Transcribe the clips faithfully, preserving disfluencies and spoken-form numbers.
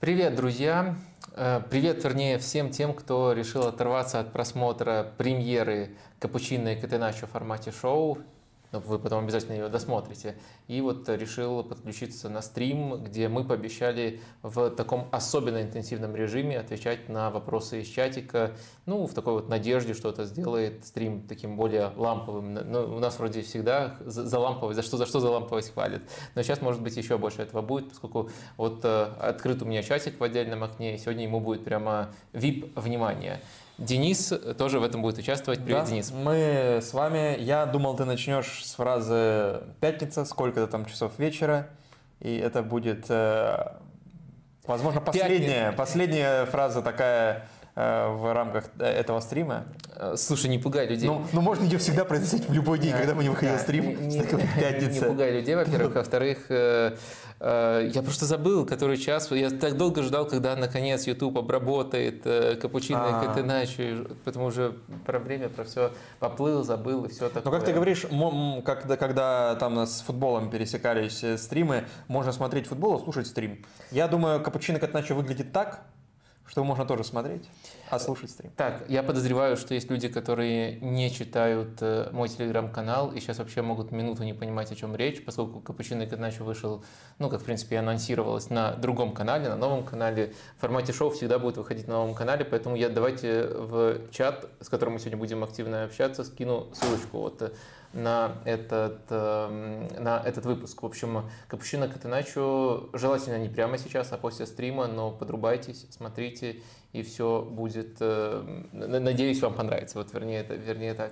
Привет, друзья! Э, Привет, вернее, всем тем, кто решил оторваться от просмотра премьеры «Капучино и Катеначо» в формате шоу. Но вы потом обязательно ее досмотрите. И вот решил подключиться на стрим, где мы пообещали в таком особенно интенсивном режиме отвечать на вопросы из чатика. Ну, в такой вот надежде, что это сделает стрим таким более ламповым. Ну, у нас вроде всегда за, за ламповость, за что, за что за ламповость хвалят. Но сейчас, может быть, еще больше этого будет, поскольку вот э, открыт у меня чатик в отдельном окне, и сегодня ему будет прямо ви ай пи-внимание. Денис тоже в этом будет участвовать. Привет, Да, Денис. мы с вами. Я думал, ты начнешь с фразы «пятница», сколько-то там часов вечера, и это будет, э, возможно, последняя, последняя фраза такая э, в рамках этого стрима. Слушай, не пугай людей. Ну, ну можно ее всегда произносить в любой день, когда мы не выходим Да, в стрим, не, с такой «пятница». Не пугай людей, во-первых. Во-вторых, э, э, я просто забыл, который час. Я так долго ждал, когда наконец YouTube обработает э, «Капучино и Катеначо», потому уже про время, про все поплыл, забыл и все такое. Но как ты говоришь, когда, когда там с футболом пересекались стримы, можно смотреть футбол и слушать стрим. Я думаю, «Капучино и Катеначо» выглядит так, что можно тоже смотреть, а слушать стрим. Так, я подозреваю, что есть люди, которые не читают э, мой телеграм-канал и сейчас вообще могут минуту не понимать, о чем речь, поскольку «Капучино и Катеначо» вышел, ну, как, в принципе, и анонсировалось на другом канале, на новом канале. В формате шоу всегда будет выходить на новом канале, поэтому я давайте в чат, с которым мы сегодня будем активно общаться, скину ссылочку вот на этот, э, на этот выпуск. В общем, «Капучино и Катеначо» желательно не прямо сейчас, а после стрима, но подрубайтесь, смотрите, и все будет, э, надеюсь, вам понравится. Вот вернее, это, вернее так,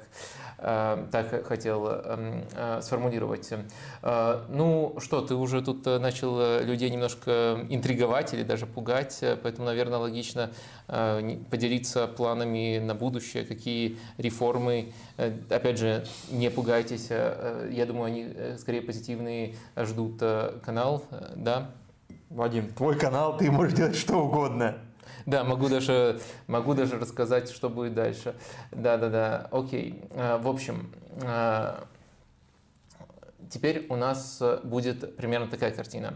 э, так хотел э, э, сформулировать. Э, ну что, ты уже тут начал людей немножко интриговать или даже пугать, поэтому, наверное, логично э, поделиться планами на будущее, какие реформы, э, опять же, не пугайтесь, э, я думаю, они скорее позитивные ждут э, канал, э, да? Вадим, твой канал, ты можешь делать что угодно. Да, могу даже, могу даже рассказать, что будет дальше. Да-да-да, окей. В общем, теперь у нас будет примерно такая картина.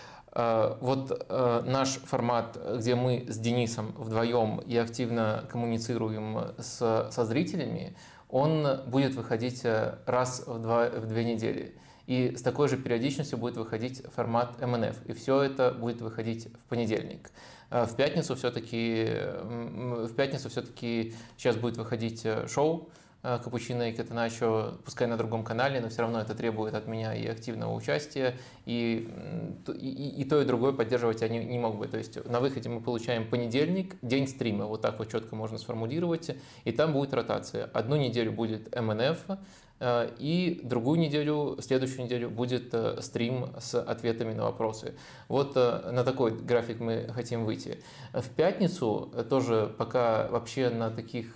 Вот наш формат, где мы с Денисом вдвоем и активно коммуницируем с, со зрителями, он будет выходить раз в, два, в две недели. И с такой же периодичностью будет выходить формат эм эн эф. И все это будет выходить в понедельник. В пятницу все-таки, в пятницу все-таки сейчас будет выходить шоу «Капучино и Катеначо», пускай на другом канале, но все равно это требует от меня и активного участия, и, и, и то, и другое поддерживать я не, не мог бы. То есть на выходе мы получаем понедельник, день стрима, вот так вот четко можно сформулировать, и там будет ротация. Одну неделю будет эм эн эф, и другую неделю, следующую неделю будет стрим с ответами на вопросы. Вот на такой график мы хотим выйти. В пятницу тоже пока вообще на таких...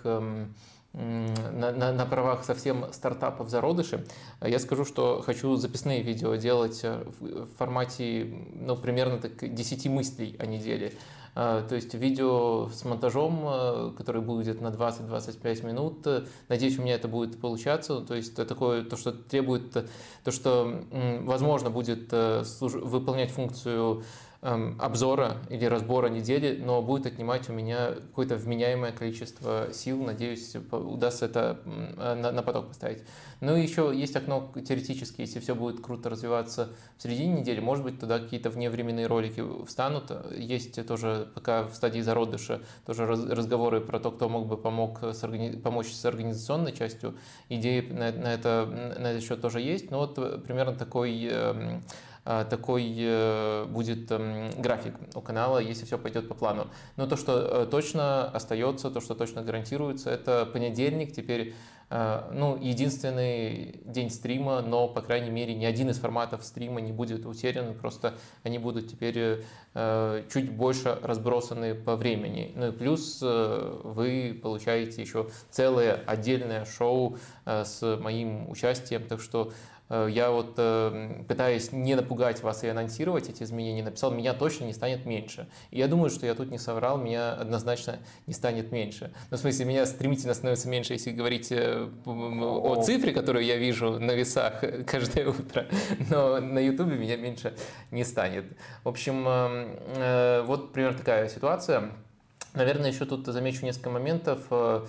На, на, на правах совсем стартапов зародыши, я скажу, что хочу записные видео делать в формате, ну, примерно так десять мыслей о неделе. То есть видео с монтажом, который будет на двадцать-двадцать пять минут. Надеюсь, у меня это будет получаться. То есть такое, то, что требует, то, что, возможно, будет выполнять функцию обзора или разбора недели, но будет отнимать у меня какое-то вменяемое количество сил. Надеюсь, удастся это на, на поток поставить. Ну и еще есть окно теоретически, если все будет круто развиваться в середине недели, может быть, туда какие-то вневременные ролики встанут. Есть тоже пока в стадии зародыша тоже разговоры про то, кто мог бы помог с органи... помочь с организационной частью. Идеи на, на, это, на этот счет тоже есть, но вот примерно такой... такой будет график у канала, если все пойдет по плану. Но то, что точно остается, то, что точно гарантируется, это понедельник. Теперь ну, единственный день стрима, но, по крайней мере, ни один из форматов стрима не будет утерян, просто они будут теперь чуть больше разбросаны по времени. Ну и плюс вы получаете еще целое отдельное шоу с моим участием, так что Я вот, пытаясь не напугать вас и анонсировать эти изменения, написал, меня точно не станет меньше. И я думаю, что я тут не соврал, меня однозначно не станет меньше. Ну, в смысле, меня стремительно становится меньше, если говорить о цифре, которую я вижу на весах каждое утро, но на Ютубе меня меньше не станет. В общем, вот примерно такая ситуация. Наверное, еще тут замечу несколько моментов.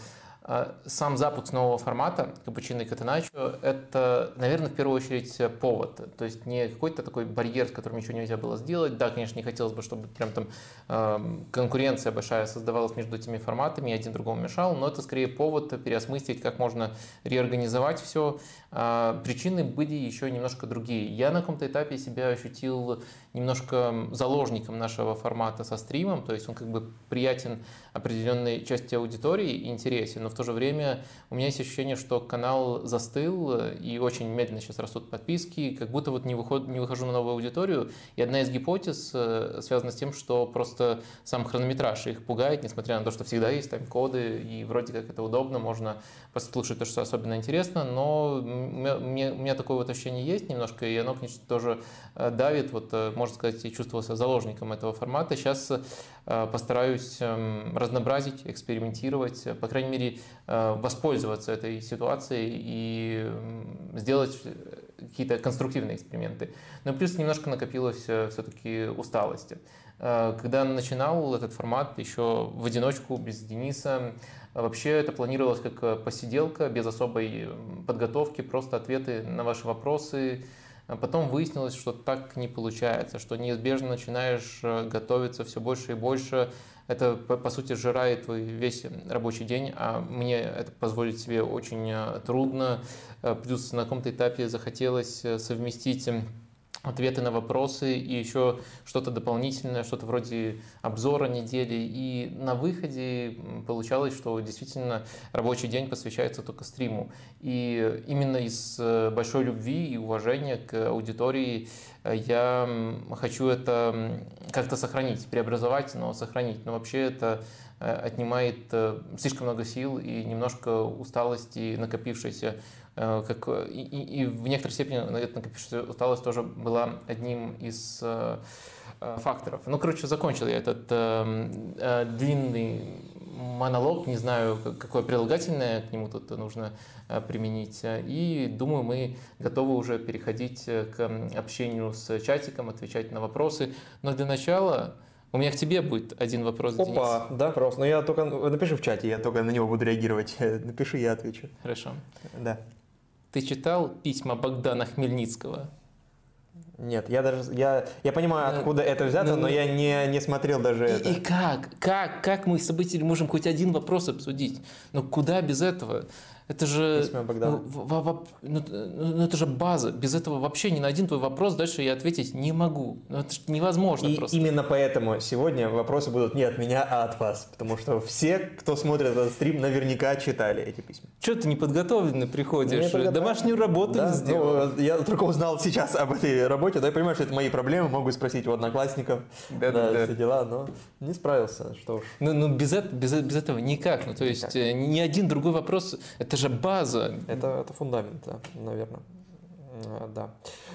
Сам запуск нового формата «Капучино и Катеначо» — это, наверное, в первую очередь повод. То есть не какой-то такой барьер, с которым ничего нельзя было сделать. Да, конечно, не хотелось бы, чтобы прям там э, конкуренция большая создавалась между этими форматами, и один другому мешал, но это скорее повод переосмыслить, как можно реорганизовать все. Э, причины были еще немножко другие. Я на каком-то этапе себя ощутил немножко заложником нашего формата со стримом, то есть он как бы приятен определенной части аудитории и интересен, но в то же время у меня есть ощущение, что канал застыл и очень медленно сейчас растут подписки, как будто вот не, выход, не выхожу на новую аудиторию. И одна из гипотез связана с тем, что просто сам хронометраж их пугает, несмотря на то, что всегда есть тайм-коды, и вроде как это удобно, можно послушать то, что особенно интересно, но у меня, у меня такое вот ощущение есть немножко, и оно, конечно, тоже давит, вот, можно сказать, я чувствовал себя заложником этого формата. Сейчас постараюсь разнообразить, экспериментировать, по крайней мере, воспользоваться этой ситуацией и сделать какие-то конструктивные эксперименты. Но плюс немножко накопилось все-таки усталости. Когда начинал этот формат еще в одиночку, без Дениса, вообще это планировалось как посиделка, без особой подготовки, просто ответы на ваши вопросы. Потом выяснилось, что так не получается, что неизбежно начинаешь готовиться все больше и больше. Это, по сути, сжирает твой весь рабочий день, а мне это позволить себе очень трудно. Плюс на каком-то этапе захотелось совместить ответы на вопросы и еще что-то дополнительное, что-то вроде обзора недели. И на выходе получалось, что действительно рабочий день посвящается только стриму. И именно из большой любви и уважения к аудитории я хочу это как-то сохранить, преобразовать, но сохранить. Но вообще это отнимает слишком много сил и немножко усталости, накопившейся. Как, и, и в некоторой степени эта накопившаяся усталость тоже была одним из э, факторов. Ну, короче, закончил я этот э, э, длинный монолог, не знаю, какое прилагательное к нему тут нужно э, применить. И думаю, мы готовы уже переходить к общению с чатиком, отвечать на вопросы. Но для начала у меня к тебе будет один вопрос, Опа, Денис. да, просто. Но я только напиши в чате, я только на него буду реагировать. Напиши, я отвечу. Хорошо. Да. Ты читал письма Богдана Хмельницкого? Нет, я даже я, я понимаю, откуда но, это взято, но, но я не, не смотрел даже и, это. И как? Как? Как мы с обывателем можем хоть один вопрос обсудить? Ну куда без этого? Это же, ну, в, в, ну, ну, это же база. Без этого вообще ни на один твой вопрос дальше я ответить не могу. Ну, это же невозможно и просто. Именно поэтому сегодня вопросы будут не от меня, а от вас. Потому что все, кто смотрит этот стрим, наверняка читали эти письма. Что ты неподготовленный приходишь? Не Домашнюю работу да, не сделал. Ну, я только узнал сейчас об этой работе. Да, я понимаю, что это мои проблемы. Могу спросить у одноклассников. Да, да, да. Все дела, но не справился. Что уж. Ну, ну без, это, без, без этого никак. Ну, то есть никак. Ни один другой вопрос. Это же база. Это, это фундамент, да, наверное. Да.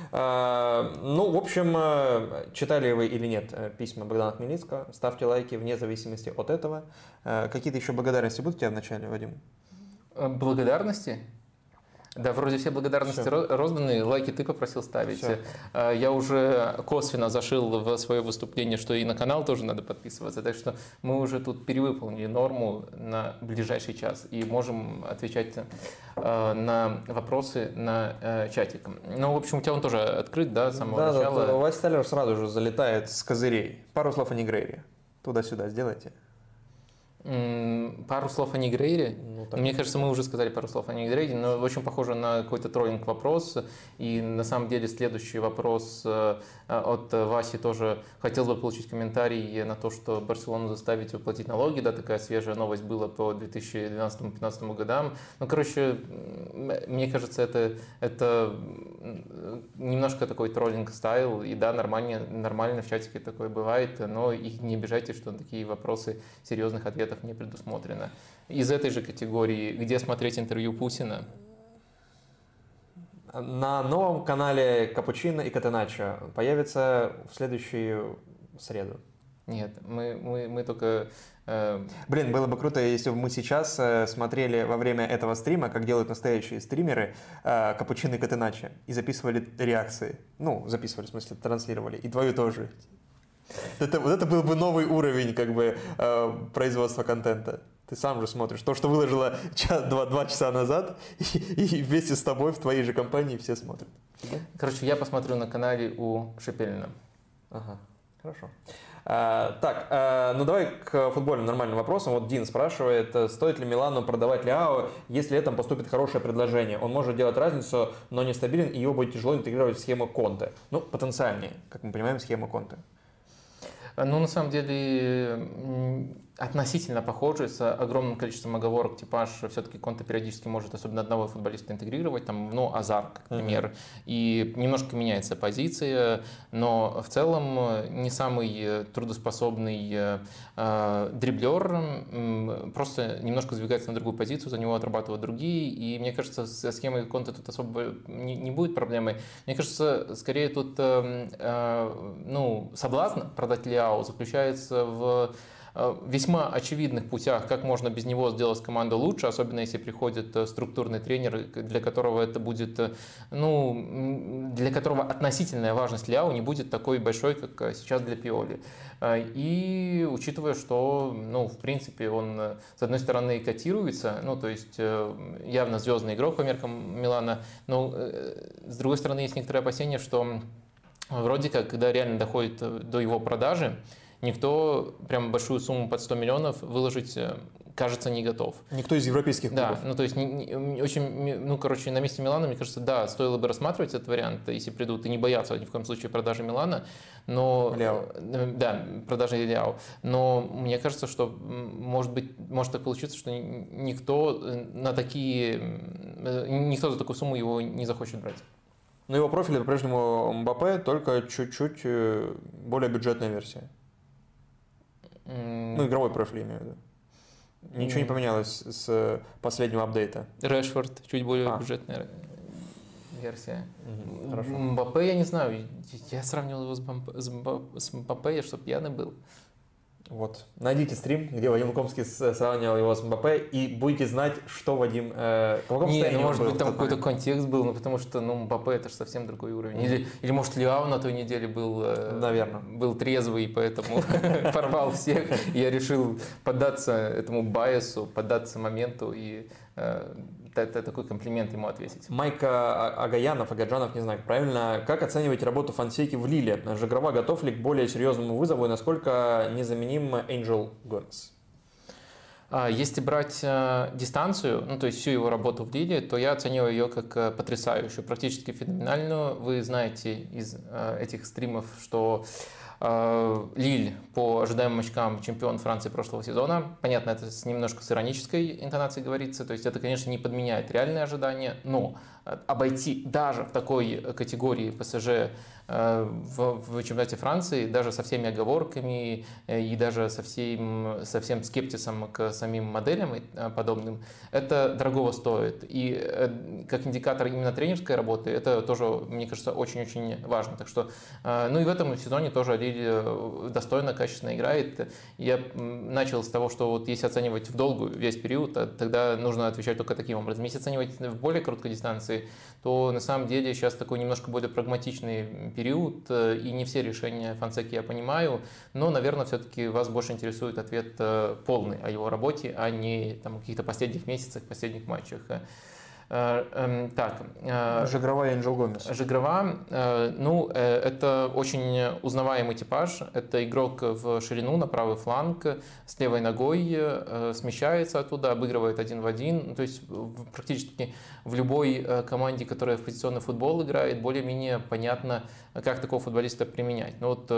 А, ну, в общем, читали вы или нет письма Богдана Хмельницкого, ставьте лайки вне зависимости от этого. Какие-то еще благодарности будут у тебя в начале, Вадим? Благодарности? Да, вроде все благодарности все. розданы, лайки ты попросил ставить. Все. Я уже косвенно зашил в свое выступление, что и на канал тоже надо подписываться, так что мы уже тут перевыполнили норму на ближайший час и можем отвечать на вопросы на чатик. Ну, в общем, у тебя он тоже открыт, да, с самого да, начала? Да, Вася Сталлер сразу же залетает с козырей. Пару слов о Негрейре. Туда-сюда сделайте. Пару слов о Негрейре. Ну, Мне кажется, мы уже сказали пару слов о Негрейре, но очень похоже на какой-то троллинг вопрос. И на самом деле следующий вопрос от Васи тоже хотел бы получить комментарий на то, что Барселону заставить выплатить налоги. Да, такая свежая новость была по две тысячи двенадцатому-пятнадцатому годам. Ну, короче, мне кажется, это, это немножко такой троллинг стайл. И да, нормально, нормально в чатике такое бывает, но и не обижайте, что такие вопросы серьезных ответов не предусмотрено. Из этой же категории, где смотреть интервью Путина? На новом канале Капучино и Катеначо появится в следующую среду. Нет, мы, мы, мы только... Э... Блин, было бы круто, если бы мы сейчас э, смотрели во время этого стрима, как делают настоящие стримеры, э, Капучино и Катеначо, и записывали реакции. Ну, записывали, в смысле, транслировали. И твою тоже. Это, вот это был бы новый уровень как бы э, производства контента. Ты сам же смотришь. То, что выложила час, два, два часа назад, и, и вместе с тобой в твоей же компании все смотрят. Короче, я посмотрю на канале у Шепелина. Ага, хорошо. А, так, а, ну давай к футбольным нормальным вопросам. Вот Дин спрашивает, стоит ли Милану продавать Леао, если летом поступит хорошее предложение? Он может делать разницу, но нестабилен, и его будет тяжело интегрировать в схему Конте. Ну, потенциальнее, как мы понимаем, схему Конте. Ну, на самом деле, относительно похожий, с огромным количеством оговорок. Типаж все-таки Конте периодически может особенно одного футболиста интегрировать, там, ну, Азар, как пример, mm-hmm. и немножко меняется позиция, но в целом не самый трудоспособный э, дриблер, э, просто немножко сдвигается на другую позицию, за него отрабатывают другие, и мне кажется, со схемой Конте тут особо не, не будет проблемы. Мне кажется, скорее тут э, э, ну, соблазн продать Леао заключается в весьма очевидных путях, как можно без него сделать команду лучше, особенно если приходит структурный тренер, для которого это будет, ну, для которого относительная важность Леао не будет такой большой, как сейчас для Пиоли. И учитывая, что, ну, в принципе, он, с одной стороны, котируется, ну, то есть явно звездный игрок по меркам Милана, но, с другой стороны, есть некоторые опасения, что вроде как, когда реально доходит до его продажи, никто прям большую сумму под сто миллионов выложить, кажется, не готов. Никто из европейских клубов? Да, ну то есть не, не, очень, ну короче, на месте Милана, мне кажется, да, стоило бы рассматривать этот вариант, если придут, и не бояться ни в коем случае продажи Милана, но... Леао. Да, продажи Леао. Но мне кажется, что может быть, может так получиться, что никто на такие, никто за такую сумму его не захочет брать. Но его профиль по-прежнему Мбаппе, только чуть-чуть более бюджетная версия. Ну, игровой профиль, имею в виду. Ничего не поменялось с последнего апдейта. Решфорд, чуть более а. бюджетная версия. Угу, хорошо. Мбаппе, я не знаю, я сравнивал его с, Бамп... с Мбаппе, я что, пьяный был? Вот. Найдите стрим, где Вадим Лукомский сравнивал его с Мбаппе, и будете знать, что Вадим... Э, в не, ну, может быть, там какой-то контекст был, ну, потому что, ну, Мбаппе это же совсем другой уровень. Mm-hmm. Или, или, может, Леао на той неделе был, э, Наверное. был трезвый, поэтому порвал всех. Я решил поддаться этому байесу, поддаться моменту и это такой комплимент ему ответить. Майка Агаянов, Агаджанов, не знаю, правильно. Как оцениваете работу Фонсеки в Лиле? Жигрова готов ли к более серьезному вызову и насколько незаменим Энджел Гомес? Если брать дистанцию, ну то есть всю его работу в Лиле, то я оцениваю ее как потрясающую, практически феноменальную. Вы знаете из этих стримов, что Лиль по ожидаемым очкам чемпион Франции прошлого сезона. Понятно, это с немножко с иронической интонацией говорится. То есть это, конечно, не подменяет реальные ожидания, но обойти даже в такой категории ПСЖ в, в чемпионате Франции, даже со всеми оговорками и даже со всем, со всем скептисом к самим моделям и подобным, это дорогого стоит. И как индикатор именно тренерской работы, это тоже, мне кажется, очень-очень важно. Так что, ну и в этом сезоне тоже Лиль достойно, качественно играет. Я начал с того, что вот если оценивать в долгую весь период, тогда нужно отвечать только таким образом. Если оценивать в более короткой дистанции, то на самом деле сейчас такой немножко более прагматичный период, и не все решения Фонсеки я понимаю, но, наверное, все-таки вас больше интересует ответ полный о его работе, а не там, каких-то последних месяцах, последних матчах. Так. Жигрова и Энджел Гомес. Жигрова, ну, это очень узнаваемый типаж. Это игрок в ширину, на правый фланг, с левой ногой, смещается оттуда, обыгрывает один в один. То есть практически в любой команде, которая в позиционный футбол играет, более-менее понятно, как такого футболиста применять. Но вот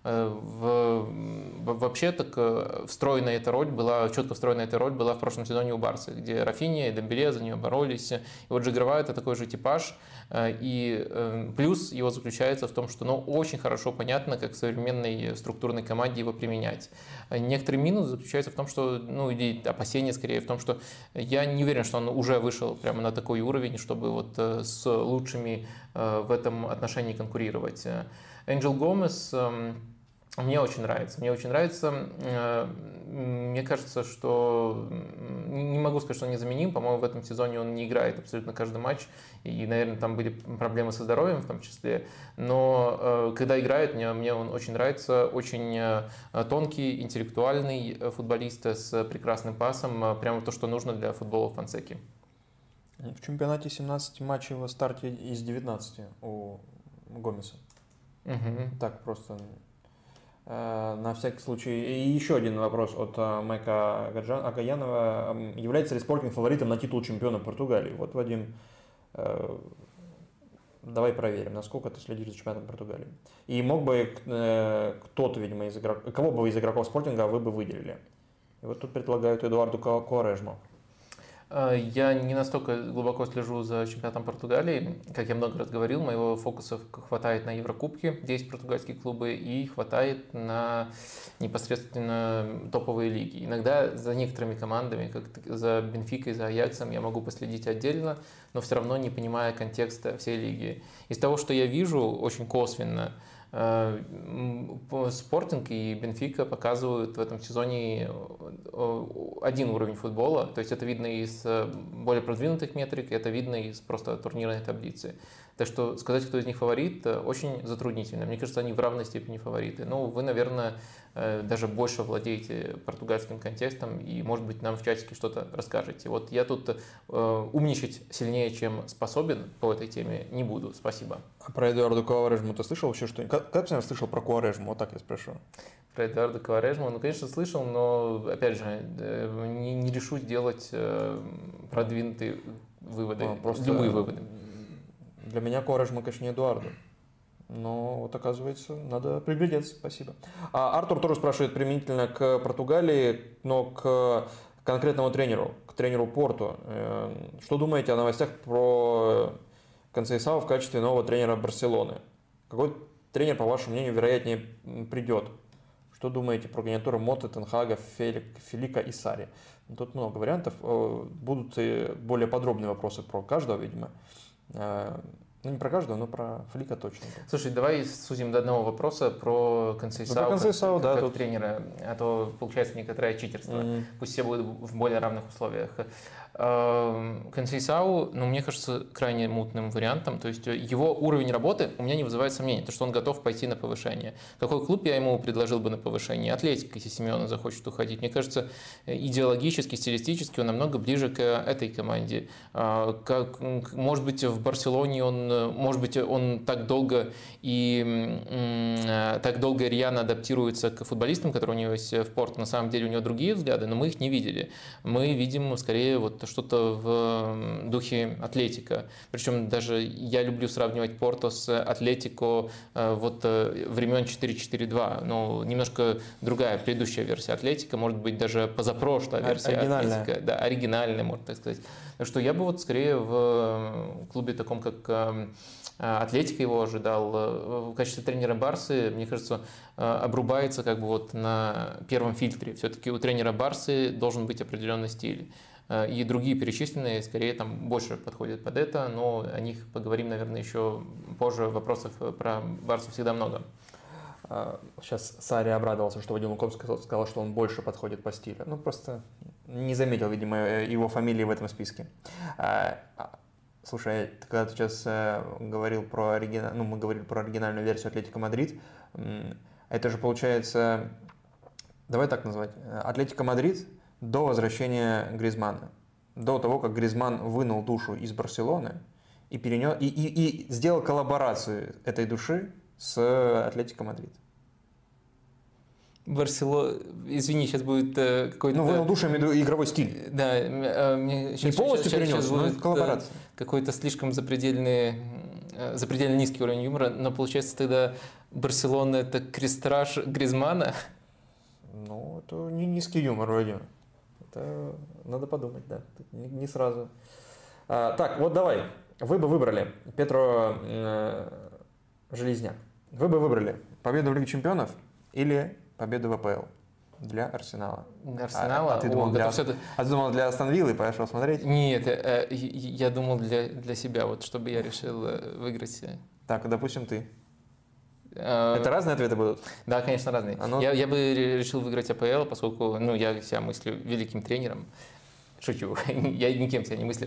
в, вообще так встроенная эта роль была, четко встроенная эта роль была в прошлом сезоне у Барсы, где Рафинья и Дембеле за нее боролись. И вот Джигрова — это такой же типаж. И плюс его заключается в том, что ну, очень хорошо понятно, как в современной структурной команде его применять. Некоторый минус заключается в том, что, ну, или опасение скорее в том, что я не уверен, что он уже вышел прямо на такой уровень, чтобы вот с лучшими в этом отношении конкурировать. Энджел Гомес мне очень нравится. Мне очень нравится. Мне кажется, что не могу сказать, что он незаменим. По-моему, в этом сезоне он не играет абсолютно каждый матч. И, наверное, там были проблемы со здоровьем в том числе. Но когда играет, мне, мне он очень нравится. Очень тонкий, интеллектуальный футболист с прекрасным пасом. Прямо то, что нужно для футбола в Фонсеке. В чемпионате семнадцать матчей в старте из девятнадцати у Гомеса. Угу. Так просто... На всякий случай. И еще один вопрос от Майка Агаянова. Является ли Спортинг фаворитом на титул чемпиона Португалии? Вот, Вадим, давай проверим, насколько ты следишь за чемпионатом Португалии. И мог бы кто-то, видимо, из игроков, кого бы из игроков Спортинга вы бы выделили? И вот тут предлагают Эдуарду Куарежму. Я не настолько глубоко слежу за чемпионатом Португалии. Как я много раз говорил, моего фокуса хватает на Еврокубке, где есть португальские клубы, и хватает на непосредственно топовые лиги. Иногда за некоторыми командами, как за Бенфикой, за Аяксом, я могу последить отдельно, но все равно не понимая контекста всей лиги. Из того, что я вижу, очень косвенно, Спортинг и Бенфика показывают в этом сезоне один уровень футбола, то есть это видно из более продвинутых метрик, это видно из просто турнирной таблицы. Так что сказать, кто из них фаворит, очень затруднительно. Мне кажется, они в равной степени фавориты. Ну, вы, наверное, даже больше владеете португальским контекстом и, может быть, нам в чатике что-то расскажете. Вот я тут умничать сильнее, чем способен по этой теме, не буду. Спасибо. А про Эдуарду Куарежму ты слышал вообще что-нибудь? Когда ты слышал про Куарежму? Вот так я спрошу. Про Эдуарда Куарежму, ну, конечно, слышал, но, опять же, не, не решусь делать продвинутые выводы, а, просто любые выводы. Для меня Куарежма, конечно, не Эдуарду. Но вот оказывается, надо приглядеться. Спасибо. А Артур тоже спрашивает применительно к Португалии, но к конкретному тренеру, к тренеру Порту. Что думаете о новостях про Консейсао в качестве нового тренера Барселоны? Какой тренер, по вашему мнению, вероятнее придет? Что думаете про кандидатуру Моты, Тенхага, Фелика и Сари? Тут много вариантов. Будут и более подробные вопросы про каждого, видимо. Ну, не про каждого, но про Флика точно. Слушай, давай сузим до одного вопроса про Консейсао, ну, как, да, как тут... тренера, а то получается некоторое читерство. Mm-hmm. Пусть все будут в более равных условиях. Консейсао, ну, мне кажется, крайне мутным вариантом. То есть его уровень работы у меня не вызывает сомнений, то, что он готов пойти на повышение. Какой клуб я ему предложил бы на повышение? Атлетика, если Симеона захочет уходить. Мне кажется, идеологически, стилистически он намного ближе к этой команде. Как, может быть, в Барселоне он, может быть, он так долго и так долго и рьяно адаптируется к футболистам, которые у него есть в Порту. На самом деле у него другие взгляды, но мы их не видели. Мы видим скорее вот что-то в духе Атлетико. Причем даже я люблю сравнивать Порту с Атлетико вот времен четыре четыре два. Ну, немножко другая предыдущая версия Атлетико, может быть, даже позапрошлая версия Атлетико. Да, оригинальная, можно так сказать. Так что я бы вот скорее в клубе таком, как Атлетико его ожидал. В качестве тренера Барсы, мне кажется, обрубается как бы вот на первом фильтре. Все-таки у тренера Барсы должен быть определенный стиль. И другие перечисленные, скорее, там больше подходят под это, но о них поговорим, наверное, еще позже. Вопросов про Барсу всегда много. Сейчас Сари обрадовался, что Вадим Лукомский сказал, что он больше подходит по стилю. Ну, просто не заметил, видимо, его фамилии в этом списке. Слушай, когда ты сейчас говорил про оригинал, ну, мы говорили про оригинальную версию Атлетико Мадрид, это же получается, давай так назвать, Атлетико Мадрид до возвращения Гризмана, до того, как Гризман вынул душу из Барселоны и, перенес, и, и, и сделал коллаборацию этой души с Атлетико Мадрид. Барселона, извини, сейчас будет э, какой-то... Ну, вынул душу, я имею в виду игровой стиль. Да, э, мне сейчас, не полностью сейчас, перенес, сейчас но будет коллаборация. Какой-то слишком запредельный, э, запредельно низкий уровень юмора, но получается тогда Барселона — это крестраж Гризмана? Ну, это не низкий юмор, вроде. Это надо подумать, да, не, не сразу. А, так, вот давай. Вы бы выбрали, Петро э, Железняк, вы бы выбрали победу в Лиге Чемпионов или победу в АПЛ для Арсенала? Арсенала? А, а, ты, думал, О, для, это... а ты думал для Астон Виллы, пошел смотреть? Нет, э, я думал для, для себя, вот чтобы я решил выиграть. Так, допустим, ты. Это разные ответы будут? Да, конечно, разные. Оно... Я, я бы решил выиграть АПЛ, поскольку ну, я себя мыслю великим тренером. Шучу, я никем себя не мыслю.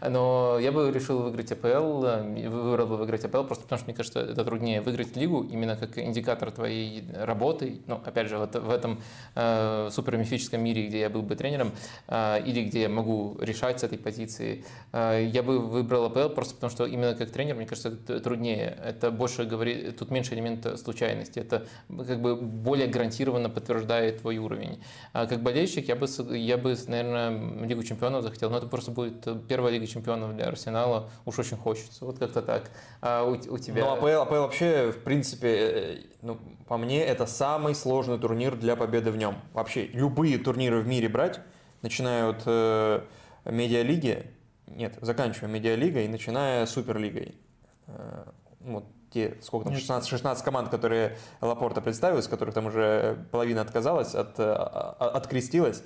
Но я бы решил выиграть АПЛ, выбрал бы выиграть АПЛ, просто потому что мне кажется, это труднее выиграть лигу, именно как индикатор твоей работы. Ну, опять же, вот в этом э, супермифическом мире, где я был бы тренером, э, или где я могу решать с этой позиции, э, я бы выбрал АПЛ просто потому, что именно как тренер, мне кажется, это труднее. Это больше говорит, тут меньше элемента случайности. Это как бы более гарантированно подтверждает твой уровень. А как болельщик я бы, я бы наверное, Лигу Чемпионов захотел, но это просто будет первая Лига Чемпионов для Арсенала, уж очень хочется, вот как-то так. А у, у тебя? Ну, АПЛ, АПЛ вообще, в принципе, ну, по мне, это самый сложный турнир для победы в нем. Вообще, любые турниры в мире брать, начиная от э, медиалиги, нет, заканчивая медиалигой и начиная суперлигой. Э, вот те, сколько там, шестнадцать, шестнадцать команд, которые Лапорта представил, из которых там уже половина отказалась, от, открестилась,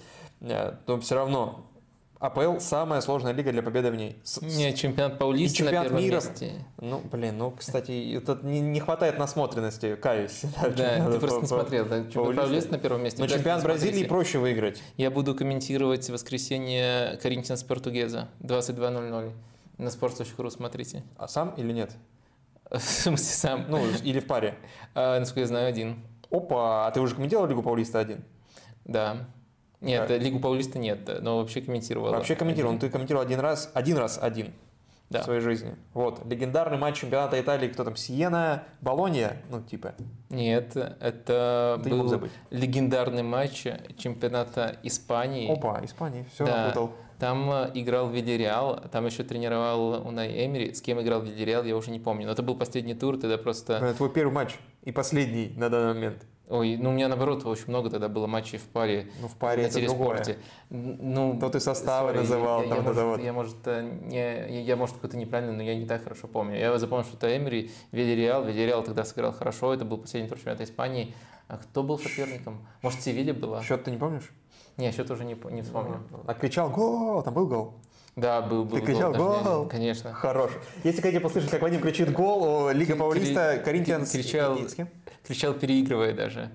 то все равно АПЛ самая сложная лига для победы в ней. Нет, чемпионат Паулиста чемпионат на первом мира. месте. Ну, блин, ну, кстати, это не, не хватает насмотренности, каюсь. Да, да ты просто не смотрел. Да? Чемпионат Паулиста на первом месте. Но чемпионат Бразилии проще выиграть. Я буду комментировать в воскресенье Коринтианс Португеза двадцать два ноль ноль. На спорт точка ру смотрите. А сам или нет? В смысле сам? Ну, или в паре? А, насколько я знаю, один. Опа, а ты уже комментировал Лигу Паулиста один? Да. Нет, да. Лигу Паулиста нет, но вообще комментировал. Вообще комментировал, ну, ты комментировал один раз, один раз один да. в своей жизни. Вот, легендарный матч чемпионата Италии, кто там, Сиена, Болонья, ну, типа. Нет, это ты был легендарный матч чемпионата Испании. Опа, Испании, все, да. напутал. Там играл Вильярреал, там еще тренировал Унай Эмери. С кем играл Вильярреал, я уже не помню. Но это был последний тур, тогда просто... Это твой первый матч и последний на данный момент. Ой, ну у меня наоборот очень много тогда было матчей в паре. Ну в паре это другое. Ну, то ты составы sorry, называл. Я, там я, может, вот. я, может, не, я, может, какой-то неправильный, но я не так хорошо помню. Я запомнил, что это Эмери, Вильярреал. Вильярреал тогда сыграл хорошо, это был последний тур чемпионата Испании. А кто был соперником? Может, Севилья была? Счет ты не помнишь? Не, счет уже не, не вспомню. А кричал гол, там был гол? Да, был, был Ты кричал гол? гол, конечно. Хорош. Если хотите послушать, как Вадим кричит гол, Лига Паулиста, Коринтианс... Кричал, кричал, переигрывая даже.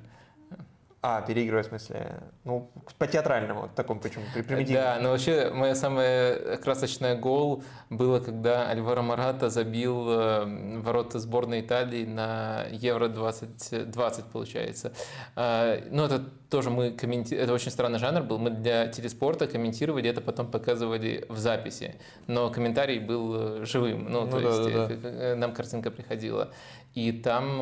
А, переигрывая, в смысле, ну, по-театральному, такому, причем примитивному. Да, но вообще, моя самая красочная гол было, когда Альваро Мората забил ворота сборной Италии на Евро двадцать двадцать, получается. Ну, это тоже мы комментировали, это очень странный жанр был, мы для телеспорта комментировали, это потом показывали в записи, но комментарий был живым, ну, ну то да, есть да, да. нам картинка приходила. И там,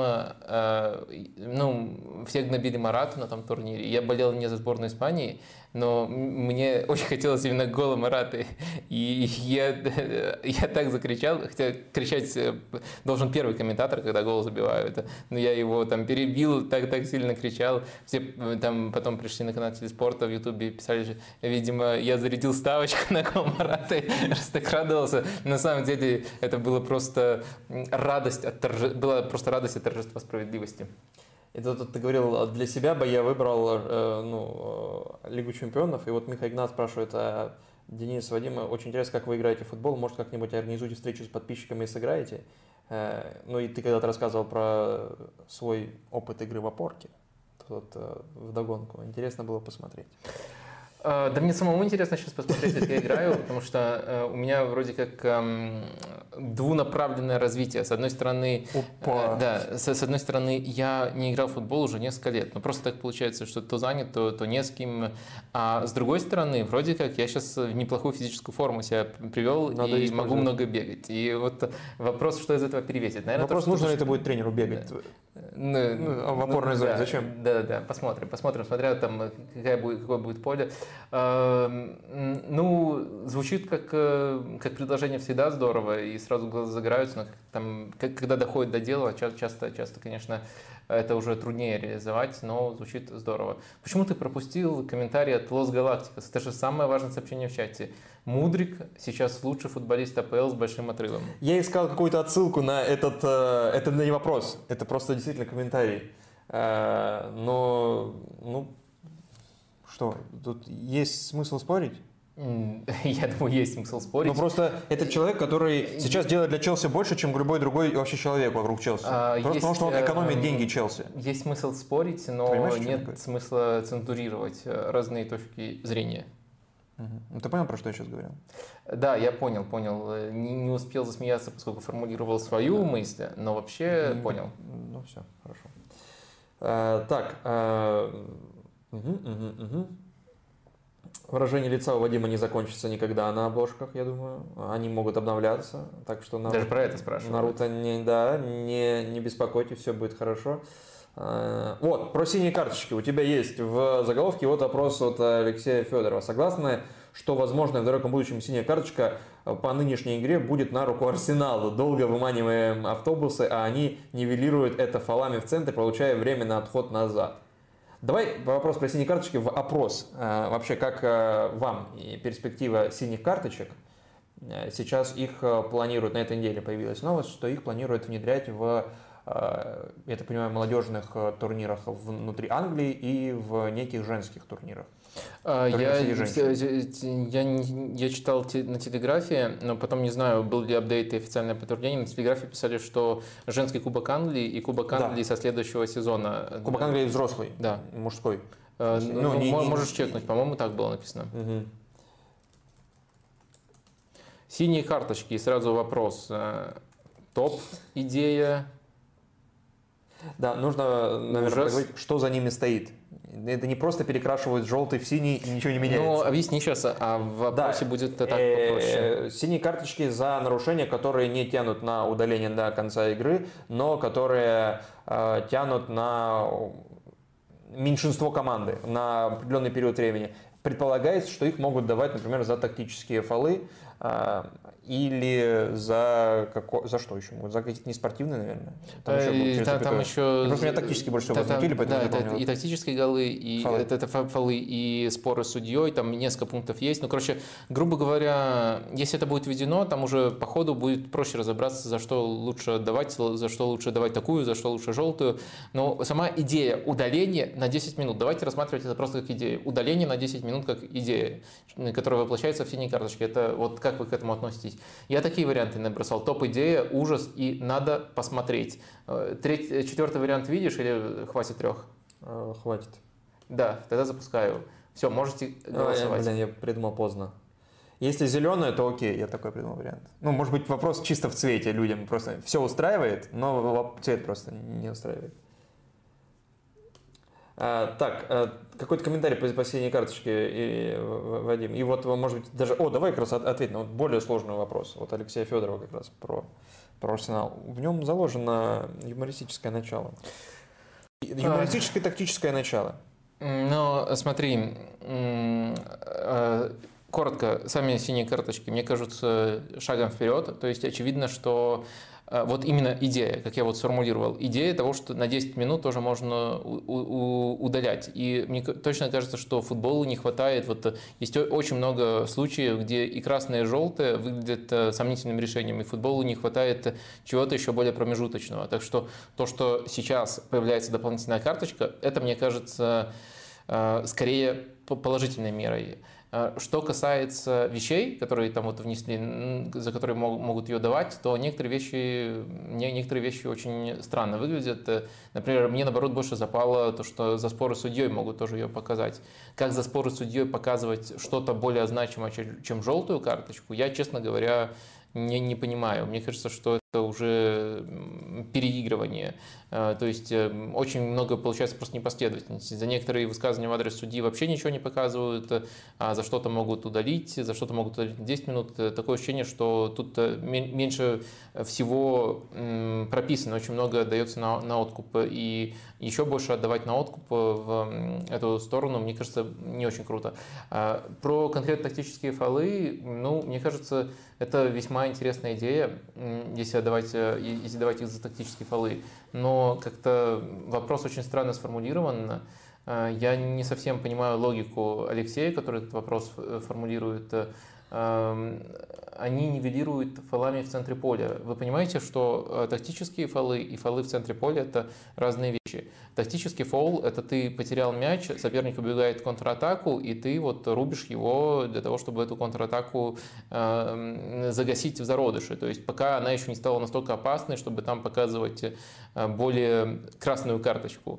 ну, все гнобили Морату на том турнире. Я болел не за сборную Испании, но мне очень хотелось именно гола Мораты. И я, я так закричал, хотя кричать должен первый комментатор, когда гол забивают. Но я его там перебил, так, так сильно кричал. Все там потом пришли на канал Телеспорта в Ютубе и писали, видимо, я зарядил ставочку на гол Мораты, раз так радовался. На самом деле это было просто радость от торжества, была просто радость от торжества справедливости. Это тут ты говорил, для себя бы я выбрал э, ну, Лигу Чемпионов, и вот Михаил Игнат спрашивает, а Денис, Вадим, очень интересно, как вы играете в футбол, может как-нибудь организуете встречу с подписчиками и сыграете? Э, ну и ты когда-то рассказывал про свой опыт игры в опорке, вот э, вдогонку, интересно было посмотреть. Да мне самому интересно сейчас посмотреть, как я играю, потому что у меня вроде как эм, двунаправленное развитие. С одной стороны, Опа. Э, да, с, с одной стороны, я не играл в футбол уже несколько лет, но просто так получается, что то занят, то, то не с кем. А с другой стороны, вроде как я сейчас в неплохую физическую форму себя привел Надо и могу много бегать. И вот вопрос, что из этого перевесит. Наверное, вопрос, то, нужно что... ли это будет тренеру бегать? Да. Ну, ну, в опорной ну, зоне, да, зачем? Да, да, да, посмотрим, посмотрим, смотря там, какая будет, какое будет поле. Ну, звучит как, как предложение всегда здорово, и сразу глаза загораются, но там, когда доходит до дела, часто, часто, конечно, это уже труднее реализовать, но звучит здорово. Почему ты пропустил комментарий от Лос Галактикос? Это же самое важное сообщение в чате. Мудрик сейчас лучший футболист АПЛ с большим отрывом. Я искал какую-то отсылку на этот... Это не вопрос, это просто действительно комментарий. Но, ну, что, тут есть смысл спорить? Я думаю, есть смысл спорить. Ну просто это человек, который сейчас делает для Челси больше, чем любой другой вообще человек вокруг Челси. А, просто есть, потому, что он экономит э, деньги Челси. Есть смысл спорить, но Понимаешь, нет смысла цензурировать разные точки зрения. Угу. Ты понял, про что я сейчас говорил? Да, я понял, понял. Не, не успел засмеяться, поскольку формулировал свою да. мысль, но вообще ну, понял. Ну все, хорошо. А, так. А, угу, угу, угу. Выражение лица у Вадима не закончится никогда на обложках, я думаю. Они могут обновляться, так что Наруто, даже про это спрашивают. Наруто не, да, не, не беспокойтесь, все будет хорошо. Вот, про синие карточки. У тебя есть в заголовке вот вопрос от Алексея Федорова. Согласны, что, возможно, в далеком будущем синяя карточка по нынешней игре будет на руку Арсеналу? Долго выманиваем автобусы, а они нивелируют это фолами в центре, получая время на отход назад. Давай вопрос про синие карточки в опрос. Вообще, как вам перспектива синих карточек? Сейчас их планируют, на этой неделе появилась новость, что их планируют внедрять в, я так понимаю, молодежных турнирах внутри Англии и в неких женских турнирах. Я, я, я, я читал на Телеграфе, но потом не знаю, был ли апдейт и официальное подтверждение. На Телеграфе писали, что женский Кубок Англии и Кубок Англии да. со следующего сезона. Кубок Англии взрослый, да. мужской. Ну, ну, не, можешь не, чекнуть, по-моему, так было написано. Угу. Синие карточки, и сразу вопрос. Топ идея? Да, нужно, наверное, поговорить, что за ними стоит. Это не просто перекрашивают желтый в синий и ничего не меняется. Ну, объясни сейчас, а в вопросе да. будет так попроще. Синие карточки за нарушения, которые не тянут на удаление до конца игры, но которые э, тянут на меньшинство команды на определенный период времени. Предполагается, что их могут давать, например, за тактические фолы э, или за, како... за что еще? За какие-то неспортивные, наверное? Там еще, та, там еще... Просто меня тактически больше всего возмутили, поэтому да, я это и тактические голы, и фолы. Это, это фолы, и споры с судьей, там несколько пунктов есть. Ну, короче, грубо говоря, если это будет введено, там уже по ходу будет проще разобраться, за что лучше давать, за что лучше давать такую, за что лучше желтую. Но сама идея удаления на десять минут, давайте рассматривать это просто как идею. Удаление на десять минут как идея, которая воплощается в синей карточке. Это вот как вы к этому относитесь? Я такие варианты набросал. Топ-идея, ужас и надо посмотреть. Третий, четвертый вариант видишь или хватит трех? Хватит. Да, тогда запускаю. Все, можете голосовать. А, блин, я придумал поздно. Если зеленое, то окей, я такой придумал вариант. Ну, может быть, вопрос чисто в цвете людям. Просто все устраивает, но цвет просто не устраивает. А, так, а, какой-то комментарий по, по синей карточке, и, Вадим. И вот, может быть, даже... О, давай как раз ответь на вот более сложный вопрос. Вот Алексея Федорова как раз про, про Арсенал. В нем заложено юмористическое начало. Юмористическое а... тактическое начало. Ну, смотри, коротко, сами синие карточки мне кажутся шагом вперед. То есть очевидно, что вот именно идея, как я вот сформулировал, идея того, что на десять минут тоже можно удалять. И мне точно кажется, что футболу не хватает. Вот есть очень много случаев, где и красное, и желтое выглядят сомнительным решением, и футболу не хватает чего-то еще более промежуточного. Так что то, что сейчас появляется дополнительная карточка, это, мне кажется, скорее положительной мерой. Что касается вещей, которые там вот внесли, за которые могут ее давать, то некоторые вещи, некоторые вещи очень странно выглядят. Например, мне наоборот больше запало то, что за споры с судьей могут тоже ее показать. Как за споры с судьей показывать что-то более значимое, чем желтую карточку, я, честно говоря, не, не понимаю. Мне кажется, что уже переигрывание. То есть очень много получается просто непоследовательности. За некоторые высказывания в адрес судьи вообще ничего не показывают, а за что-то могут удалить, за что-то могут удалить на десять минут. Такое ощущение, что тут меньше всего прописано, очень много дается на, на откуп. И еще больше отдавать на откуп в эту сторону, мне кажется, не очень круто. Про конкретно тактические фолы, ну, мне кажется, это весьма интересная идея, если давать, если давать их за тактические фолы. Но как-то вопрос очень странно сформулирован. Я не совсем понимаю логику Алексея, который этот вопрос формулирует. Они нивелируют фолами в центре поля. Вы понимаете, что тактические фолы и фолы в центре поля – это разные вещи. Тактический фол – это ты потерял мяч, соперник убегает в контратаку, и ты вот рубишь его для того, чтобы эту контратаку э, загасить в зародыше. То есть пока она еще не стала настолько опасной, чтобы там показывать более красную карточку.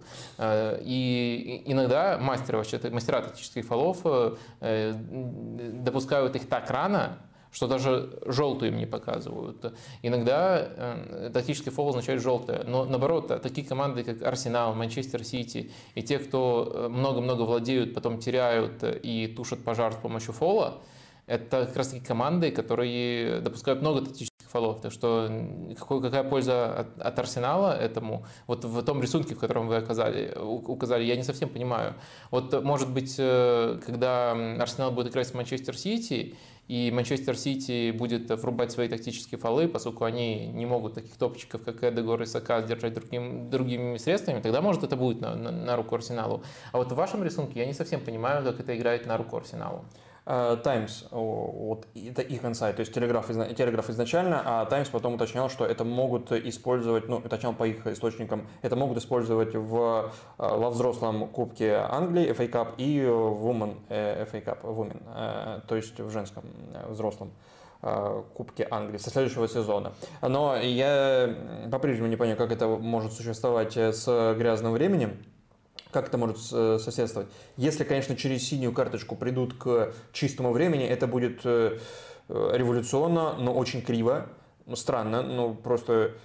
И иногда мастеры, вообще, мастера тактических фолов э, допускают их так рано, что даже желтую им не показывают. Иногда э, тактический фол означает желтое, но наоборот, такие команды, как Арсенал, Манчестер Сити и те, кто много-много владеют, потом теряют и тушат пожар с помощью фола, это как раз таки команды, которые допускают много тактических фолов. Так что какой, какая польза от, от Арсенала этому? Вот в том рисунке, в котором вы оказали, указали, я не совсем понимаю. Вот может быть, когда Арсенал будет играть с Манчестер Сити, и Манчестер Сити будет врубать свои тактические фолы, поскольку они не могут таких топчиков, как Эдегор и Сака, сдержать другим, другими средствами, тогда, может, это будет на, на, на руку Арсеналу. А вот в вашем рисунке я не совсем понимаю, как это играет на руку Арсеналу. Таймс, вот, это их инсайт, то есть Телеграф, Телеграф изначально, а Таймс потом уточнял, что это могут использовать, ну, уточнял по их источникам, это могут использовать в, во взрослом Кубке Англии эф эй Cup и в Women, эф эй Cup, Women, то есть в женском взрослом Кубке Англии со следующего сезона. Но я по-прежнему не понимаю, как это может существовать с грязным временем. Как это может соседствовать? Если, конечно, через синюю карточку придут к чистому времени, это будет революционно, но очень криво, странно, ну просто,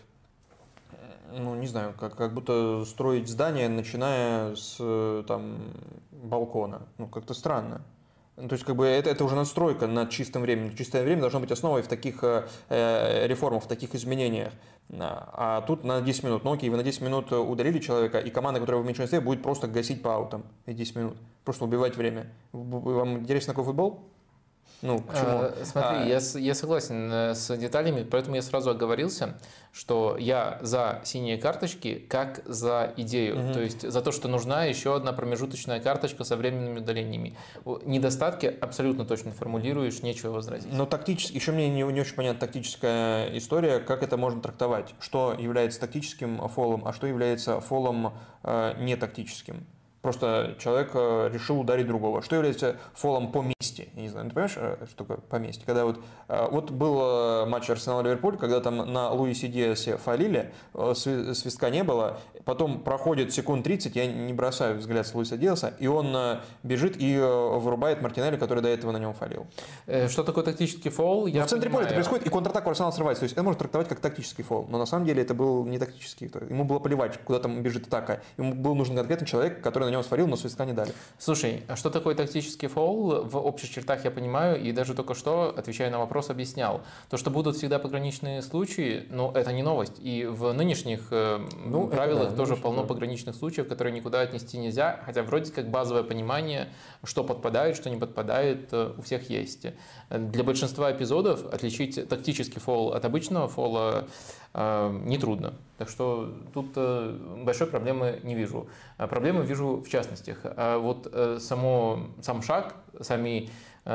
ну не знаю, как, как будто строить здание, начиная с там балкона, ну как-то странно. То есть, как бы, это, это уже надстройка над чистым временем. Чистое время должно быть основой в таких э, реформах, в таких изменениях. А тут на десять минут. Ну окей, вы на десять минут удалили человека, и команда, которая в меньшинстве, будет просто гасить по аутам и десять минут. Просто убивать время. Вам интересен такой футбол? Ну, к чему? А, смотри, а... я, я согласен с деталями, поэтому я сразу оговорился, что я за синие карточки как за идею. Угу. То есть за то, что нужна еще одна промежуточная карточка со временными удалениями. Недостатки абсолютно точно формулируешь, нечего возразить. Но тактически, еще мне не, не очень понятна тактическая история, как это можно трактовать. Что является тактическим фолом, а что является фолом э, не тактическим. Просто человек решил ударить другого. Что является фолом по мести? Я не знаю, ты понимаешь, что такое по мести? Когда вот, вот был матч Арсенал-Ливерпуль, когда там на Луисе Диасе фолили, свистка не было, потом проходит секунд тридцать, я не бросаю взгляд с Луиса Диаса, и он бежит и вырубает Мартинелли, который до этого на нем фолил. Что такое тактический фол? Я в центре поля это происходит, и контратаку Арсенал срывается. То есть это можно трактовать как тактический фол, но на самом деле это был не тактический. Ему было плевать, куда там бежит атака. Ему был нужен конкретный человек, который на него сфорил, но свистка не дали. Слушай, а что такое тактический фол? В общих чертах я понимаю, и даже только что, отвечая на вопрос, объяснял. То, что будут всегда пограничные случаи, ну, это не новость. И в нынешних ну, правилах да, тоже полно да. пограничных случаев, которые никуда отнести нельзя, хотя вроде как базовое понимание, что подпадает, что не подпадает, у всех есть. Для большинства эпизодов отличить тактический фол от обычного фола нетрудно. Так что тут большой проблемы не вижу. Проблемы вижу в частностях. А вот само, сам шаг, сами,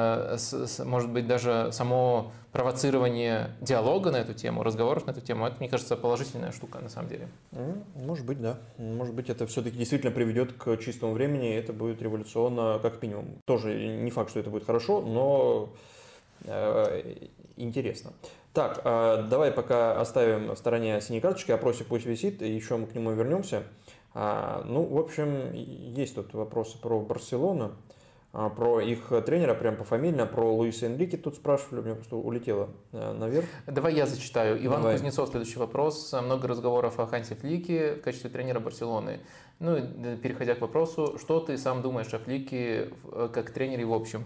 может быть, даже само провоцирование диалога на эту тему, разговоров на эту тему, это, мне кажется, положительная штука на самом деле. Может быть, да. Может быть, это все-таки действительно приведет к чистому времени, и это будет революционно, как минимум. Тоже не факт, что это будет хорошо, но интересно. Так, давай пока оставим в стороне синие карточки, опросик пусть висит, и еще мы к нему вернемся. Ну, в общем, есть тут вопросы про Барселону. про их тренера, прям пофамильно, про Луиса Энрике тут спрашивали, у меня просто улетело наверх. Давай я зачитаю. Иван Давай. Кузнецов, следующий вопрос. Много разговоров о Хансе Флике в качестве тренера Барселоны. Ну, переходя к вопросу, что ты сам думаешь о Флике как тренере в общем?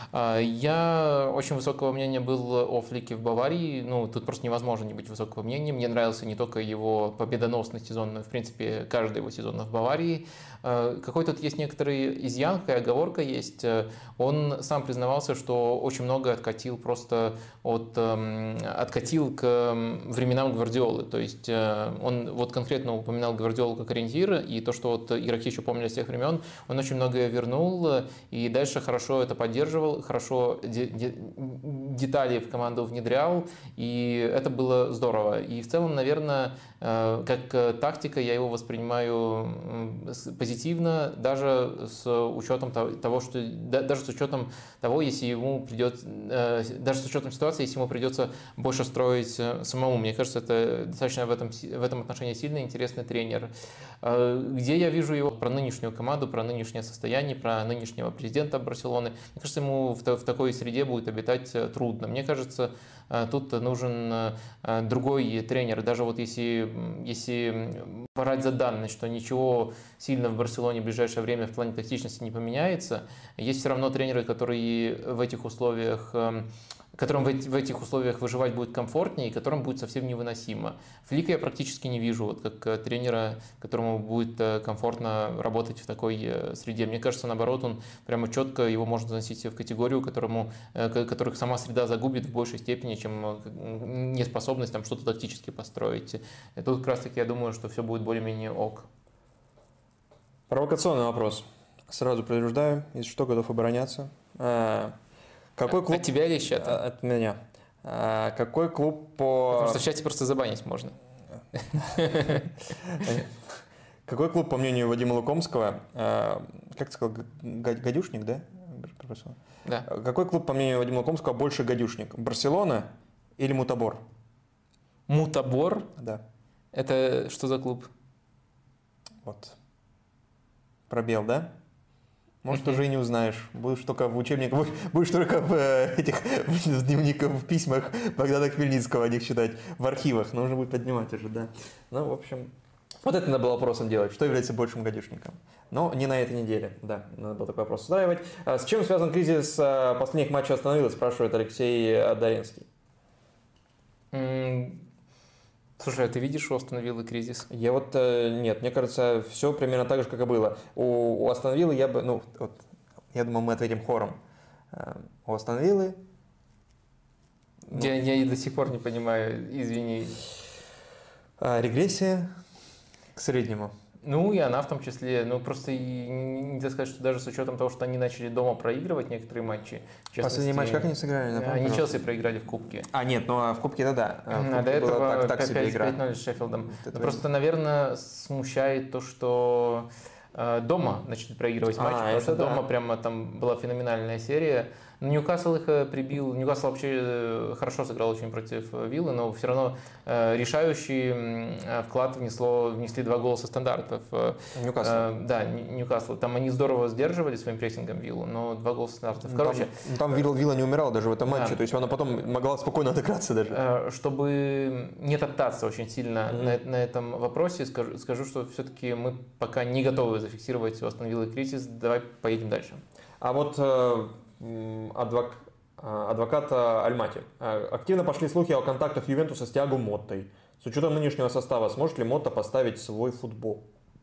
Я очень высокого мнения был о Флике в Баварии. Ну, тут просто невозможно не быть высокого мнения. Мне нравился не только его победоносный сезон, но, в принципе, каждый его сезон в Баварии. Какой тут есть некоторый изъян, какая оговорка есть. Он сам признавался, что очень много откатил просто от, откатил к временам Гвардиолы. То есть он вот конкретно упоминал Гвардиолу как ориентир, и то, что вот игроки еще помнили с тех времен, он очень многое вернул, и дальше хорошо это поддерживал, хорошо де- де- детали в команду внедрял, и это было здорово. И в целом, наверное, как тактика я его воспринимаю позитивно, даже с учетом того, что даже с учетом того, если ему придет, даже с учетом ситуации, если ему придется больше строить самому. Мне кажется, это достаточно в этом, в этом отношении сильный, интересный тренер. Где я вижу его про нынешнюю команду, про нынешнее состояние, про нынешнего президента Барселоны. Мне кажется, ему в, в такой среде будет обитать трудно. Мне кажется, тут нужен другой тренер. Даже вот если, если брать за данность, что ничего сильно в Барселоне в ближайшее время в плане тактичности не поменяется, есть все равно тренеры, которые в этих условиях которым в этих условиях выживать будет комфортнее и которым будет совсем невыносимо. Флика я практически не вижу вот как тренера, которому будет комфортно работать в такой среде. Мне кажется, наоборот, он прямо четко его можно заносить в категорию, которому, которых сама среда загубит в большей степени, чем неспособность там что-то тактически построить. И тут как раз таки я думаю, что все будет более-менее ок. Провокационный вопрос. Сразу предупреждаю, если что, готов обороняться. Какой клуб... От тебя или из чата? От меня. А, какой клуб по... Потому что в чате просто забанить можно. Какой клуб, по мнению Вадима Лукомского, как ты сказал, гадюшник, да? Да. Какой клуб, по мнению Вадима Лукомского, больше гадюшник? Барселона или Мутабор? Мутабор? Да. Это что за клуб? Вот. Пробел, да? Может, mm-hmm. уже и не узнаешь. Будешь только в учебниках, будешь, будешь только в этих в дневниках, в письмах Богдана Хмельницкого о них читать, в архивах. Нужно будет поднимать уже, да. Ну, в общем, вот это надо было вопросом делать. Что является большим гадюшником? Но не на этой неделе, да. Надо было такой вопрос устраивать. С чем связан кризис последних матчей Астон Виллы, спрашивает Алексей Даринский. Mm. Слушай, а ты видишь у Астон Виллы кризис? Я вот, э, нет, мне кажется, все примерно так же, как и было. У, у Астон Виллы я бы, ну, вот, я думаю, мы ответим хором. Э, у Астон Виллы... Ну, я, я до сих пор не понимаю, извини. Э, регрессия к среднему. Ну, и она в том числе, ну, просто и, нельзя сказать, что даже с учетом того, что они начали дома проигрывать некоторые матчи. Последний матч как они сыграли? Напомню, они Челси проиграли в Кубке. А, нет, ну а в Кубке это да. А до этого так, так пять ноль с Шеффилдом. Просто, наверное, смущает то, что э, дома начали проигрывать матчи, а, потому что да. дома прямо там была феноменальная серия. Ньюкасл их прибил. Ньюкасл вообще хорошо сыграл очень против Виллы, но все равно решающий вклад внесло, внесли два гола со стандартов. Ньюкасл. Да, Ньюкасл. Там они здорово сдерживали своим прессингом Виллу, но два гола со стандартов. Короче, там, там Вилла, Вилла не умирала даже в этом матче, да. То есть она потом могла спокойно отыграться даже. Чтобы не топтаться очень сильно mm-hmm. на, на этом вопросе, скажу, скажу, что все-таки мы пока не готовы зафиксировать у Астон Виллы кризис. Давай поедем дальше. А вот Адвок... адвокат Альмати. Активно пошли слухи о контактах Ювентуса с Тиаго Моттой. С учетом нынешнего состава, сможет ли Мотта поставить свой футбол?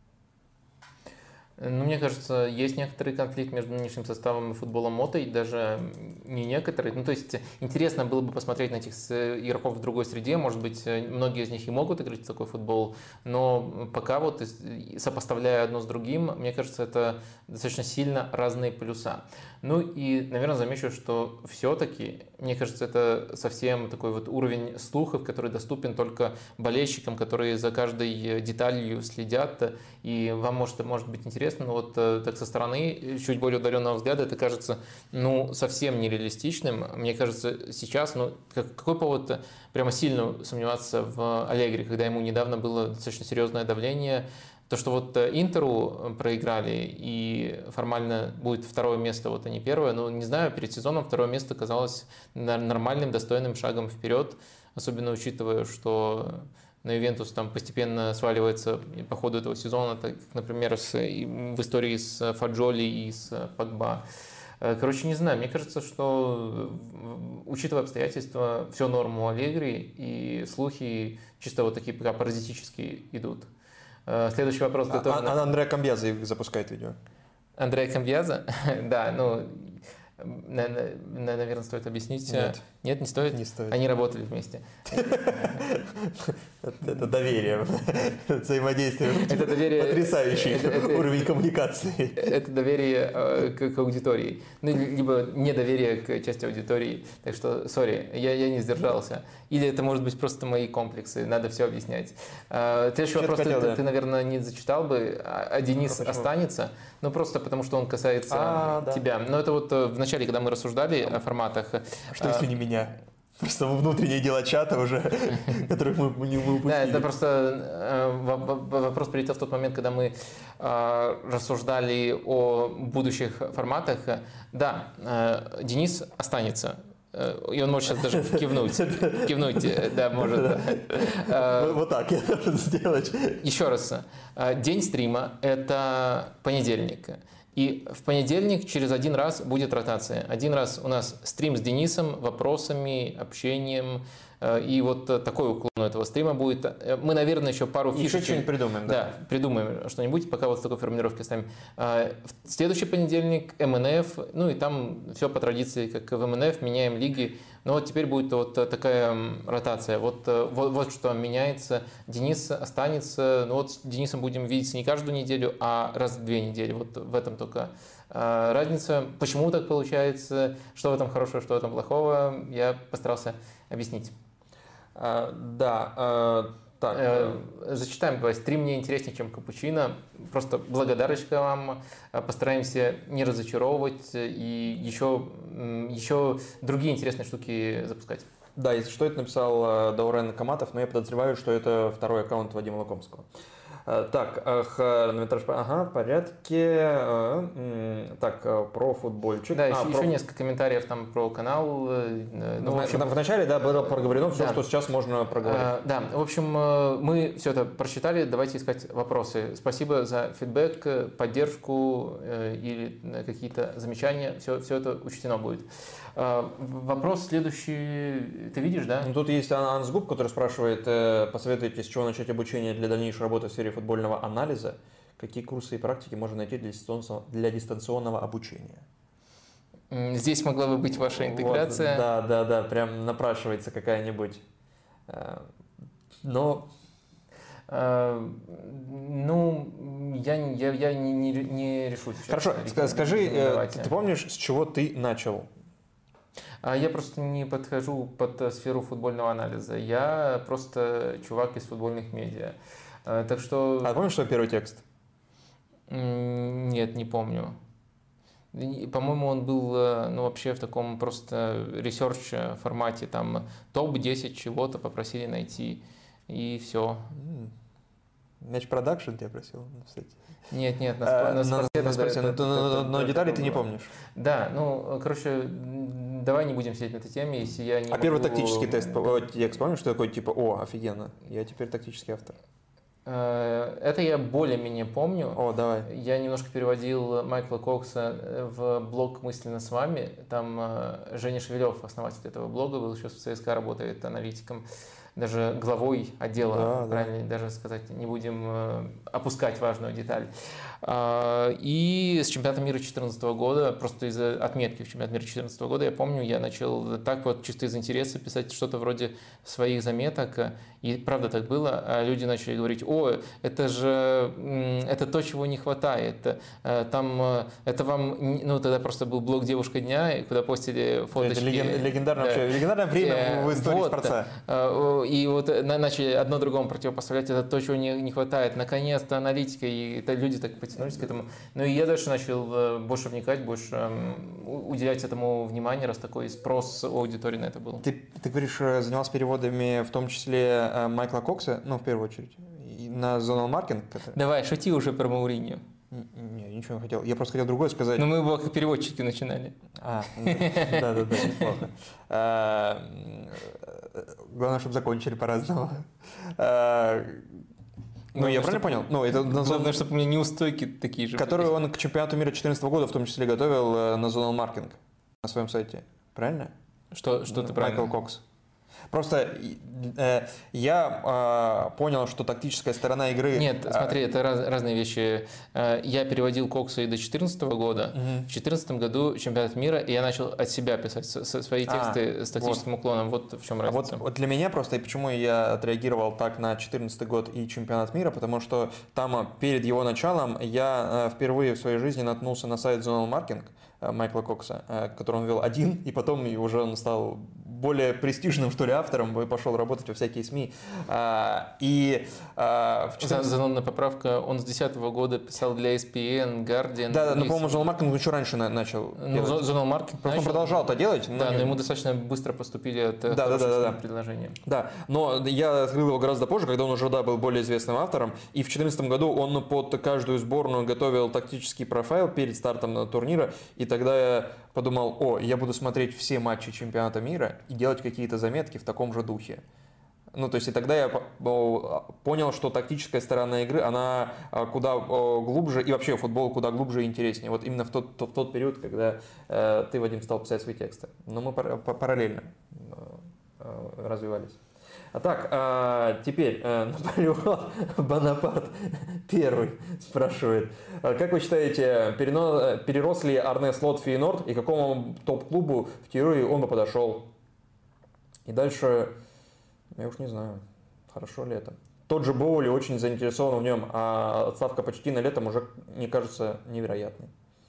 Ну, мне кажется, есть некоторый конфликт между нынешним составом и футболом Моттой, даже не некоторый. Ну, то есть, интересно было бы посмотреть на этих игроков в другой среде. Может быть, многие из них и могут играть в такой футбол, но пока вот, сопоставляя одно с другим, мне кажется, это достаточно сильно разные полюса. Ну и, наверное, замечу, что все-таки, мне кажется, это совсем такой вот уровень слухов, который доступен только болельщикам, которые за каждой деталью следят, и вам может, может быть интересно, но вот так со стороны, чуть более удаленного взгляда, это кажется, ну, совсем нереалистичным. Мне кажется, сейчас, ну, какой повод прямо сильно сомневаться в Аллегри, когда ему недавно было достаточно серьезное давление, в То, что вот Интеру проиграли, и формально будет второе место, вот они первое, но не знаю, перед сезоном второе место казалось нормальным, достойным шагом вперед, особенно учитывая, что на Ювентус там постепенно сваливается по ходу этого сезона, так, например, с, в истории с Фаджоли и с Погба. Короче, не знаю, мне кажется, что, учитывая обстоятельства, все норм у Аллегри, и слухи чисто вот такие пока паразитические идут. Следующий вопрос. А, тоже... а Андреа Камбьяза запускает видео. Андреа Камбьяза? Да, ну, наверное, стоит объяснить. Нет. Нет, не стоит? Не стоит. Они работали вместе. Это доверие, взаимодействие. Это доверие. Потрясающий уровень коммуникации. Это доверие к аудитории. Ну, либо недоверие к части аудитории. Так что, сори, я, я не сдержался. Или это, может быть, просто мои комплексы. Надо все объяснять. Следующий вопрос хотел, ты, да. ты, наверное, не зачитал бы, а Денис а останется. Ну, просто потому, что он касается а, тебя. Да. Но это вот в начале, когда мы рассуждали о форматах. Что, если не меня? Просто внутренние дела чата уже, которых мы не упустили. Да, это просто вопрос прилетел в тот момент, когда мы рассуждали о будущих форматах. Да, Денис останется. И он может сейчас даже кивнуть. Кивнуть, да, может. Вот так я должен сделать. Еще раз. День стрима – это понедельник. И в понедельник через один раз будет ротация. Один раз у нас стрим с Денисом, вопросами, общением. И вот такой уклон у этого стрима будет. Мы, наверное, еще пару фишек... Еще что-нибудь придумаем, да? Да, придумаем что-нибудь, пока вот в такой формулировке оставим. В следующий понедельник эм эн эф, ну и там все по традиции, как в эм эн эф, меняем лиги. Но вот теперь будет вот такая ротация. Вот, вот, вот что меняется. Денис останется. Ну вот с Денисом будем видеться не каждую неделю, а раз в две недели. Вот в этом только разница. Почему так получается, что в этом хорошего, что в этом плохого, я постарался объяснить. А, да, а, так. Э, зачитаем, давай. Стрим мне интереснее, чем капучино. Просто благодарочка вам. Постараемся не разочаровывать и еще, еще другие интересные штуки запускать. Да, если что, это написал Даурен Каматов, но я подозреваю, что это второй аккаунт Вадима Лакомского. Так, ага, в порядке. Так, про футбольчик. Да, а, еще, про... еще несколько комментариев там про канал. Ну, в, общем... в начале, да, было проговорено все, да. Что сейчас можно проговорить. А, да, в общем, мы все это прочитали, давайте искать вопросы. Спасибо за фидбэк, поддержку или какие-то замечания. Все, все это учтено будет. Вопрос следующий, ты видишь, да? Ну, тут есть Ансгуб, который спрашивает, посоветуйте, с чего начать обучение для дальнейшей работы в сфере футбольного анализа, какие курсы и практики можно найти для дистанционного, для дистанционного обучения? Здесь могла бы быть ваша интеграция. Вот, да, да, да, прям напрашивается какая-нибудь, но... Ну, я, я, я не, не, не решусь. Хорошо, скажи, ты, ты помнишь, с чего ты начал? Я просто не подхожу под сферу футбольного анализа. Я просто чувак из футбольных медиа. Так что... А помнишь, что первый текст? Нет, не помню. По-моему, он был ну, вообще в таком просто ресерч формате. Там топ десять чего-то попросили найти. И все. Мяч продакшн тебя просил, кстати. Нет, нет, на, а, на, на, на спорте, да, но, это, но, это, но это детали ты не помнишь. Да, ну, короче, давай не будем сидеть на этой теме, если я не А могу... первый тактический тест, текст, помнишь, что такой, типа, о, офигенно, я теперь тактический автор? Это я более-менее помню. О, давай. Я немножко переводил Майкла Кокса в блог «Мысленно с вами». Там Женя Шевелев, основатель этого блога, был сейчас в ЦСКА, работает аналитиком. Даже главой отдела, да, правильно да. даже сказать, не будем э, опускать важную деталь. А, и с чемпионата мира две тысячи четырнадцатого года, просто из-за отметки в чемпионате мира две тысячи четырнадцатого года, я помню, я начал так вот чисто из интереса писать что-то вроде своих заметок. И правда так было. А люди начали говорить, о, это же это то, чего не хватает. Там, это вам, ну тогда просто был блог «Девушка дня», куда постили фоточки. Это леген, легендарное, да. вообще, легендарное время в истории вот. спорта. И вот начали одно другому противопоставлять, это то, чего не, не хватает. Наконец-то аналитика, и это, люди так потянулись к этому. Ну и я дальше начал больше вникать, больше уделять этому внимание, раз такой спрос у аудитории на это был. Ты, ты говоришь, занимался переводами в том числе Майкла Кокса, ну, в первую очередь. на zonal маркетинг? Давай, шути уже про Мауриньо. Не, ничего не хотел. Я просто хотел другое сказать. Но мы его как переводчики начинали. А, да-да-да, неплохо. Главное, чтобы закончили по-разному. Ну, я правильно понял? Ну, это главное, чтобы у меня неустойки такие же. Которые он к чемпионату мира две тысячи четырнадцатого года в том числе готовил на zonal маркетинг на своем сайте. Правильно? Что, что ты правильно? Майкл Кокс. Просто э, я э, понял, что тактическая сторона игры... Нет, смотри, это раз, разные вещи. Я переводил Кокса и до две тысячи четырнадцатого года. Угу. В две тысячи четырнадцатом году чемпионат мира, и я начал от себя писать свои тексты а, с тактическим вот. уклоном. Вот в чем разница. А вот, вот для меня просто, и почему я отреагировал так на две тысячи четырнадцатый год и чемпионат мира, потому что там перед его началом я впервые в своей жизни наткнулся на сайт zonal маркетинг Майкла Кокса, который он вел один, и потом уже он стал более престижным, что ли, автором, и пошел работать во всякие СМИ. И в четырнадцатом... Занудная поправка, он с две тысячи десятого года писал для эс пи эн, Guardian. Да, да, но, по-моему, zonal маркетинг еще раньше начал ну, делать. zonal маркетинг Просто начал. Он продолжал это делать. Да, но, но ему достаточно быстро поступили от да, да, да, да. предложения. Да, но я открыл его гораздо позже, когда он уже да, был более известным автором, и в две тысячи четырнадцатом году он под каждую сборную готовил тактический профайл перед стартом турнира, и тогда я подумал, о, я буду смотреть все матчи чемпионата мира и делать какие-то заметки в таком же духе. Ну, то есть, и тогда я понял, что тактическая сторона игры, она куда глубже, и вообще футбол куда глубже и интереснее. Вот именно в тот, тот, тот период, когда э, ты, Вадим, стал писать свои тексты. Но мы параллельно э, развивались. А так, а, теперь а, Наполеон Бонапарт первый спрашивает. Как вы считаете, перено, перерос ли Арне Слот Фейнорд и к какому топ-клубу в теории он бы подошел? И дальше, я уж не знаю, хорошо ли это. Тот же Боули очень заинтересован в нем, а отставка Почеттино летом уже не кажется невероятной.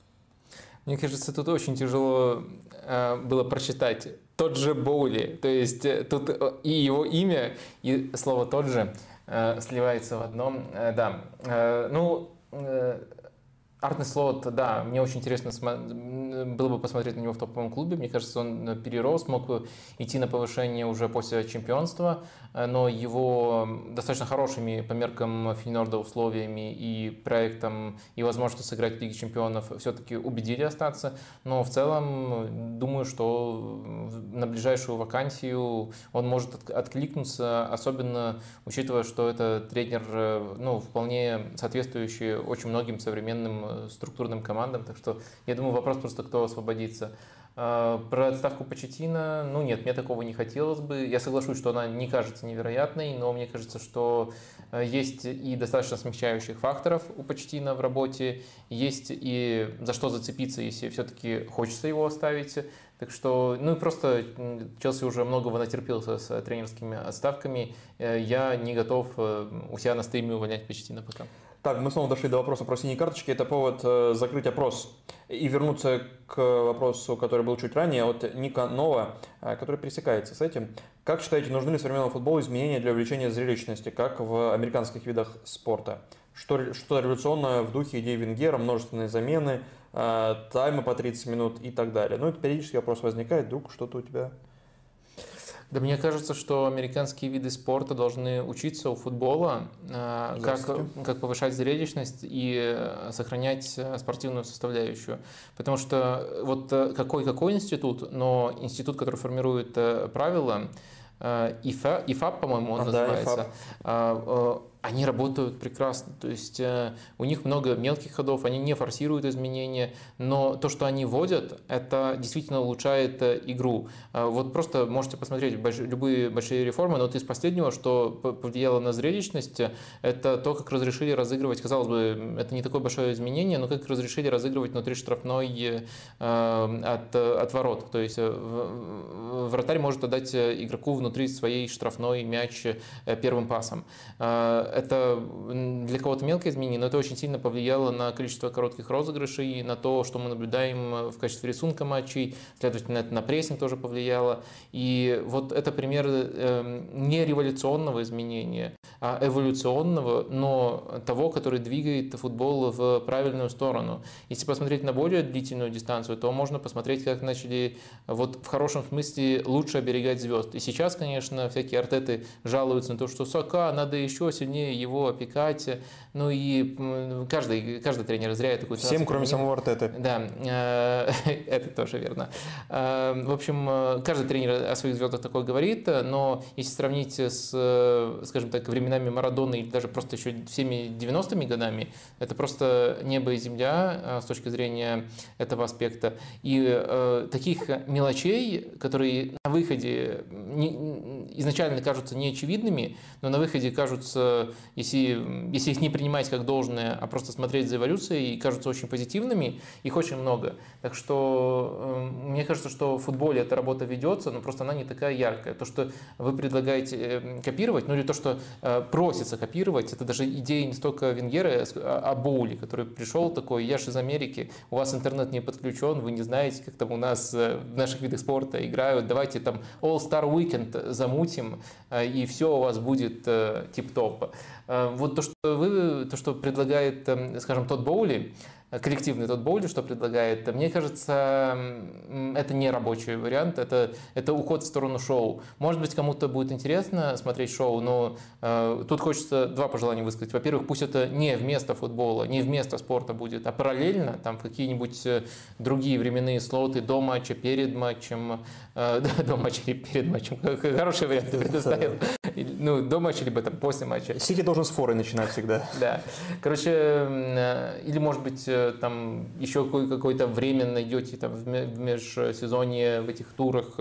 Мне кажется, тут очень тяжело э, было прочитать тот же Боули. То есть э, тут и его имя, и слово тот же э, сливается в одном. Э, да. Э, ну, э, Арне Слот, да, мне очень интересно было бы посмотреть на него в топовом клубе. Мне кажется, он перерос, мог бы идти на повышение уже после чемпионства, но его достаточно хорошими по меркам Фейнорда условиями и проектом, и возможностью сыграть в Лиге чемпионов все-таки убедили остаться. Но в целом, думаю, что на ближайшую вакансию он может откликнуться, особенно учитывая, что это тренер, ну, вполне соответствующий очень многим современным структурным командам, так что я думаю, вопрос просто, кто освободится. Про отставку Почеттино, ну нет, мне такого не хотелось бы. Я соглашусь, что она не кажется невероятной, но мне кажется, что есть и достаточно смягчающих факторов у Почеттино в работе, есть и за что зацепиться, если все-таки хочется его оставить. Так что, ну и просто Челси уже многого натерпелся с тренерскими отставками. Я не готов у себя на стриме увольнять Почеттино пока. Так, мы снова дошли до вопроса про синие карточки. Это повод э, закрыть опрос и вернуться к вопросу, который был чуть ранее, от Ника Нова, э, который пересекается с этим. Как считаете, нужны ли в современном футболе изменения для увеличения зрелищности, как в американских видах спорта? Что, что революционное в духе идей Венгера, множественные замены, э, таймы по тридцать минут и так далее. Ну, это периодически вопрос возникает, вдруг что-то у тебя... Да, мне кажется, что американские виды спорта должны учиться у футбола, как, как повышать зрелищность и сохранять спортивную составляющую. Потому что вот какой-какой институт, но институт, который формирует правила, ИФА, ИФАП, по-моему, он а, называется, да, они работают прекрасно, то есть э, у них много мелких ходов, они не форсируют изменения, но то, что они вводят, это действительно улучшает э, игру. Э, вот просто можете посмотреть больш... любые большие реформы, но вот из последнего, что повлияло на зрелищность, это то, как разрешили разыгрывать, казалось бы, это не такое большое изменение, но как разрешили разыгрывать внутри штрафной э, от, от ворот, то есть э, вратарь может отдать игроку внутри своей штрафной мяч э, первым пасом. Э, Это для кого-то мелкое изменение, но это очень сильно повлияло на количество коротких розыгрышей, на то, что мы наблюдаем в качестве рисунка матчей, следовательно, это на прессинг тоже повлияло. И вот это пример не революционного изменения, а эволюционного, но того, который двигает футбол в правильную сторону. Если посмотреть на более длительную дистанцию, то можно посмотреть, как начали вот в хорошем смысле лучше оберегать звезд. И сейчас, конечно, всякие артеты жалуются на то, что Сака надо еще сильнее детьми, его опекать. Ну и каждый, каждый тренер зря такую ситуацию. Всем, кроме самого Артеты. Да, это тоже верно. В общем, каждый тренер о своих звездах такое говорит, но если сравнить с, скажем так, временами Марадоны или даже просто еще всеми девяностыми годами, это просто небо и земля с точки зрения этого аспекта. И таких мелочей, которые на выходе изначально кажутся неочевидными, но на выходе кажутся, если, если их не принимать как должное, а просто смотреть за эволюцией, кажутся очень позитивными, их очень много. Так что мне кажется, что в футболе эта работа ведется, но просто она не такая яркая. То, что вы предлагаете копировать, ну или то, что просится копировать, это даже идея не столько Венгера, а Боули, который пришел такой: я же из Америки, у вас интернет не подключен, вы не знаете, как там у нас в наших видах спорта играют, давайте там All-Star Weekend замутим, и все у вас будет тип-топ. Вот то, что вы, то, что предлагает, скажем, Тодд Боули, коллективный Тодд Боули, что предлагает, мне кажется, это не рабочий вариант, это, это уход в сторону шоу. Может быть, кому-то будет интересно смотреть шоу, но э, тут хочется два пожелания высказать. Во-первых, пусть это не вместо футбола, не вместо спорта будет, а параллельно, там, в какие-нибудь другие временные слоты, до матча, перед матчем, э, до матча или перед матчем. Хороший вариант ты предоставил. Ну, до матча, либо там после матча. Сити должен с форы начинать всегда. Да. Короче, или, может быть, там еще какое-то время найдете там в межсезонье, в этих турах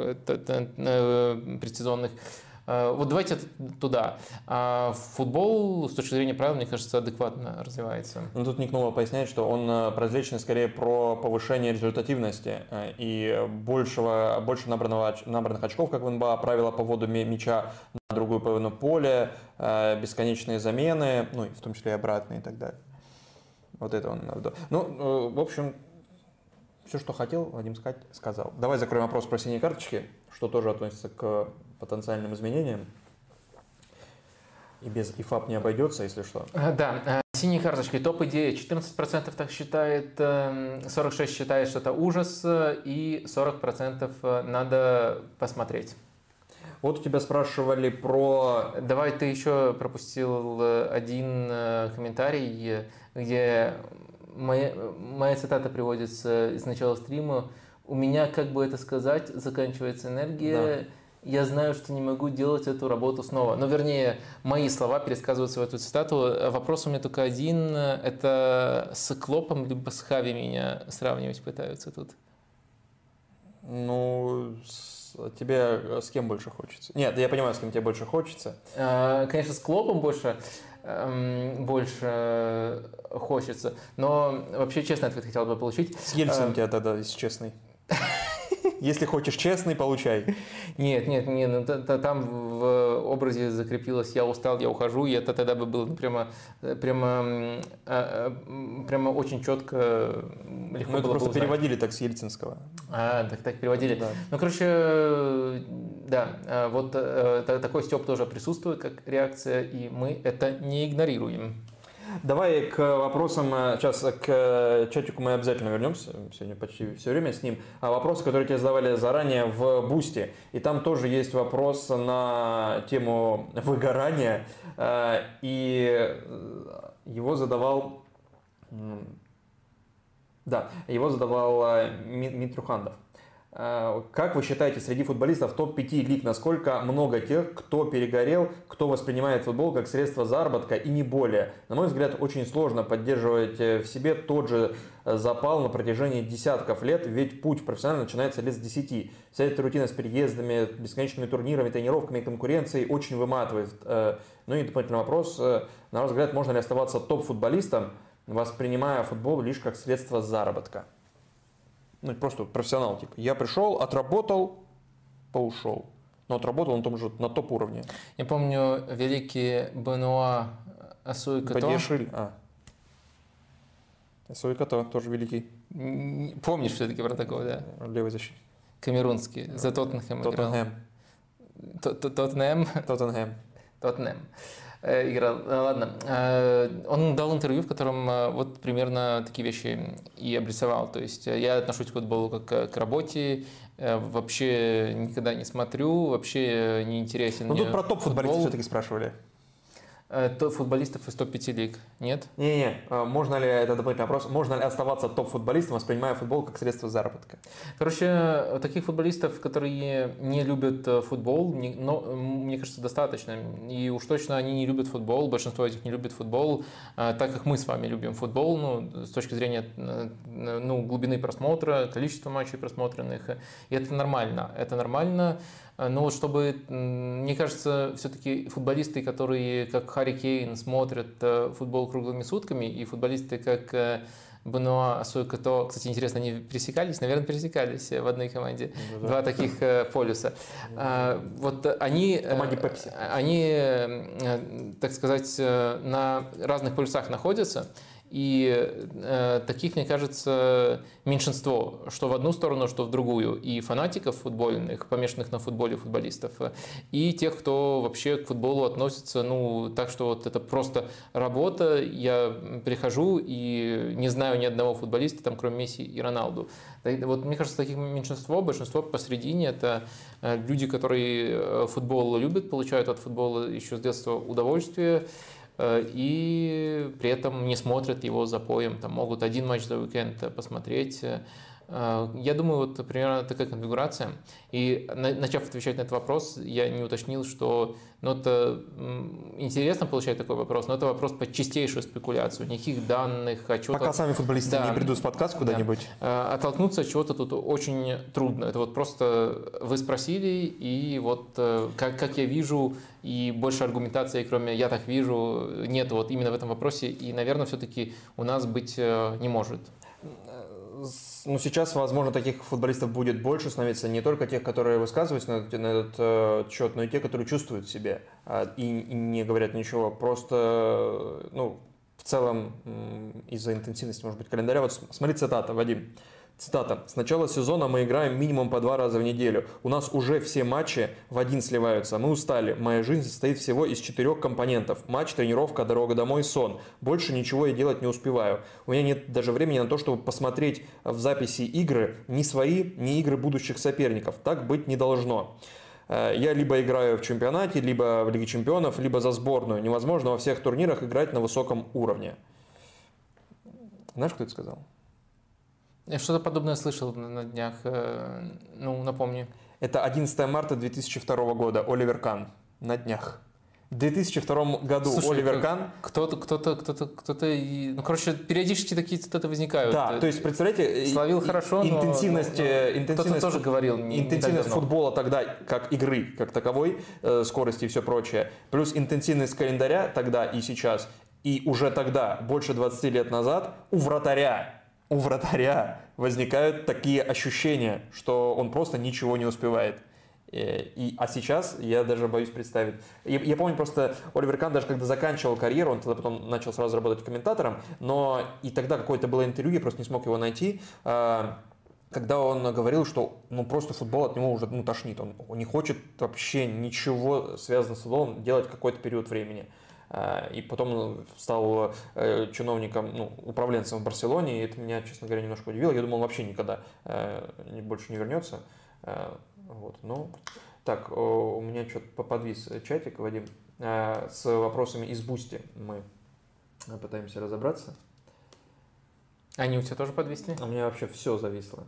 предсезонных. Вот давайте туда. А футбол, с точки зрения правил, мне кажется, адекватно развивается. Ну, тут Ник Нова поясняет, что он про различные скорее про повышение результативности и большего, больше набранного, набранных очков, как в эн бэ а, правила по вводу мяча на другую половину поля, бесконечные замены, ну, в том числе и обратные и так далее. Вот это он. Ну, в общем, все, что хотел Вадим сказать, сказал. Давай закроем вопрос про синие карточки, что тоже относится к потенциальным изменениям. И без ИФАП не обойдется, если что. Да, синие карточки, топ-идея. четырнадцать процентов так считает, сорок шесть процентов считает, что это ужас, и сорок процентов надо посмотреть. Вот у тебя спрашивали про... Давай, ты еще пропустил один комментарий, где моя, моя цитата приводится из начала стрима. У меня, как бы это сказать, заканчивается энергия. Да. Я знаю, что не могу делать эту работу снова. Но, вернее, мои слова пересказываются в эту цитату. Вопрос у меня только один. Это с Клопом либо с Хави меня сравнивать пытаются тут? Ну, с... тебе с кем больше хочется? Нет, я понимаю, с кем тебе больше хочется. Конечно, с Клопом больше, больше хочется. Но вообще честный ответ хотел бы получить. С Ельциным а... тебя тогда, если честный. Если хочешь честный, получай. Нет, нет, нет, ну, там в образе закрепилось «я устал, я ухожу», и это тогда бы было ну, прямо, прямо, прямо очень четко, легко ну, было просто бы переводили так с ельцинского. А, так, так переводили. Да. Ну, короче, да, вот такой стёб тоже присутствует как реакция, и мы это не игнорируем. Давай к вопросам, сейчас к чатику мы обязательно вернемся, сегодня почти все время с ним. А вопросы, которые тебе задавали заранее в Бусти, и там тоже есть вопрос на тему выгорания, и его задавал, да, его задавал Митрухандов. Как вы считаете, среди футболистов топ пять лиг, насколько много тех, кто перегорел, кто воспринимает футбол как средство заработка и не более? На мой взгляд, очень сложно поддерживать в себе тот же запал на протяжении десятков лет, ведь путь профессионально начинается лет с десяти. Вся эта рутина с переездами, бесконечными турнирами, тренировками и конкуренцией очень выматывает. Ну и дополнительный вопрос, на ваш взгляд, можно ли оставаться топ-футболистом, воспринимая футбол лишь как средство заработка? Ну, просто профессионал, типа, я пришел, отработал, поушел. Но отработал на том же, на топ-уровне. Я помню великий Бенуа Асуй-Като. Бадьяшиль, а. Асуй-Като тоже великий. Помнишь все-таки про такого, да? Левый защитник. Камерунский, за Тоттенхэм играл. Тоттенхэм. Тоттенхэм. Тоттенхэм. Тоттенхэм. Играл. Ладно. Он дал интервью, в котором вот примерно такие вещи и обрисовал. То есть я отношусь к футболу как к работе, вообще никогда не смотрю, вообще не интересен. Ну тут про топ-футболистов все-таки спрашивали. Топ-футболистов из топ-пяти лиг, нет? Не-не, можно ли, это дополнительный вопрос, можно ли оставаться топ-футболистом, воспринимая футбол как средство заработка? Короче, таких футболистов, которые не любят футбол, не, но, мне кажется, достаточно. И уж точно они не любят футбол, большинство этих не любит футбол, так как мы с вами любим футбол, ну, с точки зрения ну, глубины просмотра, количества матчей просмотренных. И это нормально, это нормально. Но вот чтобы, мне кажется, все-таки футболисты, которые как Харри Кейн смотрят футбол круглыми сутками, и футболисты как Бенуа, Асой-Като, кстати, интересно, они пересекались? Наверное, пересекались в одной команде. Ну, да. Два таких полюса. Ну, вот они, они, так сказать, на разных полюсах находятся. И э, таких, мне кажется, меньшинство, что в одну сторону, что в другую. И фанатиков футбольных, помешанных на футболе футболистов, и тех, кто вообще к футболу относится, ну, так что вот это просто работа. Я прихожу и не знаю ни одного футболиста, там, кроме Месси и Роналду. Вот, мне кажется, таких меньшинство, большинство посередине – это люди, которые футбол любят, получают от футбола еще с детства удовольствие, и при этом не смотрят его запоем, там могут один матч за уикенд посмотреть. Я думаю, вот примерно такая конфигурация. И начав отвечать на этот вопрос, я не уточнил, что ну, это интересно получать такой вопрос, но это вопрос под чистейшую спекуляцию, никаких данных, отчетов. Пока сами футболисты да, не придут в подкаст куда-нибудь. Да. Оттолкнуться от чего-то тут очень трудно. Это вот просто вы спросили, и вот как, как я вижу, и больше аргументации, кроме «я так вижу», нет вот именно в этом вопросе, и, наверное, все-таки у нас быть не может. Ну, сейчас, возможно, таких футболистов будет больше становиться, не только тех, которые высказываются на этот, на этот э, счет, но и те, которые чувствуют в себе э, и, и не говорят ничего. Просто, ну, в целом, э, из-за интенсивности, может быть, календаря. Вот смотри, цитата, Вадим. Цитата. «С начала сезона мы играем минимум по два раза в неделю. У нас уже все матчи в один сливаются. Мы устали. Моя жизнь состоит всего из четырех компонентов. Матч, тренировка, дорога домой, сон. Больше ничего я делать не успеваю. У меня нет даже времени на то, чтобы посмотреть в записи игры ни свои, ни игры будущих соперников. Так быть не должно. Я либо играю в чемпионате, либо в Лиге чемпионов, либо за сборную. Невозможно во всех турнирах играть на высоком уровне». Знаешь, кто это сказал? Я что-то подобное слышал на днях, ну, напомни. Это одиннадцатого марта две тысячи второго года, Оливер Кан, на днях. В две тысячи втором году Слушай, Оливер Кан... Кто-то, кто-то, кто-то, кто-то... Ну, короче, периодически такие цитаты возникают. Да, то есть, представляете... Словил хорошо, интенсивность, но... интенсивность, кто-то тоже говорил. Интенсивность футбола тогда, как игры, как таковой, э, скорости и все прочее, плюс интенсивность календаря тогда и сейчас, и уже тогда, больше двадцати лет назад, у вратаря, у вратаря возникают такие ощущения, что он просто ничего не успевает. И, а сейчас я даже боюсь представить. Я, я помню просто, Оливер Кан даже когда заканчивал карьеру, он тогда потом начал сразу работать комментатором, но и тогда какое-то было интервью, я просто не смог его найти, когда он говорил, что ну, просто футбол от него уже ну, тошнит. Он, он не хочет вообще ничего связанного с футболом делать какой-то период времени. И потом стал чиновником, ну, управленцем в Барселоне, и это меня, честно говоря, немножко удивило. Я думал, он вообще никогда больше не вернется. Вот, ну, так, у меня что-то подвис чатик, Вадим, с вопросами из Бусти мы пытаемся разобраться. Они у тебя тоже подвисли? У меня вообще все зависло.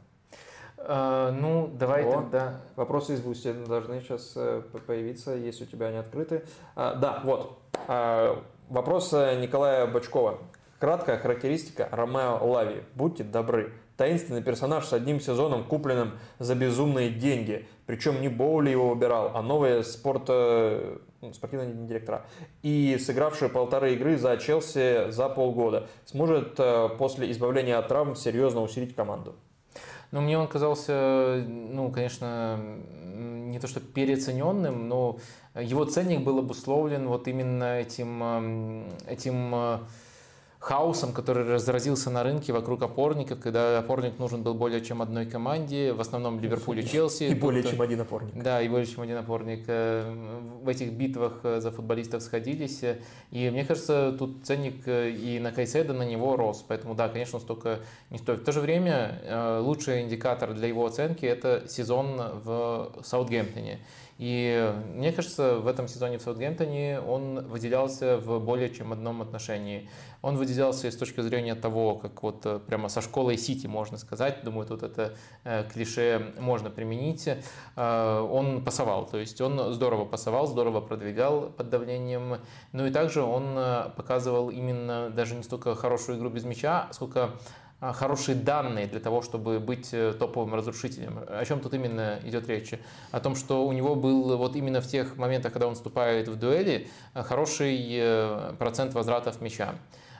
А, ну, давай О, тогда. Вопросы из Бусти должны сейчас появиться, если у тебя они открыты. А, да, вот. А, вопрос Николая Бочкова. Краткая характеристика Ромео Лави. Будьте добры. Таинственный персонаж с одним сезоном, купленным за безумные деньги. Причем не Боули его выбирал, а новые спорт... спортивные директора. И сыгравший полторы игры за Челси за полгода. Сможет после избавления от травм серьезно усилить команду. Ну, мне он казался, ну, конечно, не то что переоцененным, но его ценник был обусловлен вот именно этим, этим хаосом, который разразился на рынке вокруг опорников, когда опорник нужен был более чем одной команде, в основном Ливерпуль и Челси. И более чем один опорник. Да, и более чем один опорник. В этих битвах за футболистов сходились. И мне кажется, тут ценник и на Кайседо на него рос. Поэтому да, конечно, он столько не стоит. В то же время лучший индикатор для его оценки – это сезон в Саутгемптоне. И мне кажется, в этом сезоне в Саутгемптоне он выделялся в более чем одном отношении. Он выделялся и с точки зрения того, как вот прямо со школой Сити, можно сказать. Думаю, тут это клише можно применить. Он пасовал, то есть он здорово пасовал, здорово продвигал под давлением. Ну и также он показывал именно даже не столько хорошую игру без мяча, сколько хорошие данные для того, чтобы быть топовым разрушителем. О чем тут именно идет речь? О том, что у него был вот именно в тех моментах, когда он вступает в дуэли, хороший процент возвратов мяча.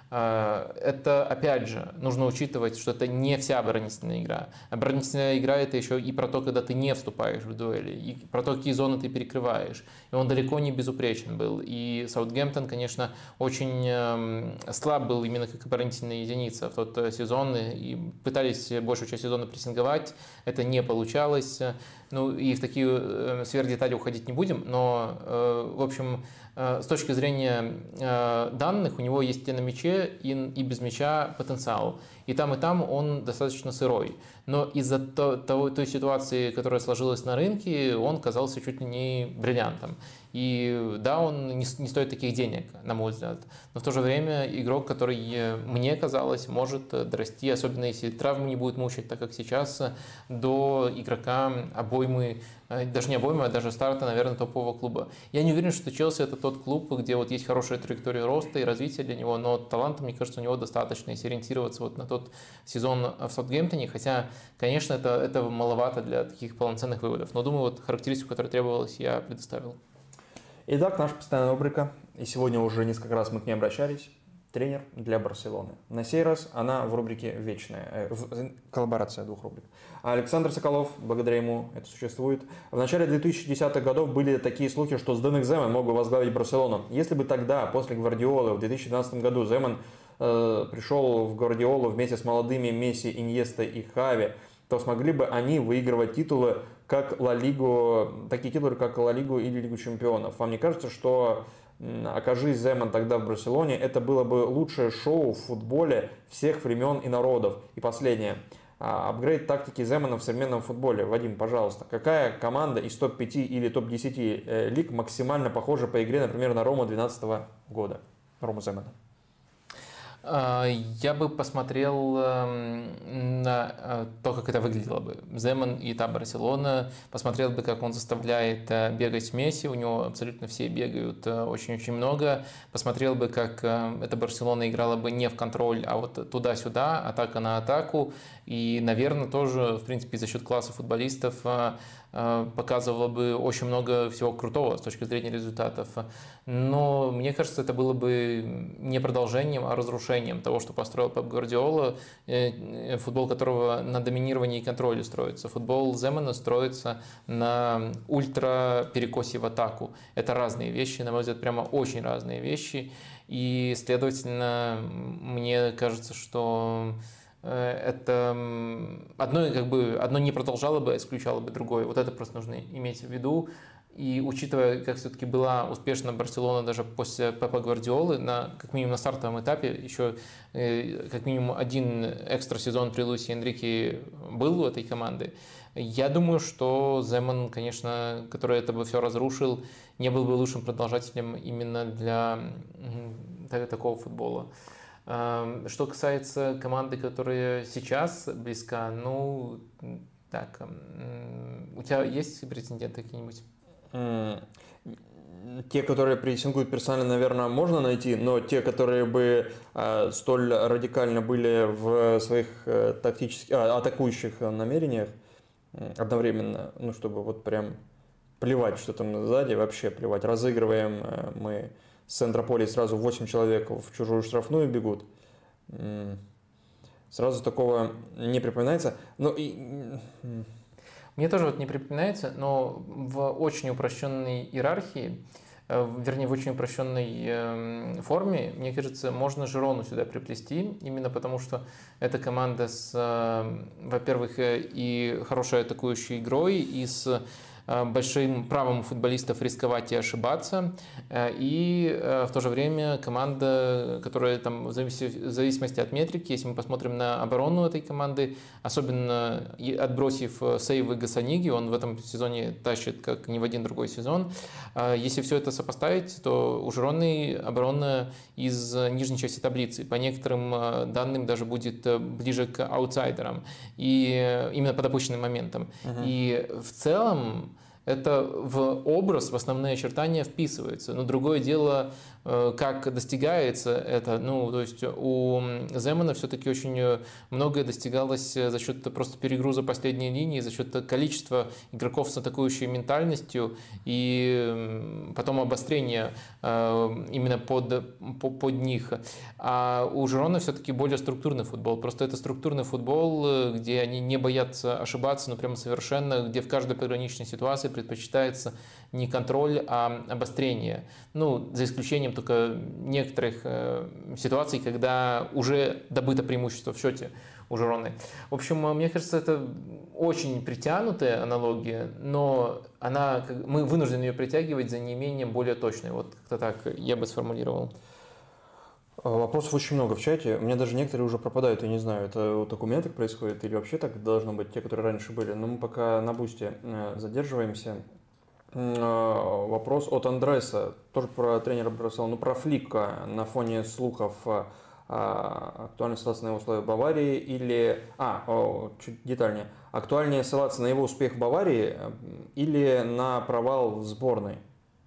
Это, опять же, нужно учитывать, что это не вся оборонительная игра. Оборонительная игра – это еще и про то, когда ты не вступаешь в дуэли, и про то, какие зоны ты перекрываешь. И он далеко не безупречен был. И Саутгемптон, конечно, очень слаб был именно как оборонительная единица в тот сезон. И пытались большую часть сезона прессинговать, это не получалось. Ну и в такие сверхдетали уходить не будем, но, в общем, с точки зрения данных у него есть и на мяче, и, и без мяча потенциал. И там, и там он достаточно сырой. Но из-за то, того, той ситуации, которая сложилась на рынке, он казался чуть ли не бриллиантом. И да, он не, не стоит таких денег, на мой взгляд. Но в то же время игрок, который, мне казалось, может дорасти, особенно если травмы не будет мучить, так как сейчас, до игрока обоймы, даже не обоймы, а даже старта, наверное, топового клуба. Я не уверен, что Челси – это тот клуб, где вот есть хорошая траектория роста и развития для него, но таланта, мне кажется, у него достаточно, если ориентироваться вот на тот сезон в Саутгемптоне, хотя, конечно, это, это маловато для таких полноценных выводов. Но думаю, вот характеристику, которая требовалась, я предоставил. Итак, наша постоянная рубрика, и сегодня уже несколько раз мы к ней обращались, тренер для Барселоны. На сей раз она в рубрике «Вечная», в, коллаборация двух рубрик. Александр Соколов, благодаря ему это существует. В начале две тысячи десятых годов были такие слухи, что Сден Экземен мог бы возглавить Барселону. Если бы тогда, после Гвардиолы, в две тысячи двенадцатом году Земан э, пришел в Гвардиолу вместе с молодыми Месси, Иньестой и Хави, то смогли бы они выигрывать титулы, как Ла Лигу, такие титулы, как Ла Лигу или Лигу Чемпионов. Вам не кажется, что, окажись Земан тогда в Барселоне, это было бы лучшее шоу в футболе всех времен и народов? И последнее. Апгрейд тактики Земана в современном футболе. Вадим, пожалуйста, какая команда из топ пяти или топ десяти лиг максимально похожа по игре, например, на Рому две тысячи двенадцатого года? Рому Земана. Я бы посмотрел на то, как это выглядело бы. Земан и та Барселона. Посмотрел бы, как он заставляет бегать Месси. У него абсолютно все бегают очень-очень много. Посмотрел бы, как эта Барселона играла бы не в контроль, а вот туда-сюда, атака на атаку. И, наверное, тоже, в принципе, за счет класса футболистов показывало бы очень много всего крутого с точки зрения результатов. Но мне кажется, это было бы не продолжением, а разрушением того, что построил Пеп Гвардиола, футбол которого на доминировании и контроле строится. Футбол Земана строится на ультра-перекосе в атаку. Это разные вещи, на мой взгляд, прямо очень разные вещи. И, следовательно, мне кажется, что это одно, как бы, одно не продолжало бы, а исключало бы другое. Вот это просто нужно иметь в виду. И учитывая, как все-таки была успешна Барселона даже после Пепа Гвардиолы, на, как минимум на стартовом этапе, еще э, как минимум один экстра сезон при Луисе Энрике был у этой команды, я думаю, что Земан, конечно, который это бы все разрушил, не был бы лучшим продолжателем именно для э, такого футбола. Что касается команды, которая сейчас близка, ну, так, у тебя есть претенденты какие-нибудь? Те, которые прессингуют персонально, наверное, можно найти, но те, которые бы э, столь радикально были в своих э, тактических, э, атакующих намерениях э, одновременно, ну, чтобы вот прям плевать, что там сзади, вообще плевать. Разыгрываем э, мы с центра поля сразу восемь человек в чужую штрафную бегут. Сразу такого не припоминается. Ну, и... Мне тоже вот не припоминается, но в очень упрощенной иерархии, вернее, в очень упрощенной форме, мне кажется, можно Жирону сюда приплести, именно потому что эта команда с, во-первых, и хорошей атакующей игрой, и с большим правом футболистов рисковать и ошибаться, и в то же время команда, которая там в зависимости от метрики, если мы посмотрим на оборону этой команды, особенно отбросив сейвы Гасаниги, он в этом сезоне тащит как ни в один другой сезон. Если все это сопоставить, то у Жироны оборона из нижней части таблицы. По некоторым данным даже будет ближе к аутсайдерам. И именно по допущенным моментам. Uh-huh. И в целом это в образ, в основные очертания вписывается. Но другое дело, как достигается это. Ну, то есть у Земана все-таки очень многое достигалось за счет просто перегруза последней линии, за счет количества игроков с атакующей ментальностью и потом обострения именно под, под них. А у Жирона все-таки более структурный футбол. Просто это структурный футбол, где они не боятся ошибаться, но прямо совершенно, где в каждой пограничной ситуации предпочитается не контроль, а обострение. Ну, за исключением только некоторых э, ситуаций, когда уже добыто преимущество в счете у Жироны. В общем, мне кажется, это очень притянутая аналогия, но она, мы вынуждены ее притягивать за неимением более точной. Вот как-то так я бы сформулировал. Вопросов очень много в чате. У меня даже некоторые уже пропадают, я не знаю, это вот так у меня так происходит или вообще так должно быть, те, которые раньше были. Но мы пока на бусте задерживаемся. Вопрос от Андреса, тоже про тренера бросал, ну про Флика на фоне слухов актуально ссылаться на его условия в Баварии или, а, чуть детальнее, актуальнее ссылаться на его успех в Баварии или на провал в сборной?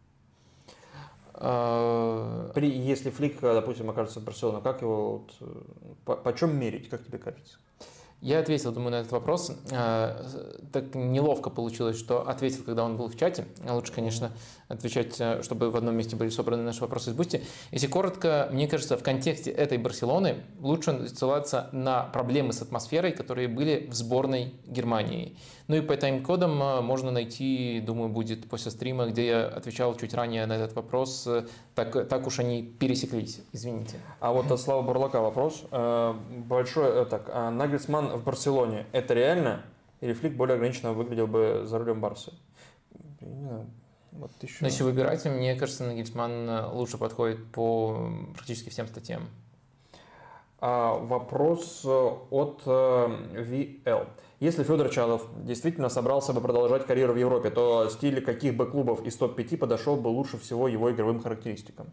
При, если Флик, допустим, окажется в Барселоне, как его, вот, по, по чем мерить, как тебе кажется? Я ответил, думаю, на этот вопрос. Так неловко получилось, что ответил, когда он был в чате. Лучше, конечно, отвечать, чтобы в одном месте были собраны наши вопросы из Бусти. Если коротко, мне кажется, в контексте этой Барселоны лучше ссылаться на проблемы с атмосферой, которые были в сборной Германии. Ну и по тайм-кодам можно найти, думаю, будет после стрима, где я отвечал чуть ранее на этот вопрос. Так, так уж они пересеклись, извините. А вот от Славы Бурлака вопрос. Большой, так, Нагельсман в Барселоне, это реально? Или Флик более ограниченно выглядел бы за рулем Барсы? Вот еще... Но если выбирать, мне кажется, Нагельсман лучше подходит по практически всем статьям. А, вопрос от ви эл. Если Федор Чалов действительно собрался бы продолжать карьеру в Европе, то стиль каких бы клубов из топ пяти подошел бы лучше всего его игровым характеристикам?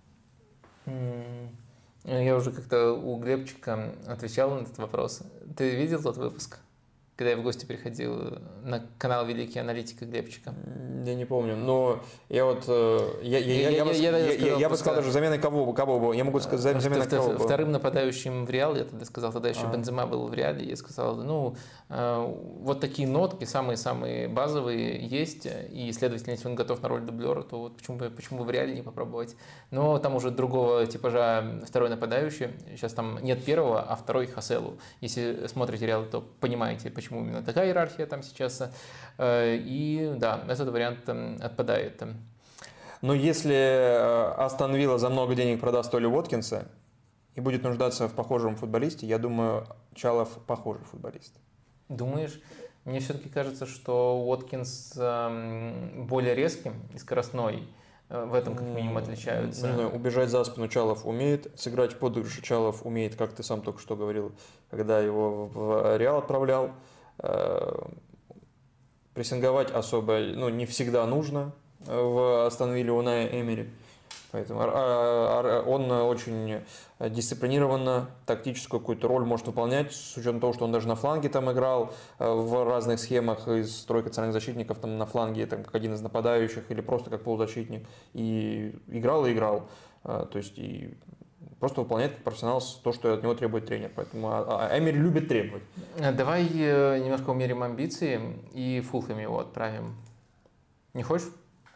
Я уже как-то у Глебчика отвечал на этот вопрос. Ты видел тот выпуск, когда я в гости приходил на канал «Великий аналитик» Глебчика? Я не помню, но я вот... Я, я, я, я, я, я, я, я, я бы сказал даже заменой кого, кого бы. Я могу сказать заменой кого бы. Вторым нападающим в Реал, я тогда сказал, тогда еще а. Бензема был в Реале, я сказал, ну, вот такие нотки, самые-самые базовые есть, и, следовательно, если он готов на роль дублера, то вот почему бы, почему бы в Реале не попробовать. Но там уже другого типажа второй нападающий, сейчас там нет первого, а второй Хаселу. Если смотрите Реал, то понимаете, почему именно такая иерархия там сейчас. И да, этот вариант отпадает. Но если Астон Вилла за много денег продаст Олли Уоткинса и будет нуждаться в похожем футболисте, я думаю, Чалов похожий футболист. Думаешь? Мне все-таки кажется, что Уоткинс более резкий и скоростной. В этом как минимум отличаются. Не знаю, убежать за спину Чалов умеет, сыграть в подыгрыш Чалов умеет, как ты сам только что говорил, когда его в Реал отправлял. Прессинговать особо, ну, не всегда нужно в Астон Вилле Уная Эмери. Поэтому он очень дисциплинированно тактическую какую-то роль может выполнять, с учетом того, что он даже на фланге там играл в разных схемах из тройки центральных защитников там на фланге, там, как один из нападающих или просто как полузащитник. И играл и играл. То есть и просто выполняет как профессионал то, что от него требует тренер. Поэтому Эмери любит требовать. Давай немножко умерим амбиции и Фулхэм его отправим. Не хочешь?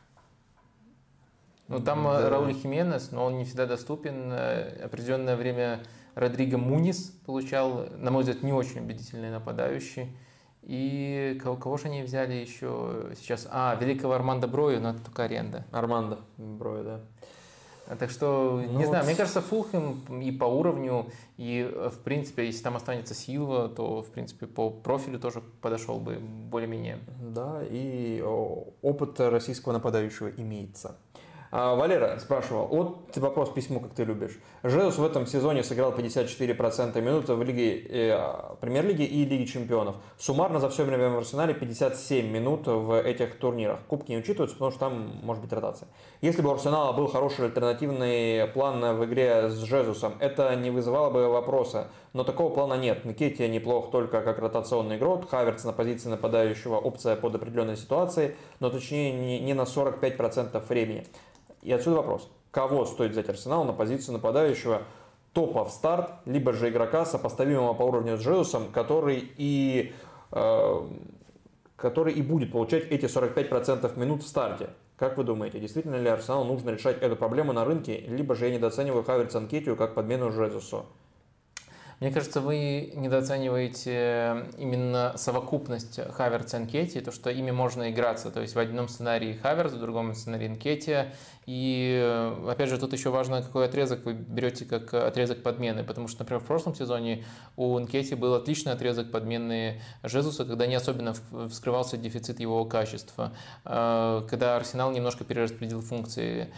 Ну, там да. Рауль Хименес, но он не всегда доступен. Определенное время Родриго Мунис получал, на мой взгляд, не очень убедительный нападающий. И кого, кого же они взяли еще сейчас? А, великого Армандо Брою, но это только аренда. Армандо Брою, да. Так что, Ну не вот. знаю, мне кажется, Фулхэм и по уровню, и, в принципе, если там останется Силва, то, в принципе, по профилю тоже подошел бы более-менее. Да, и опыт российского нападающего имеется. Валера спрашивал, вот вопрос письмо, как ты любишь. Жезус в этом сезоне сыграл пятьдесят четыре процента минут в Лиге э, Премьер-лиги и Лиге Чемпионов. Суммарно за все время в Арсенале пятьдесят семь минут в этих турнирах. Кубки не учитываются, потому что там может быть ротация. Если бы у Арсенала был хороший альтернативный план в игре с Жезусом, это не вызывало бы вопроса. Но такого плана нет. Нкетия неплох только как ротационный игрок, Хаверц на позиции нападающего опция под определенные ситуации, но точнее не на сорок пять процентов времени. И отсюда вопрос, кого стоит взять Арсенал на позицию нападающего топа в старт, либо же игрока, сопоставимого по уровню с Жезусом, который и, э, который и будет получать эти сорок пять процентов минут в старте. Как вы думаете, действительно ли Арсеналу нужно решать эту проблему на рынке, либо же я недооцениваю Хаверца Нкетию как подмену Жезусу? Мне кажется, вы недооцениваете именно совокупность Хаверца и Нкетии, то, что ими можно играться. То есть в одном сценарии Хаверц, в другом сценарии Нкетия. И, опять же, тут еще важно, какой отрезок вы берете как отрезок подмены. Потому что, например, в прошлом сезоне у Нкетии был отличный отрезок подмены Жезуса, когда не особенно вскрывался дефицит его качества, когда Арсенал немножко перераспределил функции.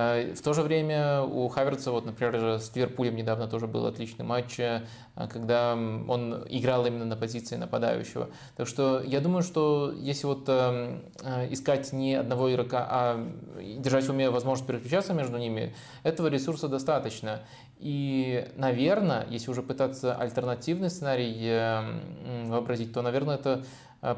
В то же время у Хаверца, вот, например, с Ливерпулем недавно тоже был отличный матч, когда он играл именно на позиции нападающего. Так что я думаю, что если вот э, искать не одного игрока, а держать в уме возможность переключаться между ними, этого ресурса достаточно. И, наверное, если уже пытаться альтернативный сценарий э, вообразить, то, наверное, это э,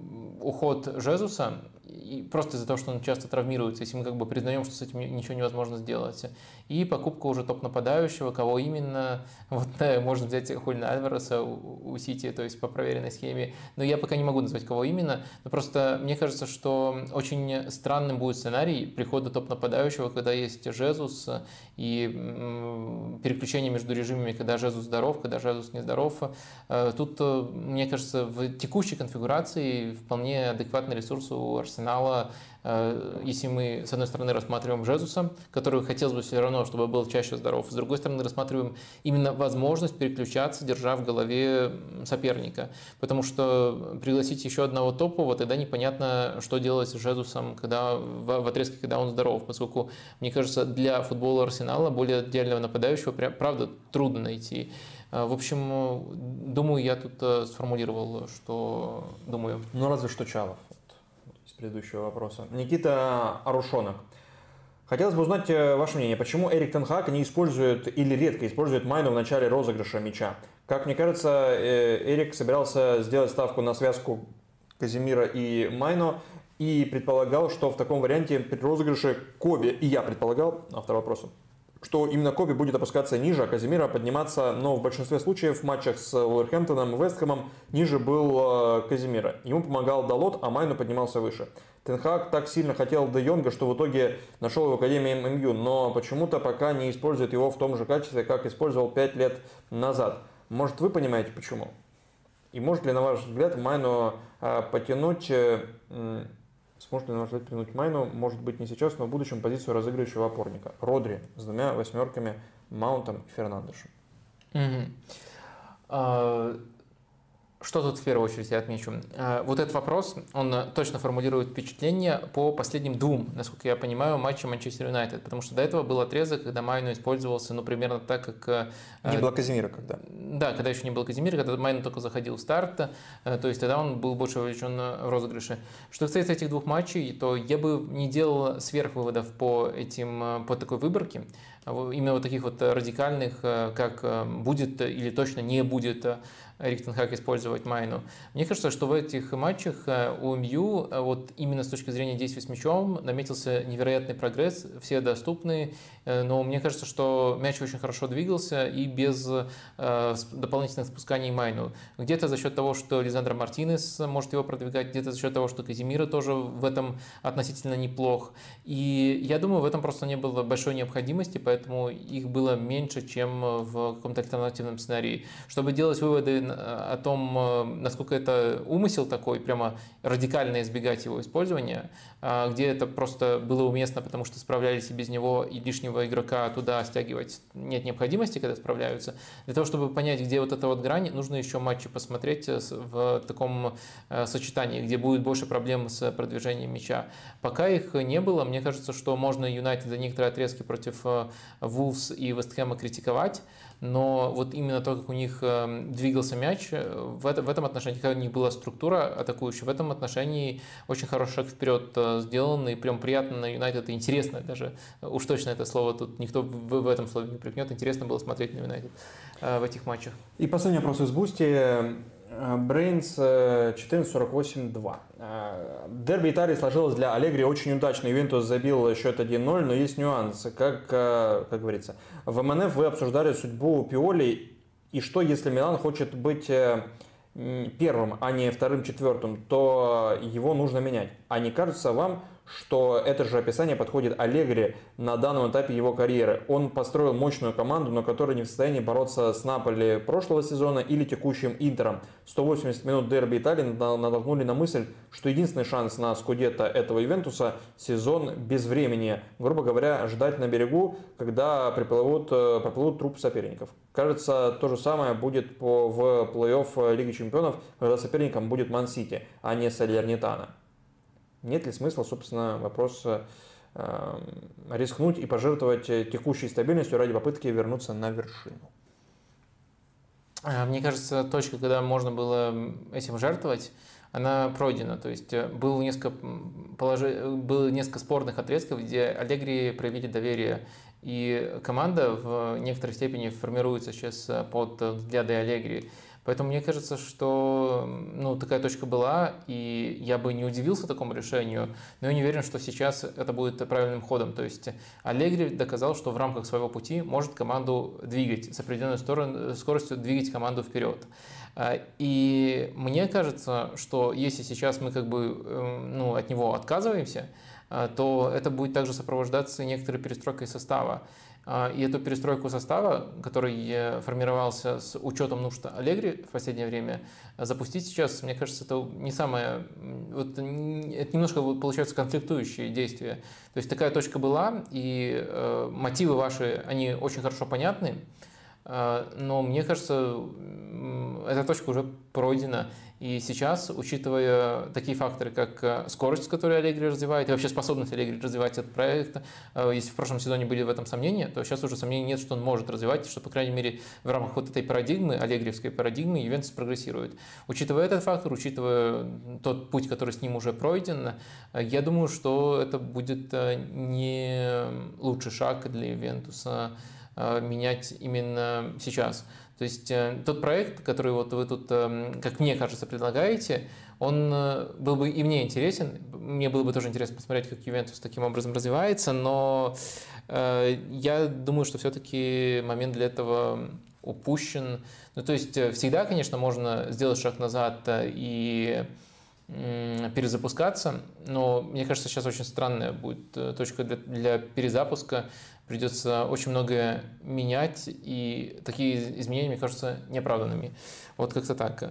уход Жезуса, и просто из-за того, что он часто травмируется, если мы как бы признаем, что с этим ничего невозможно сделать. И покупка уже топ-нападающего, кого именно, вот можно взять Хулиана Альвареса у, у Сити, то есть по проверенной схеме, но я пока не могу назвать, кого именно, но просто мне кажется, что очень странным будет сценарий прихода топ-нападающего, когда есть Жезус и м, переключение между режимами, когда Жезус здоров, когда Жезус нездоров. Тут, мне кажется, в текущей конфигурации вполне адекватный ресурс у Арсенала, если мы, с одной стороны, рассматриваем Жезуса, который хотелось бы все равно, чтобы был чаще здоров, с другой стороны, рассматриваем именно возможность переключаться, держа в голове соперника. Потому что пригласить еще одного топового, тогда непонятно, что делать с Жезусом когда, в, в отрезке, когда он здоров, поскольку, мне кажется, для футбола Арсенала более идеального нападающего, правда, трудно найти. В общем, думаю, я тут сформулировал, что думаю. Ну, разве что Чалов. Предыдущего вопроса. Никита Арушонок. Хотелось бы узнать ваше мнение, почему Эрик тен Хаг не использует или редко использует Майну в начале розыгрыша мяча? Как мне кажется, Эрик собирался сделать ставку на связку Казимира и Майно и предполагал, что в таком варианте при розыгрыше Коби, и я предполагал, автор вопроса, что именно Коби будет опускаться ниже, а Казимира подниматься, но в большинстве случаев в матчах с Вулверхэмптоном и Вестхэмом ниже был Казимира. Ему помогал Далот, а Майну поднимался выше. Тен Хаг так сильно хотел Де Йонга, что в итоге нашел его в Академии эм ю, но почему-то пока не использует его в том же качестве, как использовал пять лет назад. Может, вы понимаете, почему? И может ли, на ваш взгляд, Майну потянуть... Сможет ли, на ваш взгляд, принуть Майну, может быть, не сейчас, но в будущем позицию разыгрывающего опорника? Родри с двумя восьмерками, Маунтом и Фернандешем. Mm-hmm. Uh... Что тут в первую очередь я отмечу? Вот этот вопрос, он точно формулирует впечатление по последним двум, насколько я понимаю, матчам Манчестер Юнайтед. Потому что до этого был отрезок, когда Майну использовался, ну, примерно так, как... Не было Казимира когда. Да, когда еще не было Казимира, когда Майну только заходил в старт, то есть тогда он был больше вовлечен в розыгрыше. Что касается этих двух матчей, то я бы не делал сверхвыводов по этим, по такой выборке. Именно вот таких вот радикальных, как будет или точно не будет Эрик тен Хаг использовать Майну. Мне кажется, что в этих матчах у эм ю вот именно с точки зрения действий с мячом наметился невероятный прогресс, все доступны, но мне кажется, что мяч очень хорошо двигался и без э, дополнительных спусканий Майну. Где-то за счет того, что Лизандро Мартинес может его продвигать, где-то за счет того, что Казимира тоже в этом относительно неплох. И я думаю, в этом просто не было большой необходимости, поэтому поэтому их было меньше, чем в каком-то альтернативном сценарии. Чтобы делать выводы о том, насколько это умысел такой, прямо радикально избегать его использования, где это просто было уместно, потому что справлялись и без него, и лишнего игрока туда стягивать нет необходимости, когда справляются. Для того, чтобы понять, где вот эта вот грань, нужно еще матчи посмотреть в таком сочетании, где будет больше проблем с продвижением мяча. Пока их не было, мне кажется, что можно Юнайтед за некоторые отрезки против Вулвс и Вестхэма критиковать, но вот именно то, как у них двигался мяч, в этом, в этом отношении, какая у них была структура атакующая, в этом отношении очень хороший шаг вперед сделан, и прям приятно на Юнайтед, и интересно даже, уж точно это слово тут никто в, в этом слове не прикнет, интересно было смотреть на Юнайтед в этих матчах. И последний вопрос из Бусти. Брейнс четырнадцать сорок восемь два. Дерби Италии сложилось для Аллегри очень удачно. Ювентус забил счет один ноль, но есть нюансы. Как, как говорится, в эм эн эф вы обсуждали судьбу Пиоли. И что, если Милан хочет быть первым, а не вторым, четвертым, то его нужно менять. А не кажется вам, что это же описание подходит Аллегри на данном этапе его карьеры? Он построил мощную команду, но которая не в состоянии бороться с Наполи прошлого сезона или текущим Интером. сто восемьдесят минут дерби Италии натолкнули на мысль, что единственный шанс на скудетто этого Ювентуса – сезон без времени. Грубо говоря, ждать на берегу, когда приплывут, проплывут трупы соперников. Кажется, то же самое будет по, в плей-офф Лиги Чемпионов, когда соперником будет Ман-Сити, а не Салернитана. Нет ли смысла, собственно, вопрос э, рискнуть и пожертвовать текущей стабильностью ради попытки вернуться на вершину? Мне кажется, точка, когда можно было этим жертвовать, она пройдена. То есть было несколько, положи... было несколько спорных отрезков, где Аллегри проявили доверие. И команда в некоторой степени формируется сейчас под взгляды Аллегри. Поэтому мне кажется, что ну, такая точка была, и я бы не удивился такому решению, но я не уверен, что сейчас это будет правильным ходом. То есть Аллегри доказал, что в рамках своего пути может команду двигать, с определенной стороны, скоростью двигать команду вперед. И мне кажется, что если сейчас мы как бы ну, от него отказываемся, то это будет также сопровождаться некоторой перестройкой состава. И эту перестройку состава, который формировался с учетом нужд Аллегри в последнее время, запустить сейчас, мне кажется, это не самое... Вот, это немножко получаются конфликтующие действия. То есть такая точка была, и э, мотивы ваши, они очень хорошо понятны, э, но мне кажется, эта точка уже пройдена. И сейчас, учитывая такие факторы, как скорость, с которой Аллегри развивает, и вообще способность Аллегри развивать этот проект, если в прошлом сезоне были в этом сомнения, то сейчас уже сомнений нет, что он может развивать, что, по крайней мере, в рамках вот этой парадигмы, аллегриевской парадигмы, Ювентус прогрессирует. Учитывая этот фактор, учитывая тот путь, который с ним уже пройден, я думаю, что это будет не лучший шаг для Ювентуса менять именно сейчас. То есть тот проект, который вот вы тут, как мне кажется, предлагаете, он был бы и мне интересен. Мне было бы тоже интересно посмотреть, как Ювентус таким образом развивается, но я думаю, что все-таки момент для этого упущен. Ну, то есть всегда, конечно, можно сделать шаг назад и перезапускаться, но мне кажется, сейчас очень странная будет точка для, для перезапуска. Придется очень многое менять, и такие изменения, мне кажутся, неоправданными. Вот как-то так.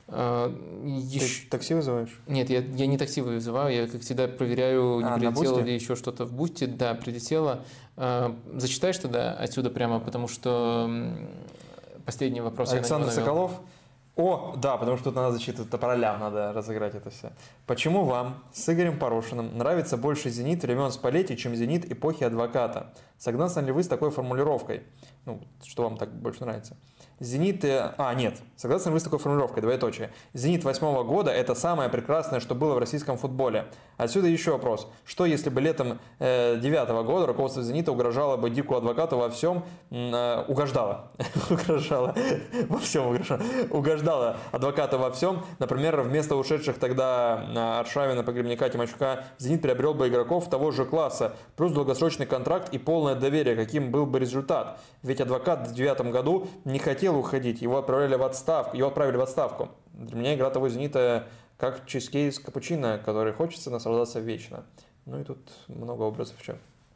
Еще... Ты такси вызываешь? Нет, я, я не такси вызываю, я, как всегда, проверяю, не а, прилетело ли еще что-то в Бусти. Да, прилетело. Зачитаешь тогда отсюда прямо, потому что последний вопрос. Александр Соколов. О, да, потому что тут надо зачитывать по ролям, надо разыграть это все. Почему вам с Игорем Порошиным нравится больше «Зенит» времен Спалетти, чем «Зенит» эпохи Адвоката? Согласны ли вы с такой формулировкой? Ну, что вам так больше нравится? «Зенит»... А, нет. Согласны ли вы с такой формулировкой? Двоеточие. «Зенит» восьмого года – это самое прекрасное, что было в российском футболе. Отсюда еще вопрос. Что, если бы летом девятого года руководство «Зенита» угрожало бы Дику Адвокату во всем... Э, угождало. угрожало. Во всем угрожало. Угождало Адвокату во всем. Например, вместо ушедших тогда Аршавина, Погребняка, Тимощука, «Зенит» приобрел бы игроков того же класса. Плюс долгосрочный контракт и полное доверие. Каким был бы результат? Ведь Адвокат в девятом году не хотел уходить, его отправили в отставку, его отправили в отставку. Для меня игра того «Зенита» как чизкейк с капучино, который хочется наслаждаться вечно. Ну и тут много образов, что,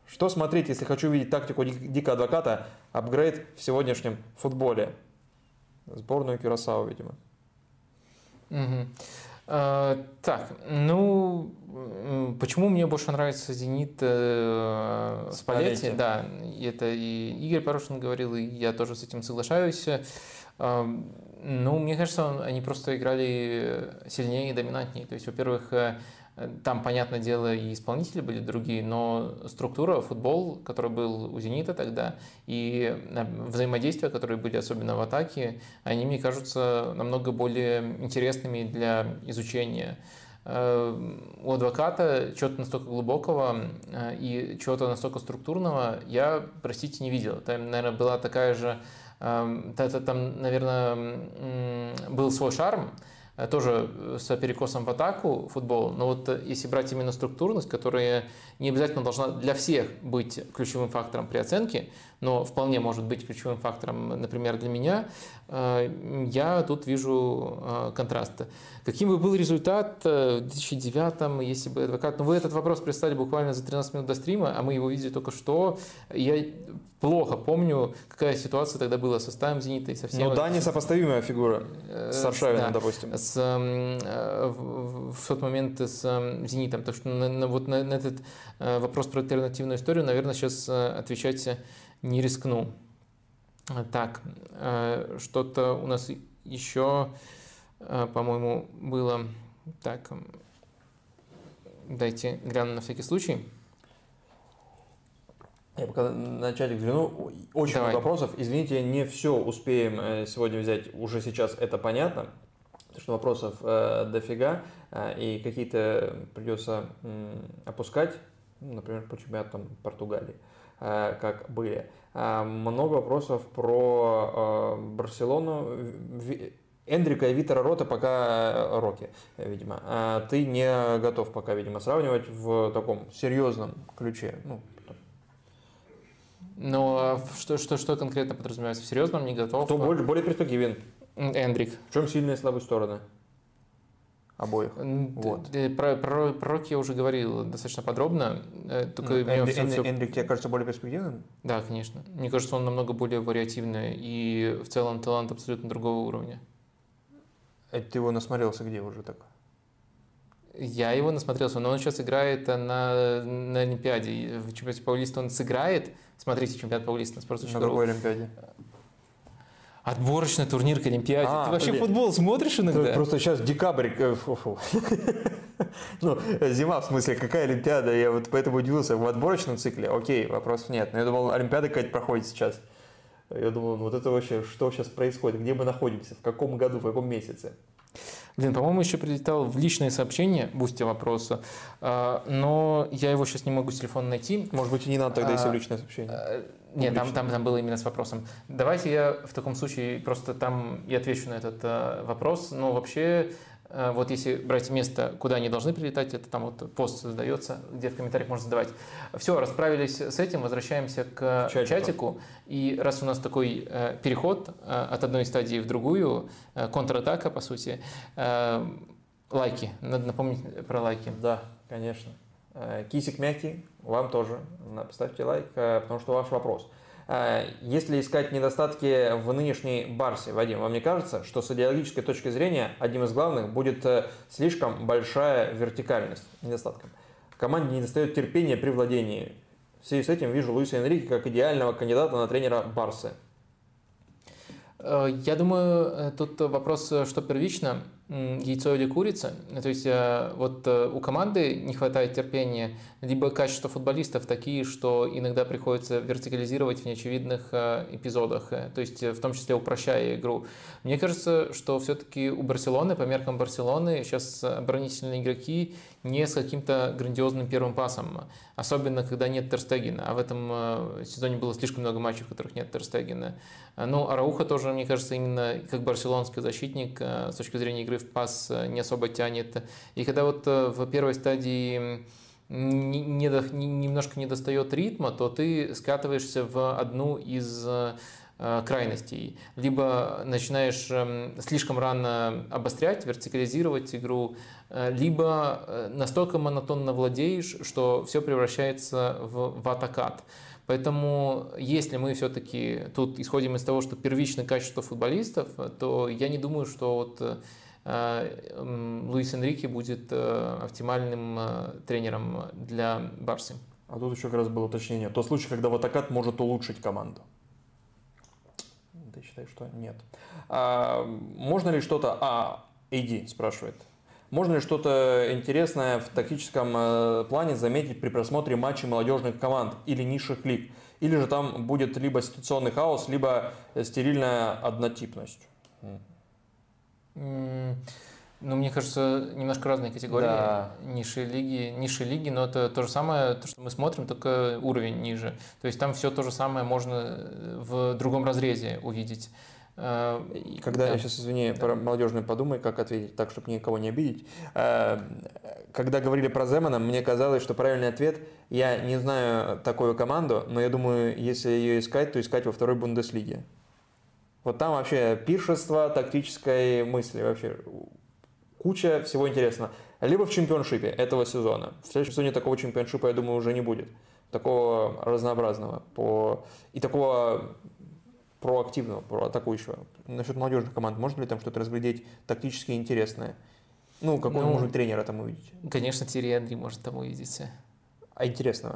Что смотреть, если хочу увидеть тактику Дика Адвоката, апгрейд в сегодняшнем футболе? Сборную Кюрасао, видимо. Угу. А, так, ну, почему мне больше нравится «Зенит» э, Спалетти? Да, это и Игорь Порошин говорил, и я тоже с этим соглашаюсь. А, ну, мне кажется, они просто играли сильнее и доминантнее. То есть, во-первых, там, понятное дело, и исполнители были другие, но структура, футбол, который был у «Зенита» тогда, и взаимодействия, которые были особенно в атаке, они, мне кажутся, намного более интересными для изучения. У «Адвоката» чего-то настолько глубокого и чего-то настолько структурного я, простите, не видел. Там, наверное, была такая же... Там, наверное, был свой шарм, тоже с перекосом в атаку футбол, но вот если брать именно структурность, которая не обязательно должна для всех быть ключевым фактором при оценке, но вполне может быть ключевым фактором, например, для меня, я тут вижу контраст. Каким бы был результат в две тысячи девятом, если бы «Адвокат»... Ну, вы этот вопрос прислали буквально за тринадцать минут до стрима, а мы его видели только что. Я плохо помню, какая ситуация тогда была со составом «Зенита» и со всем... Ну да, несопоставимая фигура с Аршавиным, да, допустим. С, в, в тот момент с «Зенитом». Так что на, на, вот на, на этот вопрос про альтернативную историю, наверное, сейчас отвечать не рискну. Так, что-то у нас еще, по-моему, было. Так, дайте гляну на всякий случай. Я пока на чатик взгляну. Очень Давай. много вопросов. Извините, не все успеем сегодня взять. Уже сейчас это понятно. Потому что вопросов э, дофига. Э, и какие-то придется э, опускать. Например, по чемпионатам Португалии. Э, как были. Э, много вопросов про э, Барселону. Эндрика и Витера Рота пока Роки, видимо. А ты не готов пока, видимо, сравнивать в таком серьезном ключе. Ну, Но что, что, что конкретно подразумевается? В серьезном не готов? Кто более, более перспективен? Эндрик. В чем сильные и слабые стороны обоих? Вот. Про, про, про Роки я уже говорил достаточно подробно. Только ну, Эндрик, все, все... Эндрик тебе кажется более перспективным? Да, конечно. Мне кажется, он намного более вариативный и в целом талант абсолютно другого уровня. Это ты его насмотрелся где уже так? Я его насмотрелся, но он сейчас играет на, на Олимпиаде. В чемпионате Паулиста он сыграет. Смотрите, чемпионат Паулиста на спорт точка ру. На какой Олимпиаде? Отборочный турнир к Олимпиаде. А, ты вообще блин. Футбол смотришь иногда? Просто сейчас декабрь. Фу-фу. Ну, зима, в смысле, какая Олимпиада? Я вот поэтому удивился. В отборочном цикле, окей, вопросов нет. Но я думал, Олимпиада какая-то проходит сейчас. Я думал, вот это вообще, что сейчас происходит? Где мы находимся? В каком году? В каком месяце? Блин, по-моему, еще прилетал в личные сообщения Бусти вопроса, но я его сейчас не могу с телефона найти. Может быть, и не надо тогда, если в личное сообщение. Нет, там, там, там было именно с вопросом. Давайте я в таком случае просто там и отвечу на этот вопрос. Но вообще, вот если брать место, куда они должны прилетать, это там вот пост создается, где в комментариях можно задавать. Все, расправились с этим, возвращаемся к чатику. чатику. И раз у нас такой э, переход э, от одной стадии в другую, э, контратака, по сути, э, лайки. Надо напомнить про лайки. Да, конечно. Э, кисик мягкий, вам тоже. Поставьте лайк, э, потому что ваш вопрос. Если искать недостатки в нынешней Барсе, Вадим, вам не кажется, что с идеологической точки зрения одним из главных будет слишком большая вертикальность недостатком? Команде недостает терпения при владении. В связи с этим вижу Луиса Энрике как идеального кандидата на тренера Барсы. Я думаю, тут вопрос, что первично, яйцо или курица. То есть вот у команды не хватает терпения, либо качества футболистов такие, что иногда приходится вертикализировать в неочевидных эпизодах, то есть в том числе упрощая игру. Мне кажется, что все-таки у Барселоны, по меркам Барселоны, сейчас оборонительные игроки не с каким-то грандиозным первым пасом, особенно когда нет Тер Стегена, а в этом сезоне было слишком много матчей, в которых нет Тер Стегена. Ну, Арауха тоже, мне кажется, именно как барселонский защитник с точки зрения игры в пас не особо тянет. И когда вот в первой стадии не, не, немножко не достает ритма, то ты скатываешься в одну из крайностей. Либо начинаешь слишком рано обострять, вертикализировать игру, либо настолько монотонно владеешь, что все превращается в, в атакат. Поэтому, если мы все-таки тут исходим из того, что первичное качество футболистов, то я не думаю, что вот Луис Энрике будет оптимальным тренером для Барсы. А тут еще как раз было уточнение. Тот случай, когда в атакат может улучшить команду. Ты считаешь, что нет? А, можно ли что-то... А, Эйди спрашивает. Можно ли что-то интересное в тактическом плане заметить при просмотре матчей молодежных команд или низших лиг? Или же там будет либо ситуационный хаос, либо стерильная однотипность? Mm. Ну, мне кажется, немножко разные категории. Да. Низшие лиги, низшие лиги, но это то же самое, то, что мы смотрим, только уровень ниже. То есть там все то же самое можно в другом разрезе увидеть. И когда, да. Я сейчас, извини, да. про молодежную подумай, как ответить так, чтобы никого не обидеть. Когда говорили про Земана, мне казалось, что правильный ответ, я не знаю такую команду, но я думаю, если ее искать, то искать во второй Бундеслиге. Вот там вообще пиршество тактической мысли, вообще куча всего интересного. Либо в чемпионшипе этого сезона. В следующем сезоне такого чемпионшипа, я думаю, уже не будет. Такого разнообразного по... и такого проактивного, проатакующего. Насчет молодежных команд, можно ли там что-то разглядеть тактически интересное? Ну, какого, ну, может, тренера там увидеть? Конечно, Тири Энри может там увидеть. А интересного?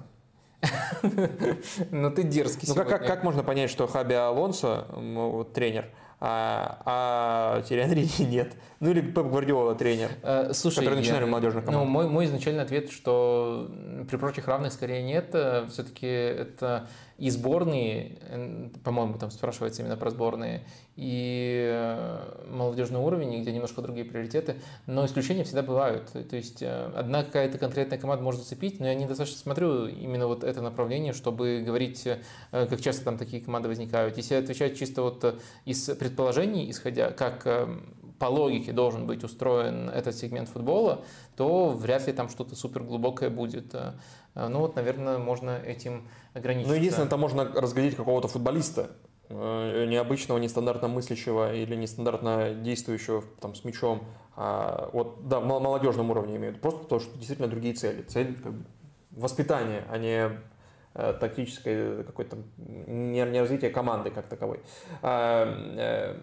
Ну, ты дерзкий сегодня. Ну, как, как можно понять, что Хаби Алонсо, вот, тренер, а, а Тири Энри нет? Ну, или Пеп Гвардиола тренер, а, слушай, который начинали молодежных команд? Ну, мой, мой изначальный ответ, что при прочих равных скорее нет. Все-таки это и сборные, по-моему, там спрашивается именно про сборные, и молодежный уровень, где немножко другие приоритеты, но исключения всегда бывают. То есть одна какая-то конкретная команда может зацепить, но я недостаточно смотрю именно вот это направление, чтобы говорить, как часто там такие команды возникают. Если отвечать чисто вот из предположений, исходя, как по логике должен быть устроен этот сегмент футбола, то вряд ли там что-то супер глубокое будет. Ну вот, наверное, можно этим ограничиться. Ну, единственное, там можно разглядеть какого-то футболиста, необычного, нестандартно мыслящего или нестандартно действующего там, с мячом. А, вот, да, в молодежном уровне имеют. Просто то, что действительно другие цели. Цель как бы, воспитания, а не э, тактическое какое-то не, не развитие команды как таковой. А, э,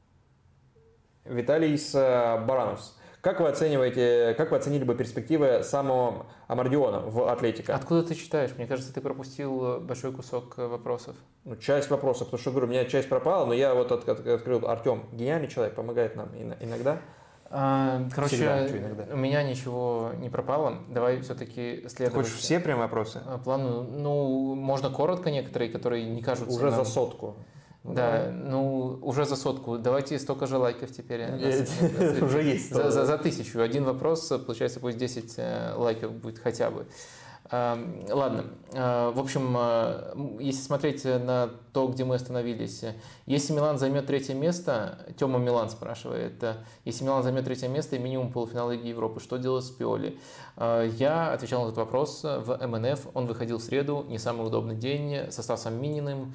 Виталий Барановс. Как вы оцениваете, как вы оценили бы перспективы самого Амардиона в Атлетико? Откуда ты читаешь? Мне кажется, ты пропустил большой кусок вопросов. Ну, часть вопросов, потому что, говорю, у меня часть пропала, но я вот от, от, открыл. Артем, гениальный человек, помогает нам иногда. А, короче, Всегда, иногда. У меня ничего не пропало. Давай все-таки следовать. Хочешь все прям вопросы? Плану. Ну, можно коротко некоторые, которые не кажутся. Уже нам... за сотку. Да, да, ну уже за сотку. Давайте столько же лайков теперь. Уже есть. За тысячу. Один вопрос, получается, пусть десять лайков будет хотя бы. Ладно, в общем, если смотреть на то, где мы остановились, если Милан займет третье место, Тёма Милан спрашивает, если Милан займет третье место и минимум полуфинала Лиги Европы, что делать с Пиоли? Я отвечал на этот вопрос в эм эн эф, он выходил в среду, не самый удобный день, состав самомененным,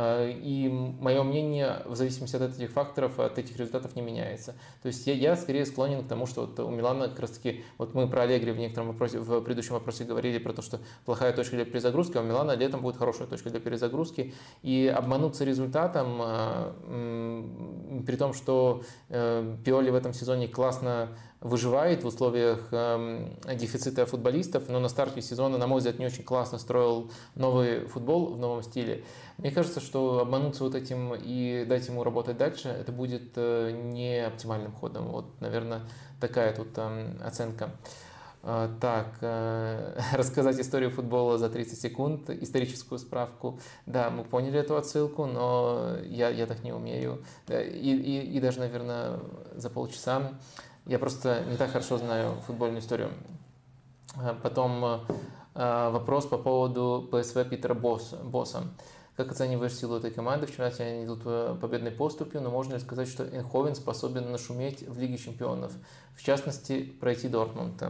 и мое мнение в зависимости от этих факторов, от этих результатов не меняется. То есть я, я скорее склонен к тому, что вот у Милана как раз таки, вот мы про Аллегри в некотором вопросе, в предыдущем вопросе говорили про то, что плохая точка для перезагрузки, а у Милана летом будет хорошая точка для перезагрузки. И обмануться результатом, при том, что Пиоли в этом сезоне классно выживает в условиях дефицита футболистов, но на старте сезона, на мой взгляд, не очень классно строил новый футбол в новом стиле. Мне кажется, что обмануться вот этим и дать ему работать дальше, это будет не оптимальным ходом. Вот, наверное, такая тут оценка. Так, рассказать историю футбола за тридцать секунд, историческую справку. Да, мы поняли эту отсылку, но я, я так не умею. И, и, и даже, наверное, за полчаса. Я просто не так хорошо знаю футбольную историю. Потом вопрос по поводу ПСВ Питера Босса. Как оцениваешь силу этой команды? В чемпионате они идут победной поступью, но можно ли сказать, что Эйнховен способен нашуметь в Лиге чемпионов? В частности, пройти Дортмунд.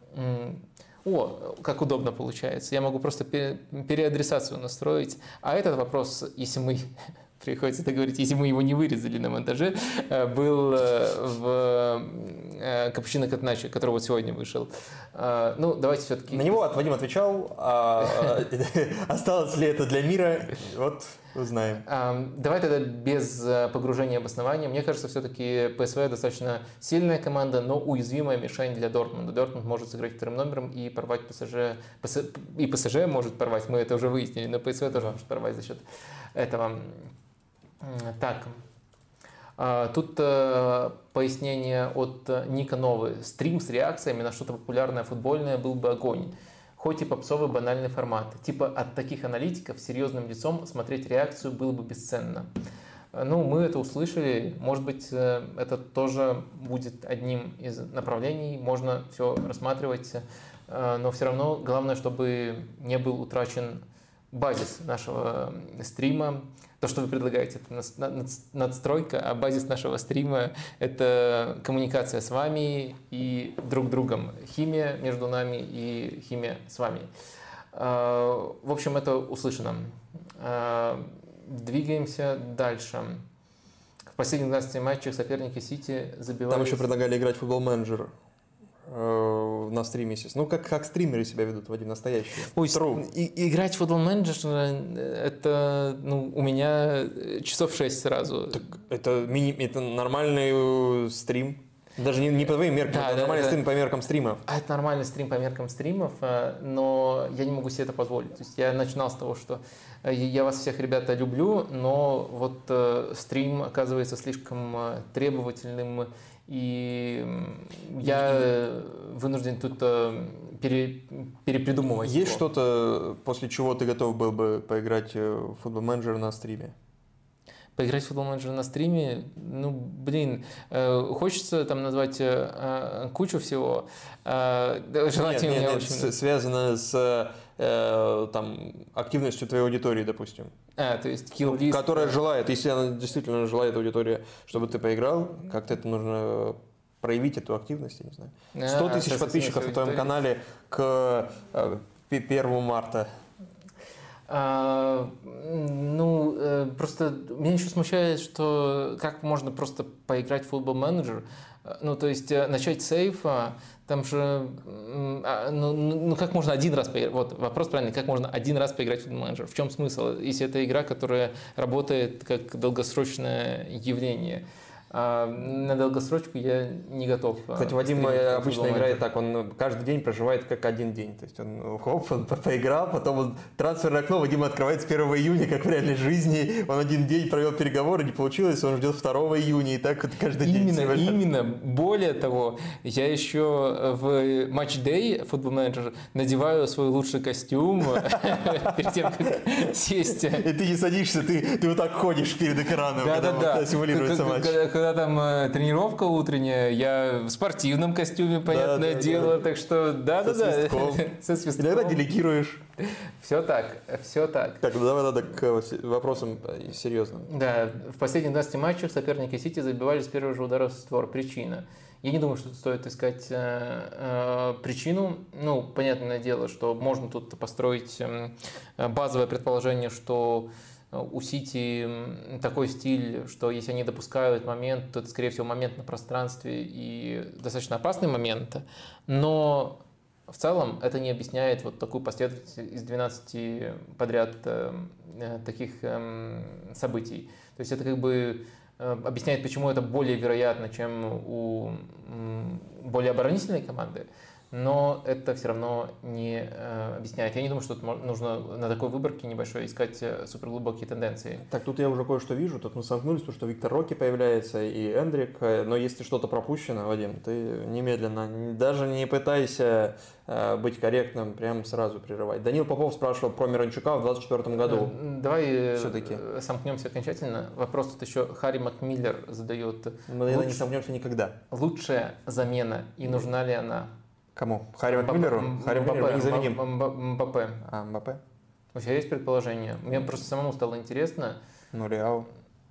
О, как удобно получается. Я могу просто переадресацию настроить. А этот вопрос, если мы приходится это говорить, если мы его не вырезали на монтаже, был в Капучино Катначо, который вот сегодня вышел. Ну, давайте все-таки... На него Вадим отвечал, а осталось ли это для мира, вот узнаем. Давай тогда без погружения обоснования. Мне кажется, все-таки ПСВ достаточно сильная команда, но уязвимая мишень для Дортмунда. Дортмунд может сыграть вторым номером и порвать ПСЖ. И ПСЖ может порвать, мы это уже выяснили, но ПСВ тоже может порвать за счет этого. Так, тут пояснение от Ника Новый. Стрим с реакциями на что-то популярное футбольное был бы огонь. Хоть и попсовый банальный формат. Типа от таких аналитиков серьезным лицом смотреть реакцию было бы бесценно. Ну, мы это услышали. Может быть, это тоже будет одним из направлений. Можно все рассматривать. Но все равно главное, чтобы не был утрачен базис нашего стрима. То, что вы предлагаете, это надстройка, а базис нашего стрима – это коммуникация с вами и друг другом. Химия между нами и химия с вами. В общем, это услышано. Двигаемся дальше. В последних двенадцати матчах соперники Сити забивали... Там еще предлагали играть в футбол-менеджер на стриме, естественно. Ну, как, как стримеры себя ведут, Вадим, настоящие. Ой, и, играть в футбол-менеджер, это ну, у меня часов шесть сразу. Так это, мини, это нормальный стрим. Даже не, не по твоим меркам, да, это да, нормальный да. стрим по меркам стримов. А это нормальный стрим по меркам стримов, но я не могу себе это позволить. То есть я начинал с того, что я вас всех, ребята, люблю, но вот стрим оказывается слишком требовательным, и я вынужден тут пере, перепридумывать. Есть его. Что-то, после чего ты готов был бы поиграть в футбол-менеджер на стриме? Поиграть в футбол-менеджер на стриме, ну, блин, э, хочется там назвать э, кучу всего. Э, желательно нет, нет, очень... нет, связано с э, там, активностью твоей аудитории, допустим. А, то есть kill-list. Которая желает, если она действительно желает аудитория, чтобы ты поиграл, как-то это нужно проявить, эту активность, я не знаю. сто тысяч подписчиков на твоем канале к э, первому марта. А, ну, просто меня еще смущает, что как можно просто поиграть в футбол-менеджер, ну, то есть начать с сейфа, там же, ну, ну, как можно один раз поиграть, вот вопрос правильный, как можно один раз поиграть в футбол-менеджер, в чем смысл, если это игра, которая работает как долгосрочное явление. А на долгосрочку я не готов. Кстати, Вадим обычно играет так, он каждый день проживает как один день. То есть он, хоп, он поиграл, потом он, трансферное окно Вадима открывается первого июня, как в реальной жизни. Он один день провел переговоры, не получилось, он ждет второго июня, и так вот каждый именно, день. Именно, именно. Более того, я еще в матч-дэй футбол-менеджер надеваю свой лучший костюм перед тем, как сесть. И ты не садишься, ты вот так ходишь перед экраном, когда симулируется матч. Когда там э, тренировка утренняя, я в спортивном костюме, понятное да, да, дело, да. Так что да-да-да. Со свистком. Со свистком. Иногда делегируешь. Все так, все так. Так, ну давай надо к вопросам серьезным. Да, в последних двадцати матчах соперники Сити забивали с первого же удара в створ. Причина. Я не думаю, что стоит искать э, э, причину. Ну, понятное дело, что можно тут построить э, базовое предположение, что у Сити такой стиль, что если они допускают момент, то это, скорее всего, момент на пространстве и достаточно опасный момент. Но в целом это не объясняет вот такую последовательность из двенадцати подряд э, таких э, событий. То есть это как бы э, объясняет, почему это более вероятно, чем у э, более оборонительной команды. Но это все равно не э, объясняет. Я не думаю, что нужно на такой выборке небольшой искать суперглубокие тенденции. Так, тут я уже кое-что вижу. Тут мы сомкнулись, потому что Виктор Рокки появляется и Эндрик. Но если что-то пропущено, Вадим, ты немедленно, даже не пытайся э, быть корректным, прям сразу прерывать. Данил Попов спрашивал про Миранчука в двадцать четвёртом году. Давай все-таки сомкнемся окончательно. Вопрос тут еще Харри Макмиллер задает. Мы лучше, не сомкнемся никогда. Лучшая замена и нужна ли она? Кому? Харри Макмиллеру? Харри Макмиллер незаменим. Мбаппе. А, Мбаппе? У тебя есть предположение? Мне просто самому стало интересно. Ну, Реал.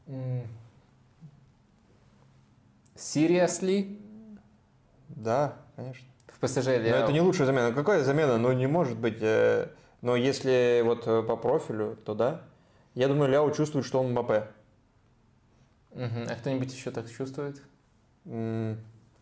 Seriously? Да, конечно. В ПСЖ Реал. Но это не лучшая замена. Какая замена? Ну, не может быть. Но если вот по профилю, то да. Я думаю, Ляо чувствует, что он Мбаппе. Мгм. А кто-нибудь еще так чувствует? М,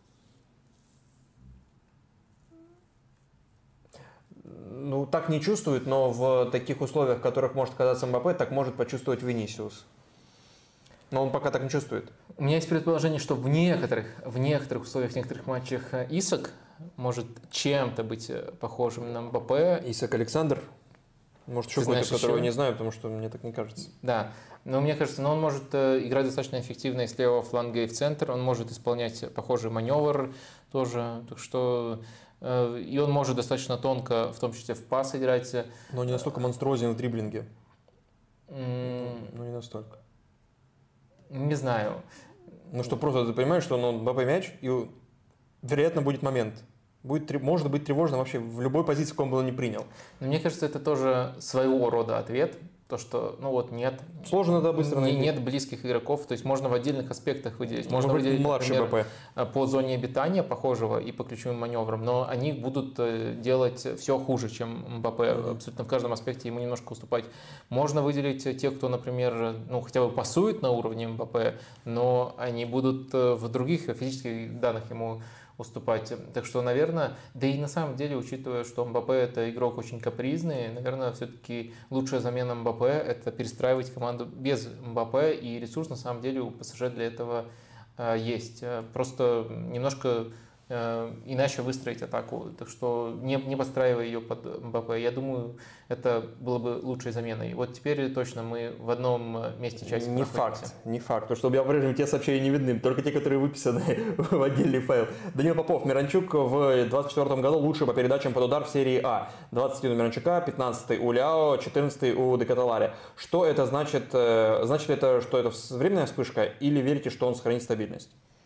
Ну, так не чувствует, но в таких условиях, в которых может оказаться Мбаппе, так может почувствовать Винисиус. Но он пока так не чувствует. У меня есть предположение, что в некоторых, в некоторых условиях, в некоторых матчах э, Исак может чем-то быть э, похожим на Мбаппе. Исак Александр. Может, еще Ты какой-то, знаешь которого еще? я не знаю, потому что мне так не кажется. Да, но мне кажется, но он может э, играть достаточно эффективно и с левого фланга, и в центр. Он может исполнять похожий маневр тоже. Так что э, и он может достаточно тонко, в том числе в пас играть. Но не настолько монструозен в дриблинге. М, Ну, не настолько. Не знаю. Ну, что просто ты понимаешь, что ну, Мбаппе мяч, и вероятно будет момент. Будет, трев- может быть тревожно вообще в любой позиции, в каком бы он ни принял. Но мне кажется, это тоже своего рода ответ. То, что, ну вот, нет, Сложно, да, быстро не- найти. нет близких игроков. То есть можно в отдельных аспектах выделить. Может Можно быть, выделить, младший например, БП. по зоне обитания похожего и по ключевым маневрам, но они будут э, делать все хуже, чем Мбаппе. Мгм. Абсолютно в каждом аспекте ему немножко уступать. Можно выделить тех, кто, например, ну хотя бы пасует на уровне Мбаппе, но они будут э, в других физических данных ему уступать. Так что, наверное, да и на самом деле, учитывая, что Мбаппе это игрок очень капризный, наверное, все-таки лучшая замена Мбаппе это перестраивать команду без Мбаппе, и ресурс на самом деле у ПСЖ для этого э, есть. Э, Просто немножко э, иначе выстроить атаку. Так что не, не подстраивая ее под Мбаппе, я думаю, это было бы лучшей заменой. Вот теперь точно мы в одном месте часик Не находимся. факт, не факт. Потому что у меня по-прежнему те сообщения не видны, только те, которые выписаны в отдельный файл. Данил Попов, Миранчук в двадцать четвёртом году лучший по передачам под удар в серии А. двадцать один у Миранчука, пятнадцатый у Ляо, четырнадцатый у Декаталаре. Что это значит? э, Значит ли это, что это временная вспышка, или верите, что он сохранит стабильность?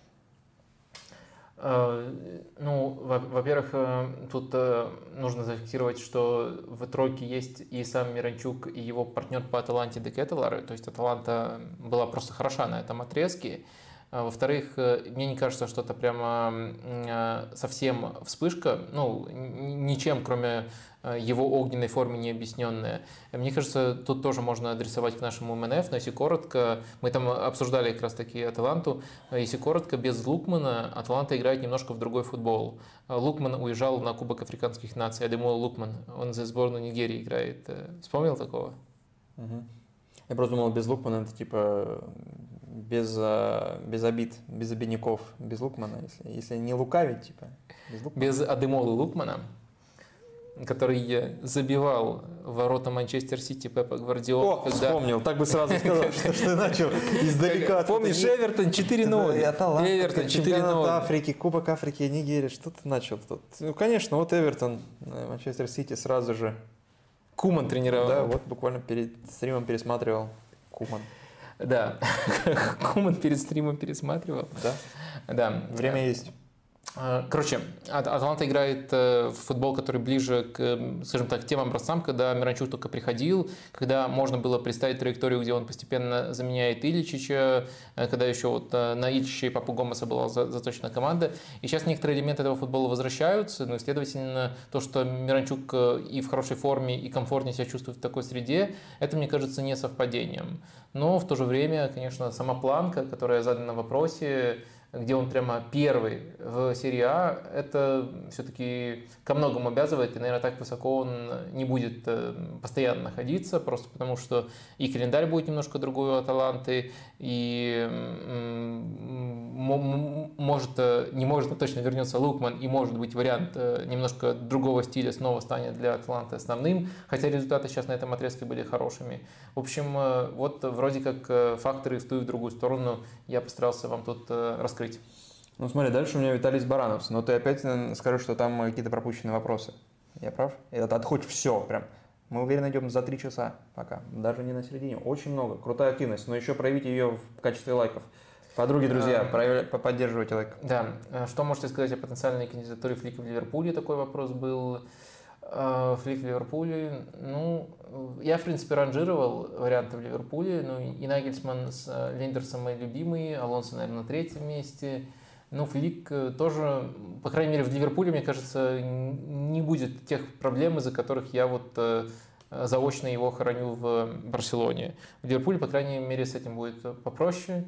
Э, Ну, во- во-первых, э, тут э, нужно зафиксировать, что в тройке есть и сам Миранчук, и его партнер по Аталанте Де Кетелар. То есть Аталанта была просто хороша на этом отрезке. А Во-вторых, э, мне не кажется, что это прямо м, э, совсем вспышка, ну, н- ничем, кроме э, его огненной формы не объясненная. Мне кажется, тут тоже можно адресовать к нашему эм эн эф, но если коротко, мы там обсуждали как раз таки Аталанту, а если коротко, без Лукмана Атланта играет немножко в другой футбол. А Лукман уезжал на Кубок Африканских наций. Я думаю, Лукман, он за сборную Нигерии играет. Э, Вспомнил такого? Мгм. Я просто думал, без Лукмана это типа без, а, без обид, без обидников, без Лукмана, если, если не лукавить, типа, без Лукмана. Без Адемолы Лукмана, который забивал в ворота Манчестер Сити Пепа Гвардиола. О, вспомнил, так бы сразу сказал, что, что ты начал издалека. Помнишь, Эвертон четыре ноль? Эвертон четыре Чемпионат ноль. Африки, Кубок Африки, Нигерия, что ты начал тут? Ну, конечно, вот Эвертон, э, Манчестер Сити сразу же. Куман тренировал. Да, вот буквально перед стримом пересматривал Куман. Да. Куман перед стримом пересматривал. Да, Да. время есть. А, Короче, Ат- Атланта играет э, в футбол, который ближе к, м, скажем так, тем образцам, когда Миранчук только приходил, когда можно было представить траекторию, где он постепенно заменяет Ильичича, э, когда еще вот э, на Ильичича и Папу Гомеса была за- заточена команда. И сейчас некоторые элементы этого футбола возвращаются, но, следовательно, то, что Миранчук э, и в хорошей форме, и комфортнее себя чувствует в такой среде, это, мне кажется, не совпадением. Но в то же время, конечно, сама планка, которая задана в вопросе, где он прямо первый в серии А, это все-таки ко многому обязывает, и, наверное, так высоко он не будет э, постоянно находиться, просто потому что и календарь будет немножко другой у Аталанты, и м, м, может, э, не может, но точно вернется Лукман, и может быть вариант э, немножко другого стиля снова станет для Аталанты основным, хотя результаты сейчас на этом отрезке были хорошими. В общем, э, вот вроде как э, факторы в ту и в другую сторону я постарался вам тут э, раскрыть. Ну смотри, дальше у меня Виталий Барановс, но ты опять наверное, скажешь, что там какие-то пропущенные вопросы. Я прав? Это хоть все прям. Мы уверенно идем за три часа пока, даже не на середине. Очень много, крутая активность, но еще проявите ее в качестве лайков. Подруги, друзья, проявля- поддерживайте лайк. Да, что можете сказать о потенциальной кандидатуре Флика в Ливерпуле? Такой вопрос был. Э, Флик в Ливерпуле. Ну, я, в принципе, ранжировал варианты в Ливерпуле. Ну, и Нагельсман с э, Линдерсом мои любимые, Алонсо, наверное, на третьем месте. Ну, Флик э, тоже, по крайней мере, в Ливерпуле, мне кажется, н- не будет тех проблем, из-за которых я вот э, заочно его хороню в Барселоне. В Ливерпуле, по крайней мере, с этим будет попроще.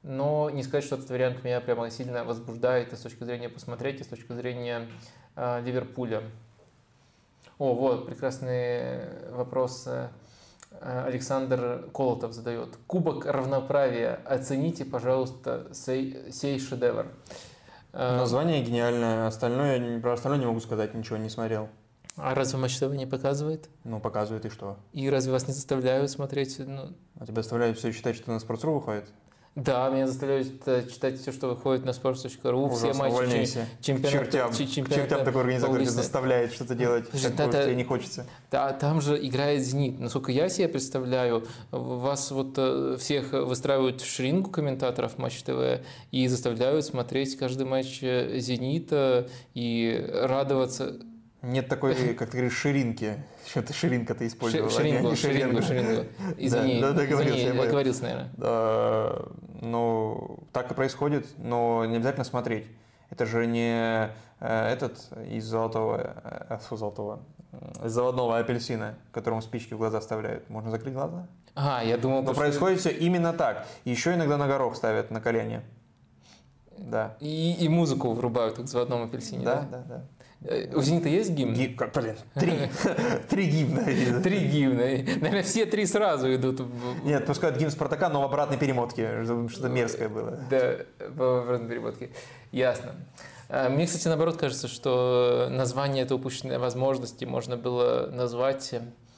но не сказать, что этот вариант меня прямо сильно возбуждает и с точки зрения посмотреть, и с точки зрения э, Ливерпуля. О, вот, прекрасный вопрос Александр Колотов задает. Кубок равноправия. Оцените, пожалуйста, сей, сей шедевр. Название гениальное. Остальное, про остальное не могу сказать, ничего не смотрел. А разве Матч ТВ не показывает? Ну, показывает, и что? И разве вас не заставляют смотреть? Ну... А тебя заставляют все читать, что на Sports.ru выходит? Да, меня заставляют читать все, что выходит на sports точка ру, все матчи чемпионата. Чертям, чертям такой организатор тебя заставляет что-то делать, как да, тебе не хочется. Да, там же играет «Зенит». Насколько я себе представляю, вас вот всех выстраивают в шеренгу комментаторов Матч ТВ и заставляют смотреть каждый матч «Зенита» и радоваться. Нет такой, как ты говоришь, ширинки. Что-то ширинка ты использовал. Ширингу, ширингу, ширингу. Извини, да, да, извини, я оговорился, наверное. Да, ну, так и происходит, но не обязательно смотреть. Это же не этот из золотого, фу, золотого, из заводного апельсина, которому спички в глаза вставляют. Можно закрыть глаза? А, я думал... Но происходит все именно так. Еще иногда на горох ставят на колени. Да. И, и музыку врубают к заводному апельсине. Да, да, да. да. У «Зенита» есть гимн? Гимн, блин, три. Три гимна. Три гимна. Наверное, все три сразу идут. Нет, пускай гимн «Спартака», но в обратной перемотке. Что-то мерзкое было. Да, в обратной перемотке. Ясно. Мне, кстати, наоборот кажется, что название этой упущенной возможности можно было назвать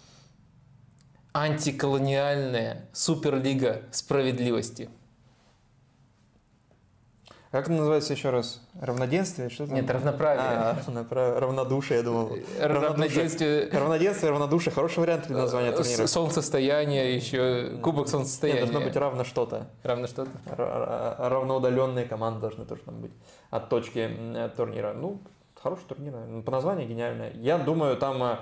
«Антиколониальная суперлига справедливости». Как это называется еще раз? Равноденствие? Что там? Нет, равноправие. А, равнодушие, я думал. Равноденствие. Равноденствие, равнодушие. Хороший вариант для названия турнира. Солнцестояние, еще кубок солнцестояния. Нет, должно быть равно что-то. Равно что-то? Равноудаленные команды должны тоже там быть от точки турнира. Ну, хороший турнир. По названию гениальное. Я думаю, там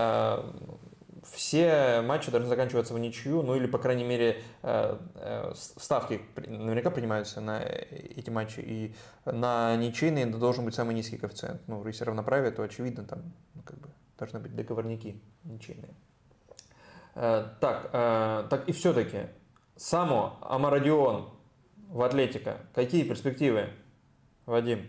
все матчи должны заканчиваться в ничью, ну или, по крайней мере, ставки наверняка принимаются на эти матчи, и на ничейные должен быть самый низкий коэффициент. Ну, если равноправие, то, очевидно, там ну, как бы должны быть договорники ничейные. Так, так и все-таки, Само Амарадион в Атлетико. Какие перспективы, Вадим?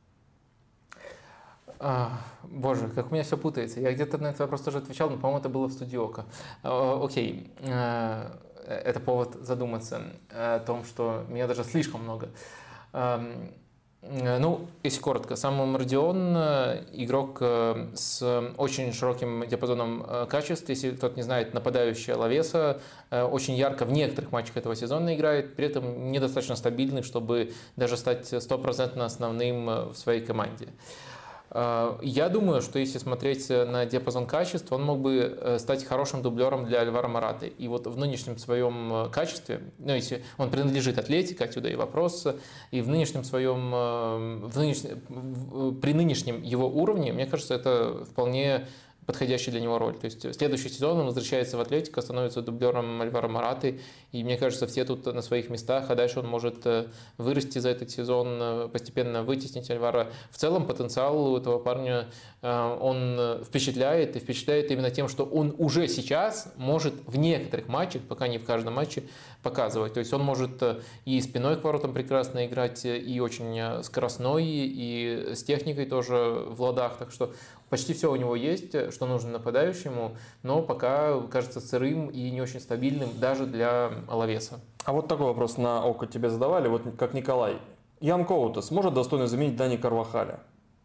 А, боже, как у меня все путается. Я где-то на этот вопрос тоже отвечал, но, по-моему, это было в студиока. А, окей, а, это повод задуматься о том, что меня даже слишком много. А, ну, если коротко, сам Амарадион игрок с очень широким диапазоном качеств. Если кто-то не знает, нападающий Алавеса очень ярко в некоторых матчах этого сезона играет, при этом недостаточно стабильный, чтобы даже стать стопроцентно основным в своей команде. Я думаю, что если смотреть на диапазон качеств, он мог бы стать хорошим дублером для Альваро Мораты. И вот в нынешнем своем качестве, ну, если он принадлежит Атлетико, отсюда и вопрос, и в нынешнем своем, в нынешнем, при нынешнем его уровне, мне кажется, это вполне подходящая для него роль. То есть следующий сезон он возвращается в Атлетико, становится дублером Альваро Мораты, и мне кажется, все тут на своих местах, а дальше он может вырасти за этот сезон, постепенно вытеснить Альваро. В целом потенциал у этого парня, он впечатляет, и впечатляет именно тем, что он уже сейчас может в некоторых матчах, пока не в каждом матче, показывать. То есть он может и спиной к воротам прекрасно играть, и очень скоростной, и с техникой тоже в ладах, так что почти все у него есть, что нужно нападающему, но пока кажется сырым и не очень стабильным даже для Алавеса. А вот такой вопрос на око тебе задавали, вот как Николай. Ян Коутес может достойно заменить Дани Карвахаля?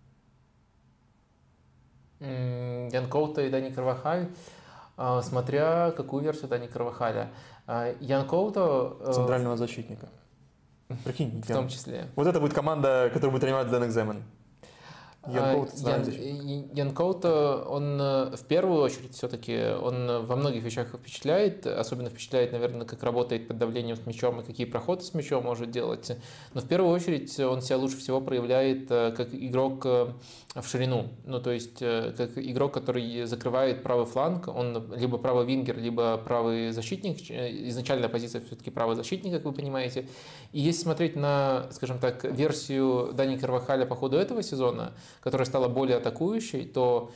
Ян Коута и Дани Карвахаль, смотря какую версию Дани Карвахаля. Ян Коута... Центрального защитника. Прикинь, в том числе. Вот это будет команда, которую будет тренировать Дэн Экземен. Ян, Ян Коута, он в первую очередь все-таки, он во многих вещах впечатляет, особенно впечатляет, наверное, как работает под давлением с мячом и какие проходы с мячом может делать, но в первую очередь он себя лучше всего проявляет как игрок в ширину, ну то есть как игрок, который закрывает правый фланг, он либо правый вингер, либо правый защитник, изначальная позиция все-таки правый защитник, как вы понимаете, и если смотреть на, скажем так, версию Дани Карвахаля по ходу этого сезона, которая стала более атакующей, то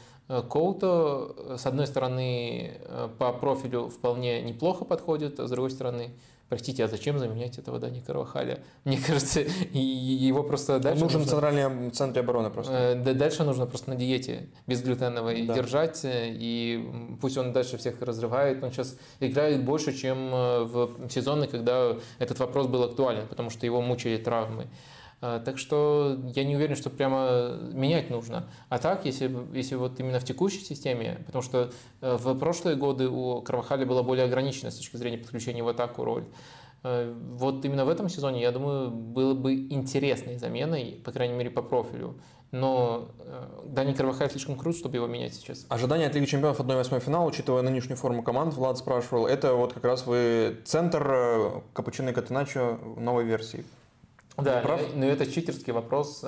Коута, с одной стороны, по профилю вполне неплохо подходит, а с другой стороны, простите, а зачем заменять этого Дани Карвахаля? Мне кажется, его просто дальше... Он нужен нужно, в центральном центре обороны просто. Дальше нужно просто на диете безглютеновой да. держать, и пусть он дальше всех разрывает. Он сейчас играет больше, чем в сезоны, когда этот вопрос был актуален, потому что его мучили травмы. Так что я не уверен, что прямо менять нужно. А так, если, если вот именно в текущей системе, потому что в прошлые годы у Карвахаля была более ограничена с точки зрения подключения в атаку роль. Вот именно в этом сезоне, я думаю, было бы интересной заменой, по крайней мере, по профилю. Но Дани Карвахаль слишком крут, чтобы его менять сейчас. Ожидания от Лиги Чемпионов одна восьмая финала, учитывая нынешнюю форму команд, Влад спрашивал, это вот как раз вы центр Капучино и Катеначо новой версии. Да, прав? Но это читерский вопрос.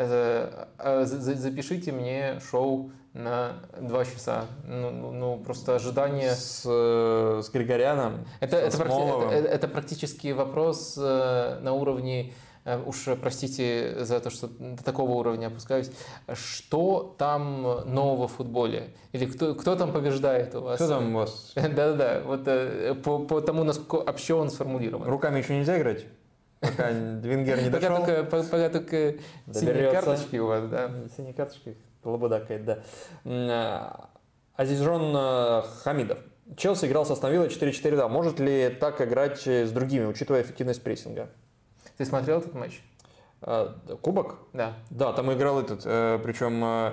Запишите мне шоу на два часа. Ну, ну просто ожидание... С, с Григоряном, это, это, практи... это, это практически вопрос на уровне... Уж простите за то, что до такого уровня опускаюсь. Что там нового в футболе? Или кто, кто там побеждает у вас? Кто там у вас? Да-да-да. Вот по, по тому, насколько общо сформулирован. Руками еще нельзя играть? Пока Венгер не дошел. Пока только, пока только синие карточки у вас, да? Синие карточки, лобода какая-то, да. Азизжон Хамидов. Челси играл с Астон Виллой четыре четыре два. Может ли так играть с другими, учитывая эффективность прессинга? Ты смотрел этот матч? Кубок? Да. Да, там играл этот, причем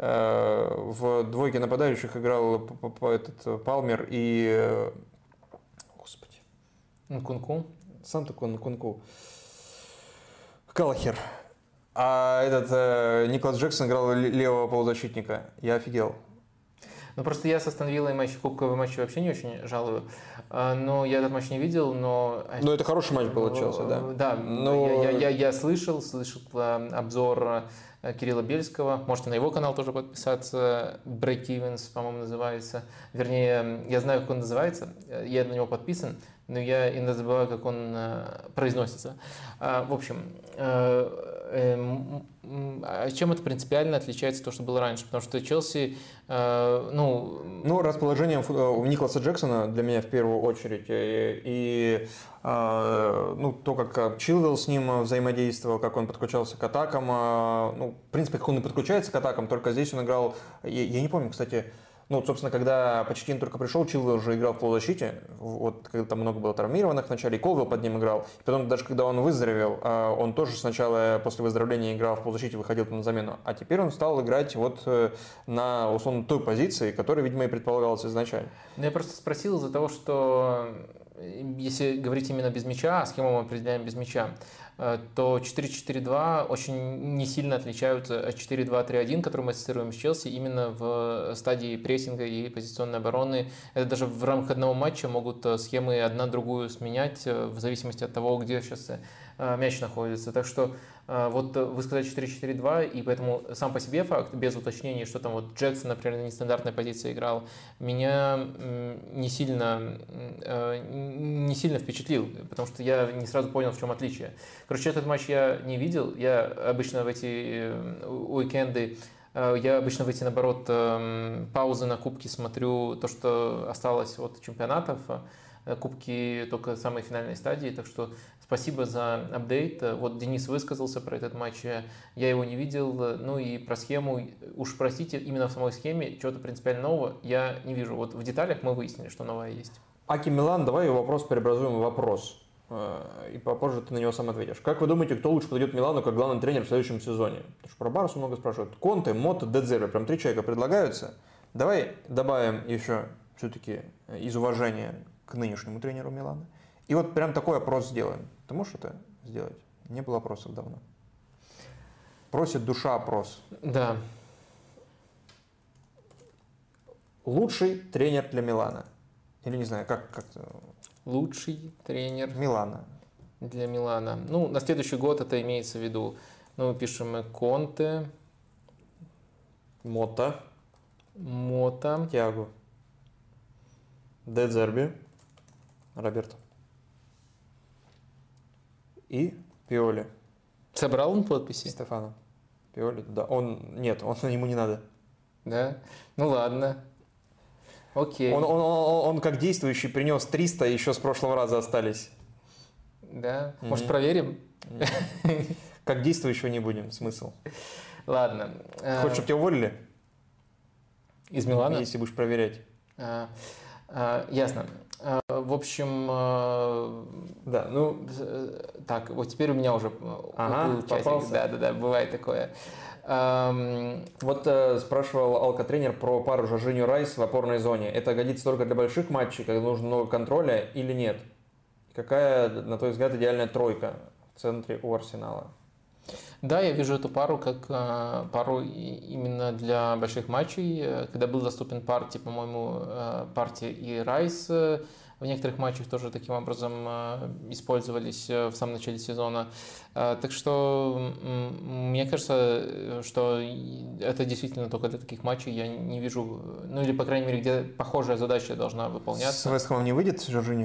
в двойке нападающих играл этот Палмер и... Господи. Нкунку? Сам такой Нкунку. Галлахер. А этот э, Никлас Джексон играл левого полузащитника. Я офигел. Ну просто я с Астон Виллой матч, кубковый матч вообще не очень жалую. Но я этот матч не видел, но... Ну это хороший матч был от Челси, да? Да, но... я, я, я слышал, слышал обзор Кирилла Бельского. Можете на его канал тоже подписаться. Break Evens, по-моему, называется. Вернее, я знаю, как он называется. Я на него подписан. Но я иногда забываю, как он произносится. В общем, чем это принципиально отличается от того, что было раньше? Потому что Челси, ну... Ну, расположение Никласа Джексона для меня в первую очередь. И, и ну, то, как Чилвелл с ним взаимодействовал, как он подключался к атакам. Ну, в принципе, как он и подключается к атакам, только здесь он играл... Я, я не помню, кстати... Ну, собственно, когда Почеттино только пришел, Чилвелл уже играл в полузащите, вот когда там много было травмированных вначале, и Колвилл под ним играл. И потом, даже когда он выздоровел, он тоже сначала после выздоровления играл в полузащите, выходил там на замену. А теперь он стал играть вот на, условно, той позиции, которая, видимо, и предполагалась изначально. Ну, я просто спросил из-за того, что если говорить именно без мяча, а схему мы определяем без мяча, то четыре четыре два очень не сильно отличаются от четыре два три один, который мы ассоциируем с Челси именно в стадии прессинга и позиционной обороны. Это даже в рамках одного матча могут схемы одна другую сменять в зависимости от того, где сейчас мяч находится. Так что вот вы сказали четыре четыре два, и поэтому сам по себе факт, без уточнений, что там вот Джексон, например, на нестандартной позиции играл, меня не сильно, не сильно впечатлил, потому что я не сразу понял, в чем отличие. Короче, этот матч я не видел. Я обычно в эти уикенды, я обычно в эти, наоборот, паузы на кубки смотрю то, что осталось от чемпионатов. Кубки только самой финальной стадии, так что спасибо за апдейт. Вот Денис высказался про этот матч, я его не видел. Ну и про схему, уж простите, именно в самой схеме чего-то принципиально нового я не вижу. Вот в деталях мы выяснили, что новое есть. Аки Милан, давай вопрос преобразуем в вопрос. И попозже ты на него сам ответишь. Как вы думаете, кто лучше подойдет Милану как главный тренер в следующем сезоне? Потому что про Барсу много спрашивают. Конте, Мотто, Де Зерби. Прям три человека предлагаются. Давай добавим еще все-таки из уважения к нынешнему тренеру Милана. И вот прям такой опрос сделаем. Ты можешь это сделать? Не было опросов давно. Просит душа опрос. Да. Лучший тренер для Милана. Или не знаю, как... как Лучший тренер Милана. Для Милана. Ну, на следующий год это имеется в виду. Ну, пишем Конте. Мотто. Мотто. Тиаго. Де Зерби. Роберто. И Пиоли. Собрал он подписи? Стефано. Пиоли, да. Он, нет, он, ему не надо. Да? Ну ладно. Окей. Он, он, он, он как действующий принес триста, еще с прошлого раза остались. Да? Может, проверим? Как действующего не будем, смысл. Ладно. Хочешь, чтобы тебя уволили? Из Милана? Если будешь проверять. А, а, ясно. А, в общем, а, да, ну так, вот теперь у меня уже ага, попался. Да, да, да, бывает такое. Um, вот э, спрашивал Алка-тренер про пару Жоржиньо Райс в опорной зоне. Это годится только для больших матчей, когда нужно много контроля, или нет? Какая, на твой взгляд, идеальная тройка в центре у Арсенала? Да, я вижу эту пару как э, пару именно для больших матчей. Когда был доступен Парти, по-моему, э, Парти и Райс э, в некоторых матчах тоже таким образом э, использовались э, в самом начале сезона. Э, так что э, мне кажется, что это действительно только для таких матчей. Я не вижу, ну или, по крайней мере, где похожая задача должна выполняться. С Вест Хэмом не выйдет Жоржиньо?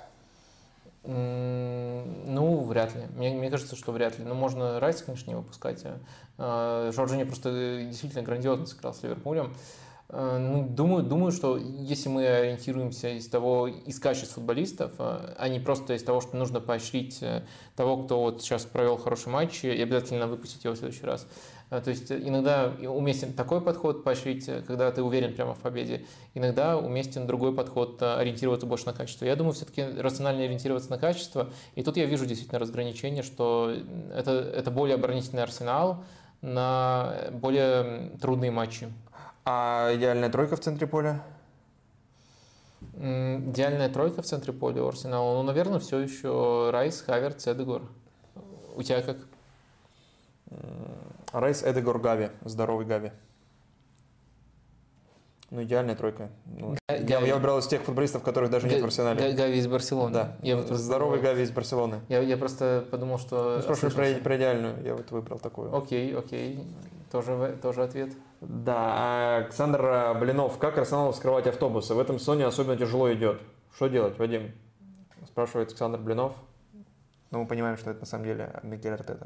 Ну, вряд ли. Мне, мне кажется, что вряд ли. Ну, можно Райс, конечно, не выпускать. А Жоржиньо просто действительно грандиозно сыграл с Ливерпулем. Ну, думаю, думаю, что если мы ориентируемся из того, из качеств футболистов, а не просто из того, что нужно поощрить того, кто вот сейчас провел хороший матч, и обязательно выпустить его в следующий раз. То есть иногда уместен такой подход поощрить, когда ты уверен прямо в победе. Иногда уместен другой подход, ориентироваться больше на качество. Я думаю, все-таки рационально ориентироваться на качество. И тут я вижу действительно разграничение, что это, это более оборонительный Арсенал на более трудные матчи. А идеальная тройка в центре поля? Идеальная тройка в центре поля у Арсенала? Ну, наверное, все еще Райс, Хавертс, Эдегор. У тебя как? Райс, Эдегор, Гави. Здоровый Гави. Ну, идеальная тройка. Ну, я, я выбрал из тех футболистов, которых даже Га- нет в Арсенале. Гави из Барселоны. Да, я вот здоровый просто... Гави из Барселоны. Я, я просто подумал, что... Ну, спрашивай про, про идеальную, я вот выбрал такую. Окей, окей. Тоже, тоже ответ. Да, Александр Блинов. Как Арсеналу вскрывать автобусы? В этом сезоне особенно тяжело идет. Что делать, Вадим? Спрашивает Александр Блинов. Но мы понимаем, что это на самом деле Мигель Артета.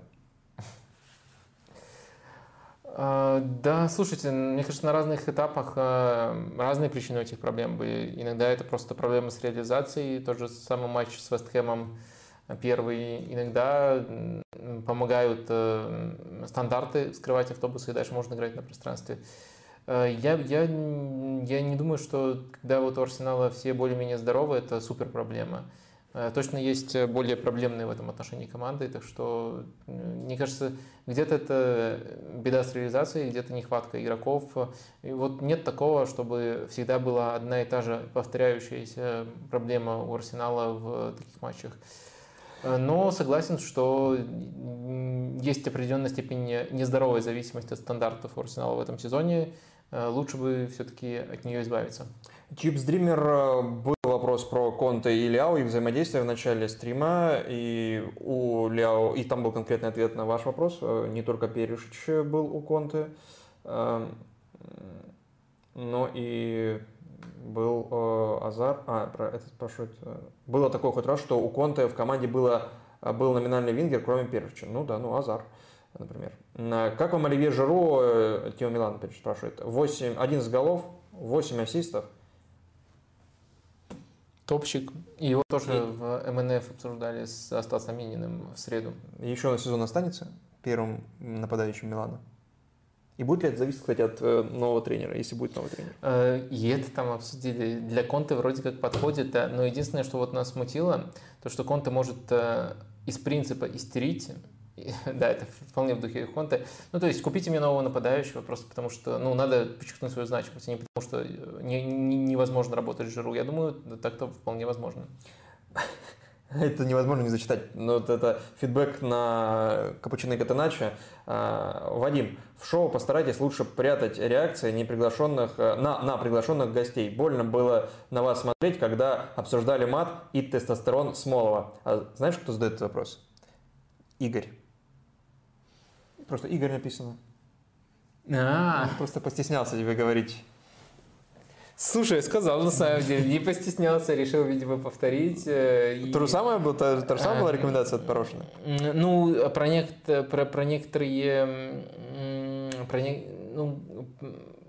Да, слушайте, мне кажется, на разных этапах разные причины этих проблем были. Иногда это просто проблемы с реализацией. Тот же самый матч с Вест Хэмом первый. Иногда помогают стандарты скрывать автобусы, и дальше можно играть на пространстве. Я, я, я не думаю, что когда вот у Арсенала все более-менее здоровы, это супер проблема. Точно есть более проблемные в этом отношении команды, так что, мне кажется, где-то это беда с реализацией, где-то нехватка игроков. И вот нет такого, чтобы всегда была одна и та же повторяющаяся проблема у Арсенала в таких матчах. Но согласен, что есть определенная степень нездоровой зависимости от стандартов у Арсенала в этом сезоне. Лучше бы все-таки от нее избавиться. Чипс Дример, был вопрос про Конте и Ляо, их взаимодействие в начале стрима, и у Ляо, и там был конкретный ответ на ваш вопрос, не только Перишич был у Конте, но и был Азар, а, про это спрашивают, было такое хоть раз, что у Конте в команде было, был номинальный вингер, кроме Перишича, ну да, ну Азар. Например. Как вам Оливье Жиру, Тио Милан спрашивает, восемь, одиннадцать голов, восемь ассистов. Топчик. И его тоже и... в эм эн эф обсуждали с Стасом Мининым в среду. Еще на сезон останется первым нападающим Милана? И будет ли это зависеть, кстати, от нового тренера, если будет новый тренер? И это там обсудили. Для Конте вроде как подходит, но единственное, что вот нас смутило, то, что Конте может из принципа истерить. Да, это вполне в духе Конте. Ну, то есть, купите мне нового нападающего, просто потому что, ну, надо подчеркнуть свою значимость, а не потому что не, не, невозможно работать с Жиру. Я думаю, так-то вполне возможно. Это невозможно не зачитать. Но вот это фидбэк на Капучино и Катеначо. Вадим, в шоу постарайтесь лучше прятать реакции неприглашенных, на, на приглашенных гостей. Больно было на вас смотреть, когда обсуждали мат и тестостерон Смолова. А знаешь, кто задает этот вопрос? Игорь. Просто Игорь написано. А-а-а. Он просто постеснялся тебе говорить. Слушай, сказал на самом деле, не постеснялся, решил, видимо, повторить. И... То же самое было, та, та же самая была рекомендация от Порошина? Ну, про, нек... про, про некоторые... Про не... ну,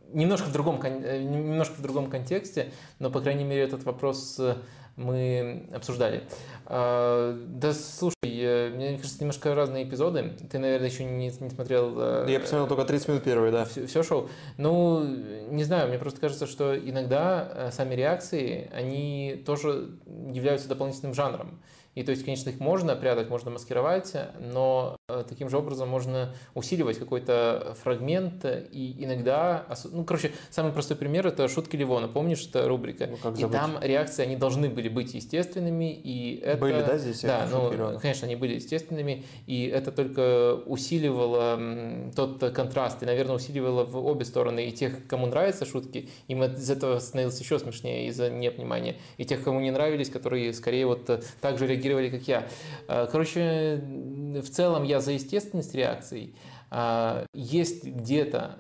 немножко в другом, немножко в другом контексте, но, по крайней мере, этот вопрос мы обсуждали. Да, слушай, мне кажется, немножко разные эпизоды. Ты, наверное, еще не, не смотрел... Я посмотрел только тридцать минут первый, да. Все, все шоу. Ну, не знаю, мне просто кажется, что иногда сами реакции, они тоже являются дополнительным жанром. И то есть, конечно, их можно прятать, можно маскировать, но таким же образом можно усиливать какой-то фрагмент. И иногда, ну, короче, самый простой пример – это «Шутки Ливона». Помнишь, это рубрика? Ну, как и забыть? там реакции, они должны были быть естественными. И это... Были, да, здесь? Да, ну, конечно, они были естественными. И это только усиливало тот контраст. И, наверное, усиливало в обе стороны. И тех, кому нравятся шутки, им из этого становилось еще смешнее из-за невнимания. И тех, кому не нравились, которые скорее вот так же реагировали, как я. Короче, в целом я за естественность реакций. Есть где-то,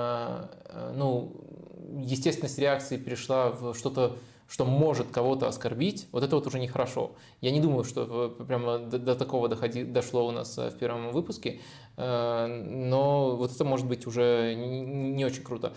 ну, естественность реакции перешла в что-то, что может кого-то оскорбить, вот это вот уже нехорошо. Я не думаю, что прямо до, до такого доходи, дошло у нас в первом выпуске, но вот это может быть уже не, не очень круто.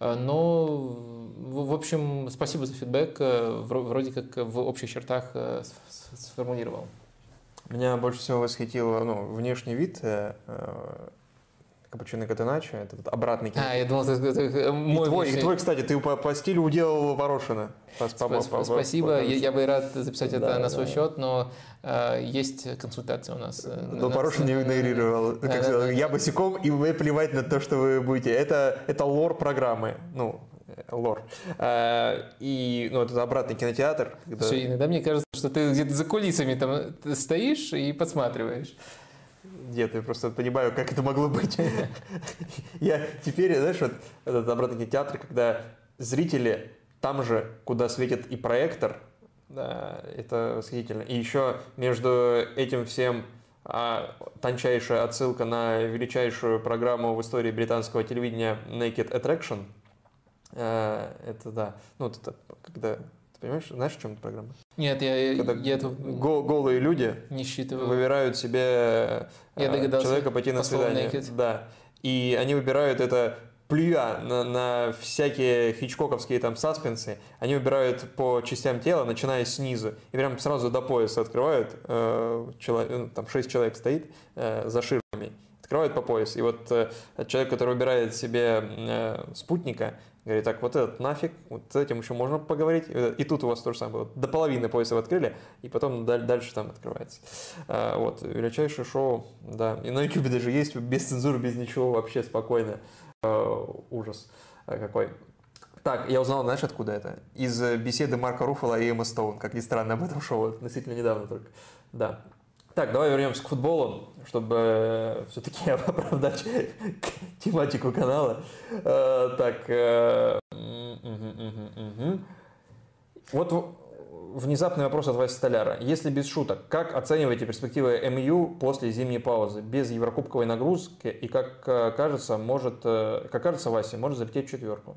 Но, в общем, спасибо за фидбэк, вроде как в общих чертах сформулировал. Меня больше всего восхитил, ну, внешний вид э, Капучино Катеначо, этот обратный кино. А, я думал, это, это мой и твой, внешний... и твой, кстати, ты по, по стилю уделал Ворошина. По, по, по, по, Спасибо, по, по, я, я бы рад записать это да, на свой да. счет, но э, есть консультация у нас. Но Ворошин не игнорировал. Да, как да, да, я босиком, и вы плевать на то, что вы будете. Это, это лор программы. Ну, лор. А, и ну, это обратный кинотеатр. Когда... Слушай, иногда мне кажется, что ты где-то за кулисами там стоишь и подсматриваешь. Нет, я просто понимаю, как это могло быть. Я теперь, знаешь, вот этот обратный кинотеатр, когда зрители там же, куда светит и проектор, да, это восхитительно. И еще между этим всем а, тончайшая отсылка на величайшую программу в истории британского телевидения Naked Attraction. А, это да, ну это когда... Понимаешь, знаешь, в чем эта программа? Нет, я, Когда я это гол, голые люди не считываю. Выбирают себе я человека пойти на свидание. Да. И они выбирают это, плюя на, на всякие хичкоковские там саспенсы, они выбирают по частям тела, начиная снизу, и прям сразу до пояса открывают, э, человек, там шесть человек стоит э, за ширмами, открывают по пояс. И вот э, человек, который выбирает себе э, спутника, говорит, так, вот этот нафиг, вот с этим еще можно поговорить. И тут у вас то же самое. Вот до половины пояса вы открыли, и потом дальше там открывается. А, вот, величайшее шоу, да. И на YouTube даже есть, без цензуры, без ничего, вообще спокойно. А, ужас какой. Так, я узнал, знаешь, откуда это? Из беседы Марка Руффало и Эммы Стоун, как ни странно, об этом шоу, относительно недавно только. Да. Так, давай вернемся к футболу, чтобы все-таки оправдать тематику канала. Так, вот внезапный вопрос от Васи Столяра. Если без шуток, как оцениваете перспективы эм ю после зимней паузы, без еврокубковой нагрузки и, как кажется, может, как кажется Васе, может залететь в четверку?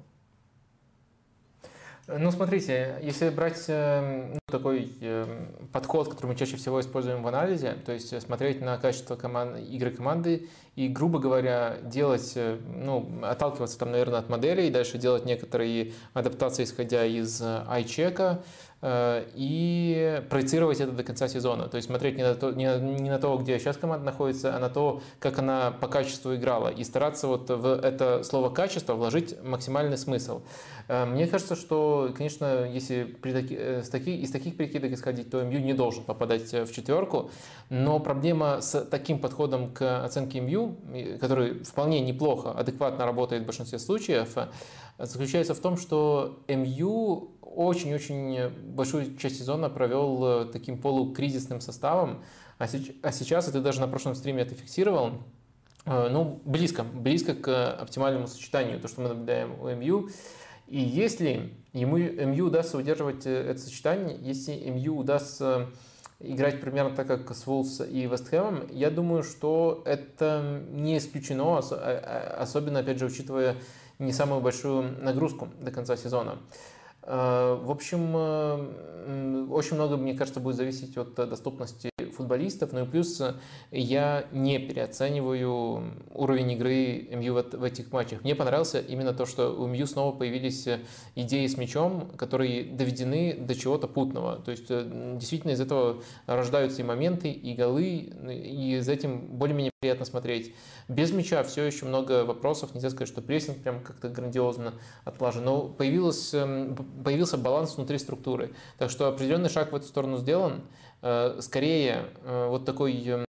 Ну, смотрите, если брать ну, такой э, подход, который мы чаще всего используем в анализе, то есть смотреть на качество команд, игры команды и, грубо говоря, делать, ну, отталкиваться там, наверное, от моделей, дальше делать некоторые адаптации, исходя из айчека, э, и проецировать это до конца сезона. То есть смотреть не на, то, не, на, не на то, где сейчас команда находится, а на то, как она по качеству играла. И стараться вот в это слово «качество» вложить максимальный смысл. Мне кажется, что, конечно, если при таки, с таки, из таких прикидок исходить, то эм ю не должен попадать в четверку, но проблема с таким подходом к оценке эм ю, который вполне неплохо, адекватно работает в большинстве случаев, заключается в том, что эм ю очень-очень большую часть сезона провел таким полукризисным составом, а сейчас, и ты даже на прошлом стриме это фиксировал, ну, близко, близко к оптимальному сочетанию, то, что мы наблюдаем у эм ю. И если ему эм ю удастся удерживать это сочетание, если эм ю удастся играть примерно так, как с Вулвс и Вест Хэмом, я думаю, что это не исключено, особенно, опять же, учитывая не самую большую нагрузку до конца сезона. В общем, очень много, мне кажется, будет зависеть от доступности футболистов, ну и плюс я не переоцениваю уровень игры эм ю в, в этих матчах. Мне понравилось именно то, что у эм ю снова появились идеи с мячом, которые доведены до чего-то путного. То есть действительно из этого рождаются и моменты, и голы, и за этим более-менее приятно смотреть. Без мяча все еще много вопросов, нельзя сказать, что прессинг прям как-то грандиозно отлажен, но появилось, появился баланс внутри структуры. Так что определенный шаг в эту сторону сделан. Скорее, вот такой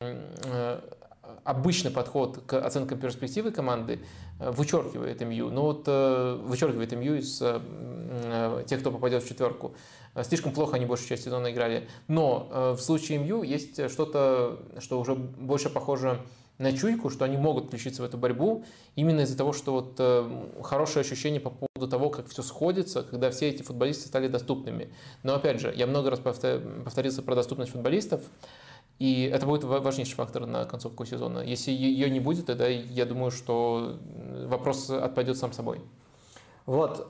обычный подход к оценкам перспективы команды вычеркивает эм ю. Ну вот вычеркивает эм ю из тех, кто попадет в четверку. Слишком плохо они большую часть сезона играли. Но в случае эм ю есть что-то, что уже больше похоже на чуйку, что они могут включиться в эту борьбу именно из-за того, что вот э, хорошее ощущение по поводу того, как все сходится, когда все эти футболисты стали доступными. Но опять же, я много раз повторился про доступность футболистов, и это будет важнейший фактор на концовку сезона. Если ее не будет, тогда я думаю, что вопрос отпадет сам собой. Влад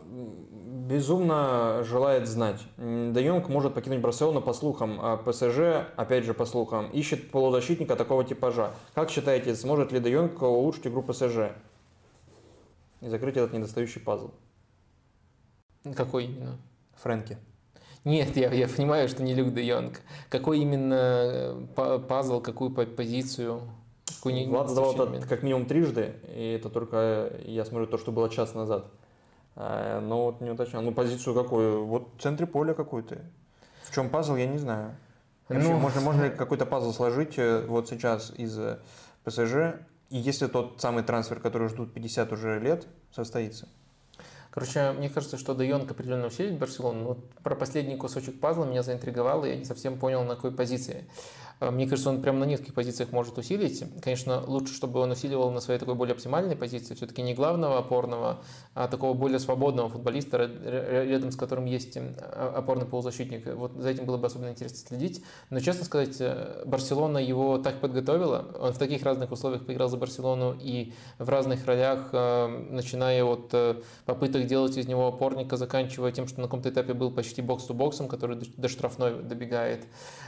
безумно желает знать. Де Йонг может покинуть Барселону по слухам, а ПСЖ, опять же по слухам, ищет полузащитника такого типажа. Как считаете, сможет ли Де Йонг улучшить игру ПСЖ и закрыть этот недостающий пазл? Какой именно? Фрэнки. Нет, я, я понимаю, что не Люк Де Йонг. Какой именно пазл, какую позицию? Какую Влад задавал это как минимум трижды, и это только я смотрю то, что было час назад. Но вот не уточнял. Ну, позицию какую? Вот в центре поля какую-то. В чем пазл, я не знаю. Вообще, ну, можно, можно ли какой-то пазл сложить вот сейчас из ПСЖ, и если тот самый трансфер, который ждут пятьдесят уже лет, состоится? Короче, мне кажется, что Де Йонг определенно усилит Барселону. Вот про последний кусочек пазла меня заинтриговало, и я не совсем понял, на какой позиции. Мне кажется, он прямо на нескольких позициях может усилить. Конечно, лучше, чтобы он усиливал на своей такой более оптимальной позиции, все-таки не главного опорного, а такого более свободного футболиста, рядом с которым есть опорный полузащитник. Вот за этим было бы особенно интересно следить. Но, честно сказать, Барселона его так подготовила. Он в таких разных условиях поиграл за Барселону и в разных ролях, начиная от попыток делать из него опорника, заканчивая тем, что на каком-то этапе был почти бокс-ту-боксом, который до штрафной добегает.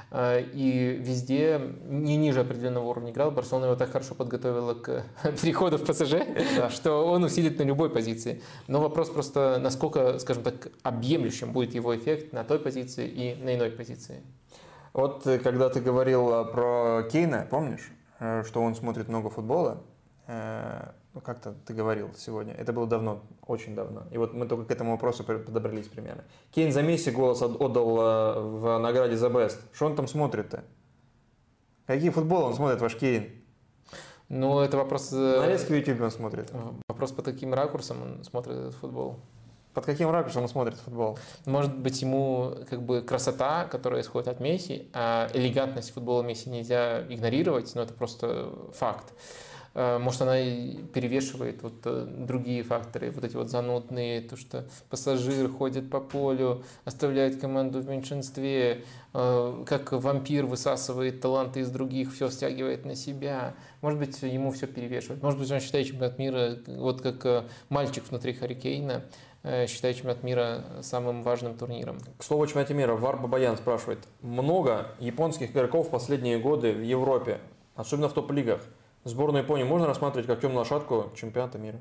И везде не ниже определенного уровня играл. Барселона его так хорошо подготовила к переходу в ПСЖ, да, что он усилит на любой позиции. Но вопрос просто, насколько, скажем так, объемлющим будет его эффект на той позиции и на иной позиции. Вот когда ты говорил про Кейна, помнишь, что он смотрит много футбола? Ну, как-то ты говорил сегодня. Это было давно, очень давно. И вот мы только к этому вопросу подобрались примерно. Кейн за Месси голос отдал в награде за Best. Что он там смотрит-то? Какие футболы он смотрит, ваш Кейн? Ну, это вопрос... Нарезки в YouTube он смотрит. Вопрос, под каким ракурсом он смотрит этот футбол. Под каким ракурсом он смотрит футбол? Может быть, ему как бы красота, которая исходит от Месси, а элегантность футбола Месси нельзя игнорировать, но это просто факт. Может, она перевешивает вот другие факторы, вот эти вот занудные, то, что пассажир ходит по полю, оставляет команду в меньшинстве, как вампир высасывает таланты из других, все стягивает на себя. Может быть, ему все перевешивает. Может быть, он считает чемпионат мира, вот как мальчик внутри Харри Кейна, считает чемпионат мира самым важным турниром. К слову о чемпионате мира, Вар Бабаян спрашивает. Много японских игроков в последние годы в Европе, особенно в топ-лигах. Сборную Японии можно рассматривать как темную лошадку чемпионата мира?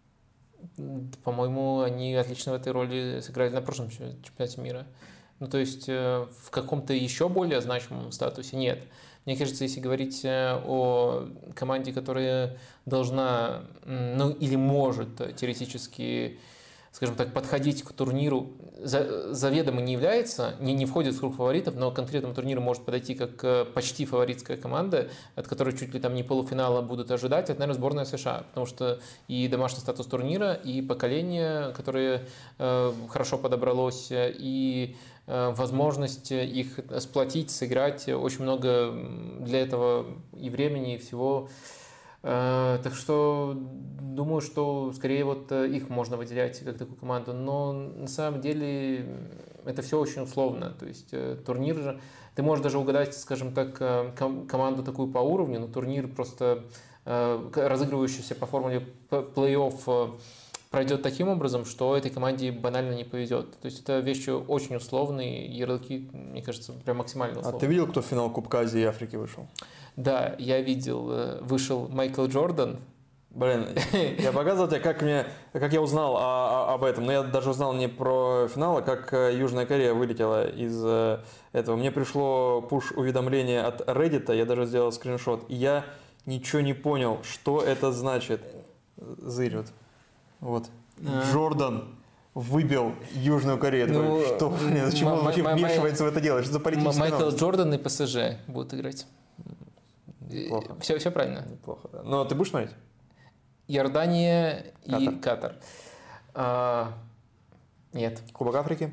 По-моему, они отлично в этой роли сыграли на прошлом чемпионате мира. Ну, то есть в каком-то еще более значимом статусе нет. Мне кажется, если говорить о команде, которая должна, ну или может теоретически, скажем так, подходить к турниру, заведомо не является, не, не входит в круг фаворитов, но к конкретному турниру может подойти как почти фаворитская команда, от которой чуть ли там не полуфинала будут ожидать, это, наверное, сборная США, потому что и домашний статус турнира, и поколение, которое э, хорошо подобралось, и э, возможность их сплотить, сыграть, очень много для этого и времени, и всего. Так что думаю, что скорее вот их можно выделять как такую команду, но на самом деле это все очень условно. То есть турнир же, ты можешь даже угадать, скажем так, команду такую по уровню, но турнир просто разыгрывающийся по формуле плей-офф пройдет таким образом, что этой команде банально не повезет. То есть это вещи очень условные, ярлыки, мне кажется, прям максимально условные. А ты видел, кто в финал Кубка Азии и Африки вышел? Да, я видел, вышел Майкл Джордан. Блин, я показывал тебе, как, мне, как я узнал о, о, об этом, но я даже узнал не про финал, а как Южная Корея вылетела из этого. Мне пришло пуш-уведомление от Reddit, я даже сделал скриншот, и я ничего не понял, что это значит. Зырь, вот. А. Джордан выбил Южную Корею. Ну, такой, что, блин, зачем он вообще вмешивается в это дело? Что за политическая Майкл новость? Джордан и ПСЖ будут играть. Плохо. Все, все правильно. Неплохо, да. Но ты будешь смотреть? Иордания и Катар. Катар. А, нет. Кубок Африки?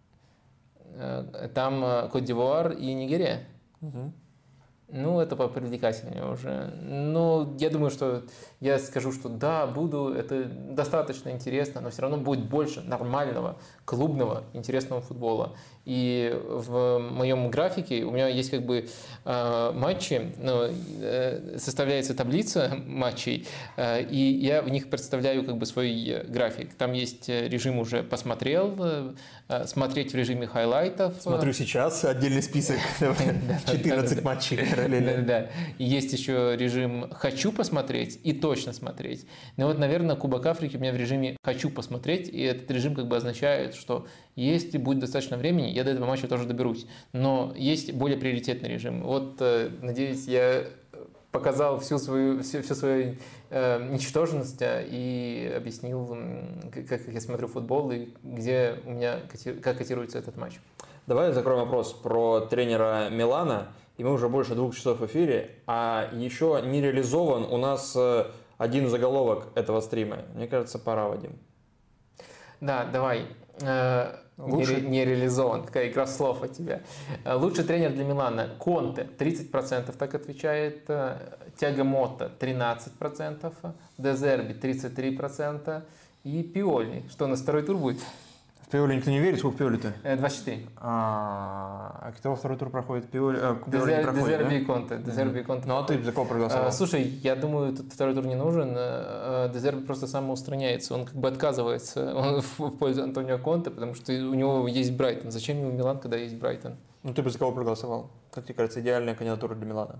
Там э, Кот-д'Ивуар и Нигерия. Угу. Ну, это попривлекательнее уже. Но я думаю, что я скажу, что да, буду, это достаточно интересно, но все равно будет больше нормального, клубного, интересного футбола. И в моем графике у меня есть как бы э, матчи, ну, э, составляется таблица матчей, э, и я в них представляю как бы свой график. Там есть режим уже посмотрел, э, смотреть в режиме хайлайтов. Смотрю сейчас, отдельный список, четырнадцать матчей параллельно. Да, и есть еще режим «хочу посмотреть» и «точно смотреть». Но вот, наверное, Кубок Африки у меня в режиме «хочу посмотреть», и этот режим как бы означает, что если будет достаточно времени, я до этого матча тоже доберусь. Но есть более приоритетный режим. Вот, надеюсь, я показал всю свою, всю, всю свою э, ничтожность и объяснил, как я смотрю футбол и где у меня, как котируется этот матч. Давай закроем вопрос про тренера Милана. И мы уже больше двух часов в эфире, а еще не реализован у нас один заголовок этого стрима. Мне кажется, пора, Вадим. Да, давай. Лучше... Не, не реализован. Какая игра слов от тебя. Лучший тренер для Милана Конте тридцать процентов так отвечает, Тиаго Мотта тринадцать процентов, Де Зерби тридцать три процента и Пиоли. Что, у нас второй тур будет? В Пиоли никто не верит, сколько Пиоли-то? двадцать четыре. А, а кто во второй тур проходит? Пиоли, а, Де Пиоли не проходит, Де Зерби да? и Конте. Де Зерби и Конте. Ну а ты за кого проголосовал? А, слушай, я думаю, тут второй тур не нужен. Де Зерби просто самоустраняется. Он как бы отказывается он в, в пользу Антонио Конте, потому что у него есть Брайтон. Зачем ему Милан, когда есть Брайтон? Ну ты бы за кого проголосовал? Как тебе кажется, идеальная кандидатура для Милана?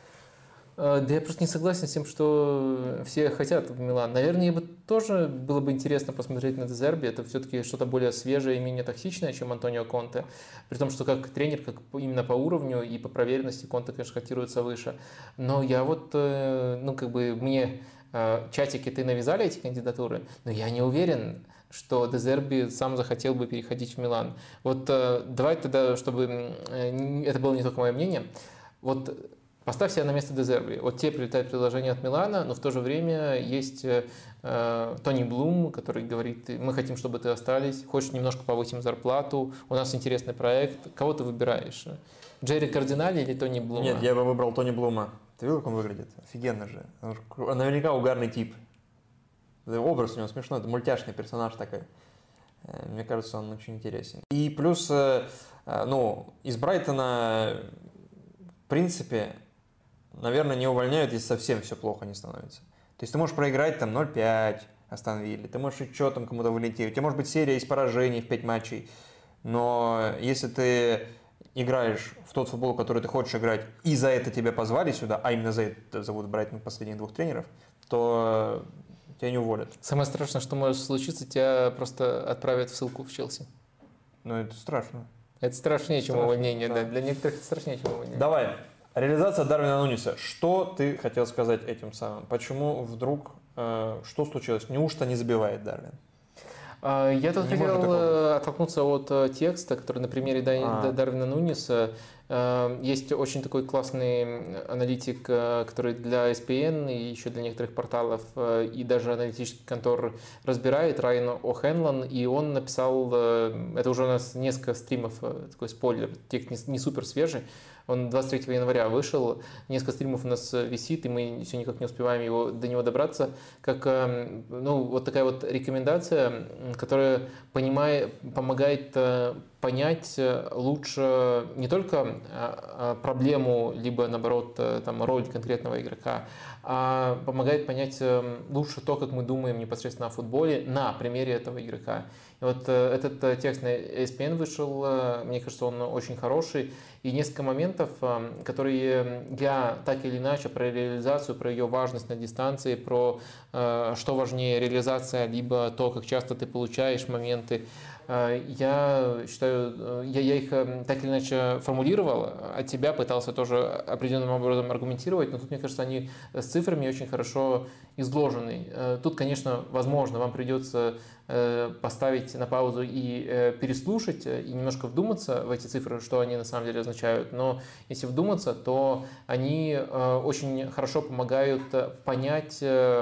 Да я просто не согласен с тем, что все хотят в Милан. Наверное, бы тоже было бы интересно посмотреть на Де Зерби. Это все-таки что-то более свежее и менее токсичное, чем Антонио Конте. При том, что как тренер, как именно по уровню и по проверенности Конте, конечно, котируется выше. Но я вот, ну как бы мне чатики ты навязали эти кандидатуры, но я не уверен, что Де Зерби сам захотел бы переходить в Милан. Вот давай тогда, чтобы это было не только мое мнение, вот поставь себя на место Де Зерби. Вот тебе прилетает предложение от Милана, но в то же время есть э, Тони Блум, который говорит, мы хотим, чтобы ты остались, хочешь немножко повысим зарплату, у нас интересный проект. Кого ты выбираешь? Джерри Кардинали или Тони Блума? Нет, я бы выбрал Тони Блума. Ты видел, как он выглядит? Офигенно же. Он наверняка угарный тип. Образ у него смешной, это мультяшный персонаж такой. Мне кажется, он очень интересен. И плюс, ну, из Брайтона, в принципе, наверное, не увольняют, если совсем все плохо не становится. То есть ты можешь проиграть там ноль пять Астон Вилле, ты можешь еще там кому-то вылететь, у тебя может быть серия из поражений в пять матчей, но если ты играешь в тот футбол, который ты хочешь играть, и за это тебя позвали сюда, а именно за это зовут Брайтон последних двух тренеров, то тебя не уволят. Самое страшное, что может случиться, тебя просто отправят в ссылку в Челси. Ну, это страшно. Это страшнее, чем Страшно, увольнение, да. да. Для некоторых это страшнее, чем увольнение. Давай. Реализация Дарвина Нуниса. Что ты хотел сказать этим самым? Почему вдруг, э, что случилось? Неужто не забивает Дарвин? Я тут Не хотел оттолкнуться от текста, который на примере А. Дарвина Нуниса. Есть очень такой классный аналитик, который для эс пи эн и еще для некоторых порталов и даже аналитических контор разбирает, Райан О'Хенлон, и он написал, это уже у нас несколько стримов, такой спойлер, текст не супер свежий, он двадцать третьего января вышел, несколько стримов у нас висит, и мы все никак не успеваем его, до него добраться, как ну, вот такая вот рекомендация, которая понимает, помогает понять лучше не только проблему, либо наоборот там, роль конкретного игрока, а помогает понять лучше то, как мы думаем непосредственно о футболе на примере этого игрока. И вот этот текст на и эс пи эн вышел, мне кажется, он очень хороший. И несколько моментов, которые я так или иначе про реализацию, про ее важность на дистанции, про что важнее, реализация, либо то, как часто ты получаешь моменты, я считаю, я, я их так или иначе формулировал, от тебя пытался тоже определенным образом аргументировать, но тут, мне кажется, они с цифрами очень хорошо изложены. Тут, конечно, возможно, вам придется поставить на паузу и переслушать, и немножко вдуматься в эти цифры, что они на самом деле означают. Но если вдуматься, то они очень хорошо помогают понять,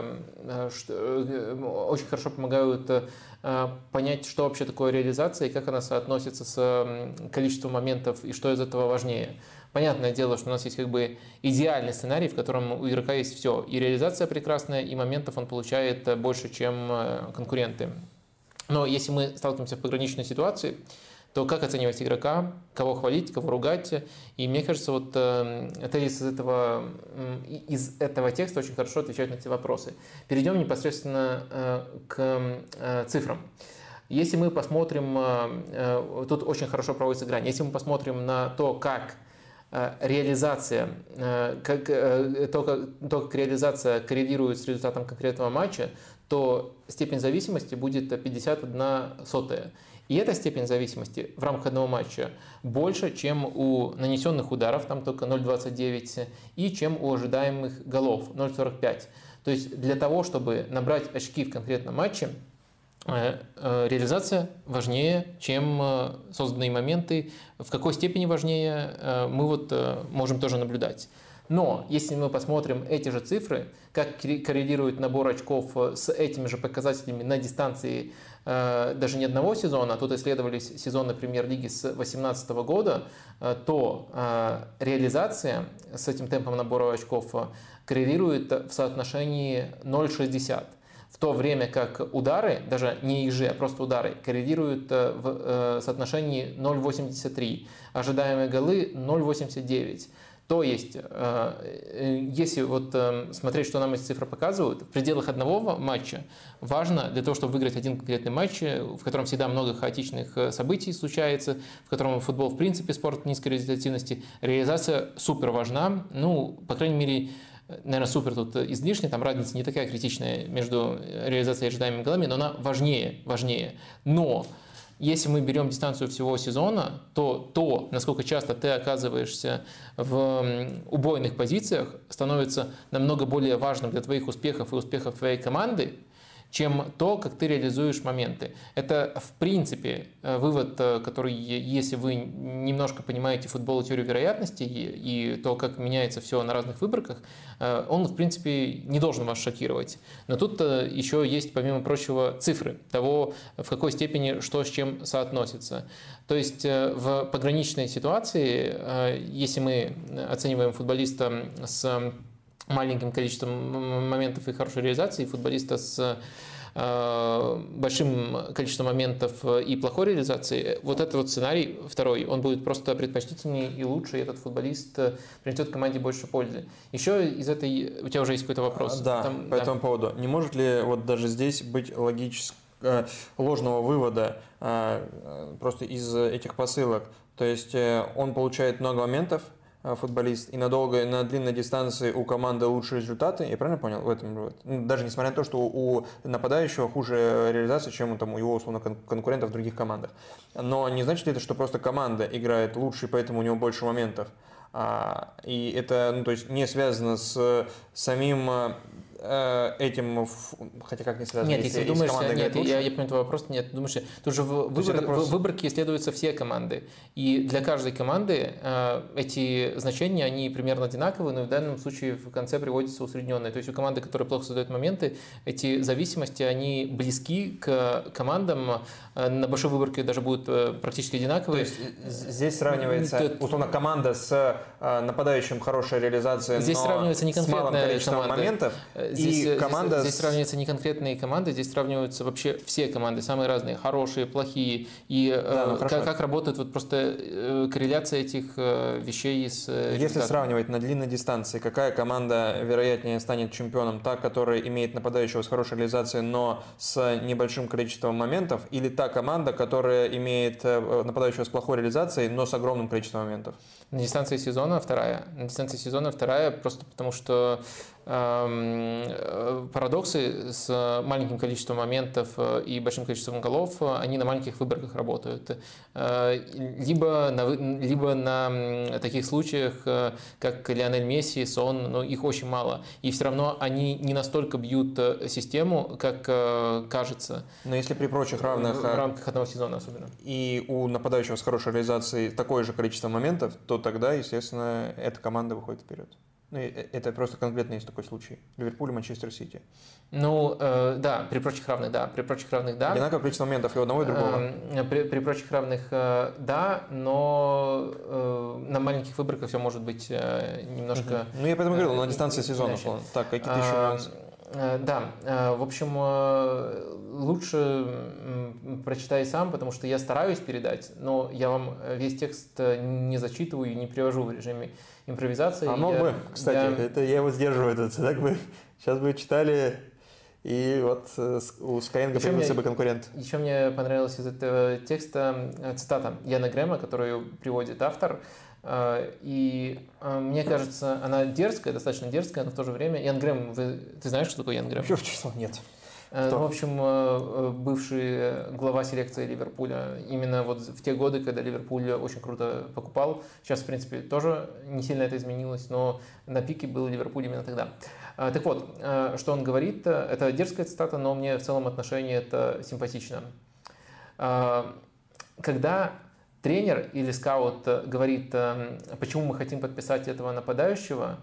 очень хорошо помогают понять, что вообще такое реализация и как она соотносится с количеством моментов и что из этого важнее. Понятное дело, что у нас есть как бы идеальный сценарий, в котором у игрока есть все. И реализация прекрасная, и моментов он получает больше, чем конкуренты. Но если мы сталкиваемся в пограничной ситуации, то как оценивать игрока, кого хвалить, кого ругать? И мне кажется, вот тезис из этого, из этого текста очень хорошо отвечает на эти вопросы. Перейдем непосредственно к цифрам. Если мы посмотрим, тут очень хорошо проводится грань, если мы посмотрим на то, как реализация, как, то, как, то, как реализация коррелирует с результатом конкретного матча, то степень зависимости будет пятьдесят одна сотая. И эта степень зависимости в рамках одного матча больше, чем у нанесенных ударов, там только ноль целых двадцать девять сотых, и чем у ожидаемых голов, ноль целых сорок пять сотых. То есть для того, чтобы набрать очки в конкретном матче, реализация важнее, чем созданные моменты. В какой степени важнее, мы вот можем тоже наблюдать. Но если мы посмотрим эти же цифры, как коррелирует набор очков с этими же показателями на дистанции даже не одного сезона, а тут исследовались сезоны премьер-лиги с две тысячи восемнадцатого года, то реализация с этим темпом набора очков коррелирует в соотношении ноль целых шестьдесят сотых. В то время как удары, даже не ИЖ, а просто удары, коррелируют в соотношении ноль целых восемьдесят три, ожидаемые голы ноль целых восемьдесят девять. То есть, если вот смотреть, что нам эти цифры показывают, в пределах одного матча важно для того, чтобы выиграть один конкретный матч, в котором всегда много хаотичных событий случается, в котором футбол в принципе спорт низкой результативности, реализация супер важна, ну, по крайней мере, наверное, супер тут излишне, там разница не такая критичная между реализацией и ожидаемыми голами, но она важнее, важнее. Но если мы берем дистанцию всего сезона, то то, насколько часто ты оказываешься в убойных позициях, становится намного более важным для твоих успехов и успехов твоей команды, чем то, как ты реализуешь моменты. Это, в принципе, вывод, который, если вы немножко понимаете футбол и теорию вероятности и то, как меняется все на разных выборках, он, в принципе, не должен вас шокировать. Но тут еще есть, помимо прочего, цифры того, в какой степени что с чем соотносится. То есть в пограничной ситуации, если мы оцениваем футболиста с маленьким количеством моментов и хорошей реализации, футболиста с э, большим количеством моментов и плохой реализации, вот этот вот сценарий второй, он будет просто предпочтительнее и лучше, и этот футболист принесет команде больше пользы. Еще из этой... У тебя уже есть какой-то вопрос? Да, Там, по да. этому поводу. Не может ли вот даже здесь быть логического ложного вывода просто из этих посылок? То есть он получает много моментов, футболист, и на долгой, на длинной дистанции у команды лучшие результаты, я правильно понял в этом? Даже несмотря на то, что у нападающего хуже реализация, чем у, там, у его условно конкурентов в других командах. Но не значит ли это, что просто команда играет лучше, и поэтому у него больше моментов? И это, ну, то есть не связано с самим этим, хотя как не связано? Нет, если, если думаешь, нет, я, я понимаю твой вопрос, нет, думаешь, тут же в, выбор, просто... в выборке исследуются все команды, и для каждой команды э, эти значения, они примерно одинаковые, но в данном случае в конце приводятся усредненные, то есть у команды, которая плохо создает моменты, эти зависимости, они близки к командам, э, на большой выборке даже будут э, практически одинаковые. То есть здесь сравнивается, это... условно, команда с э, нападающим хорошая реализация, здесь но сравнивается не с малым количеством моментов? здесь, и команда... здесь, здесь сравниваются не конкретные команды, здесь сравниваются вообще все команды, самые разные, хорошие, плохие. И да, ну, как, как работает вот просто корреляция этих вещей с Если сравнивать на длинной дистанции, какая команда вероятнее станет чемпионом? Та, которая имеет нападающего с хорошей реализацией, но с небольшим количеством моментов, или та команда, которая имеет нападающего с плохой реализацией, но с огромным количеством моментов? На дистанции сезона вторая. На дистанции сезона вторая просто потому, что эм, парадоксы с маленьким количеством моментов и большим количеством голов, они на маленьких выборках работают. Э, либо, на, либо на таких случаях, как Лионель Месси, Сон, ну, их очень мало. И все равно они не настолько бьют систему, как э, кажется. Но если при прочих равных... В рамках одного сезона особенно. И у нападающего с хорошей реализацией такое же количество моментов, то тогда, естественно, эта команда выходит вперед. Ну, это просто конкретно есть такой случай. Ливерпуль и Манчестер Сити. Ну, э, да, при прочих равных, да. При прочих равных, да. Одинаковое количество моментов и у одного, и другого. Э, при, при прочих равных, э, да, но э, на маленьких выборках все может быть э, немножко... Uh-huh. Ну, я поэтому говорил, на дистанции сезона. Условно. Так, какие-то еще нюансы? Да, в общем, лучше прочитай сам, потому что я стараюсь передать, но я вам весь текст не зачитываю и не привожу в режиме импровизации. А мог я, бы, кстати, я... это я его сдерживаю. Это, так бы, сейчас бы читали, и вот у Skyeng появился бы конкурент. Еще мне понравилась из этого текста цитата Яна Грэма, которую приводит автор. И мне кажется, она дерзкая, достаточно дерзкая, но в то же время... Ян Грэм, вы, ты знаешь, что такое Ян Грэм? Что? Нет. Ну, в общем, бывший глава селекции Ливерпуля. Именно вот в те годы, когда Ливерпуль очень круто покупал. Сейчас, в принципе, тоже не сильно это изменилось, но на пике был Ливерпуль именно тогда. Так вот, что он говорит, это дерзкая цитата, но мне в целом отношении это симпатично. Когда тренер или скаут говорит, почему мы хотим подписать этого нападающего,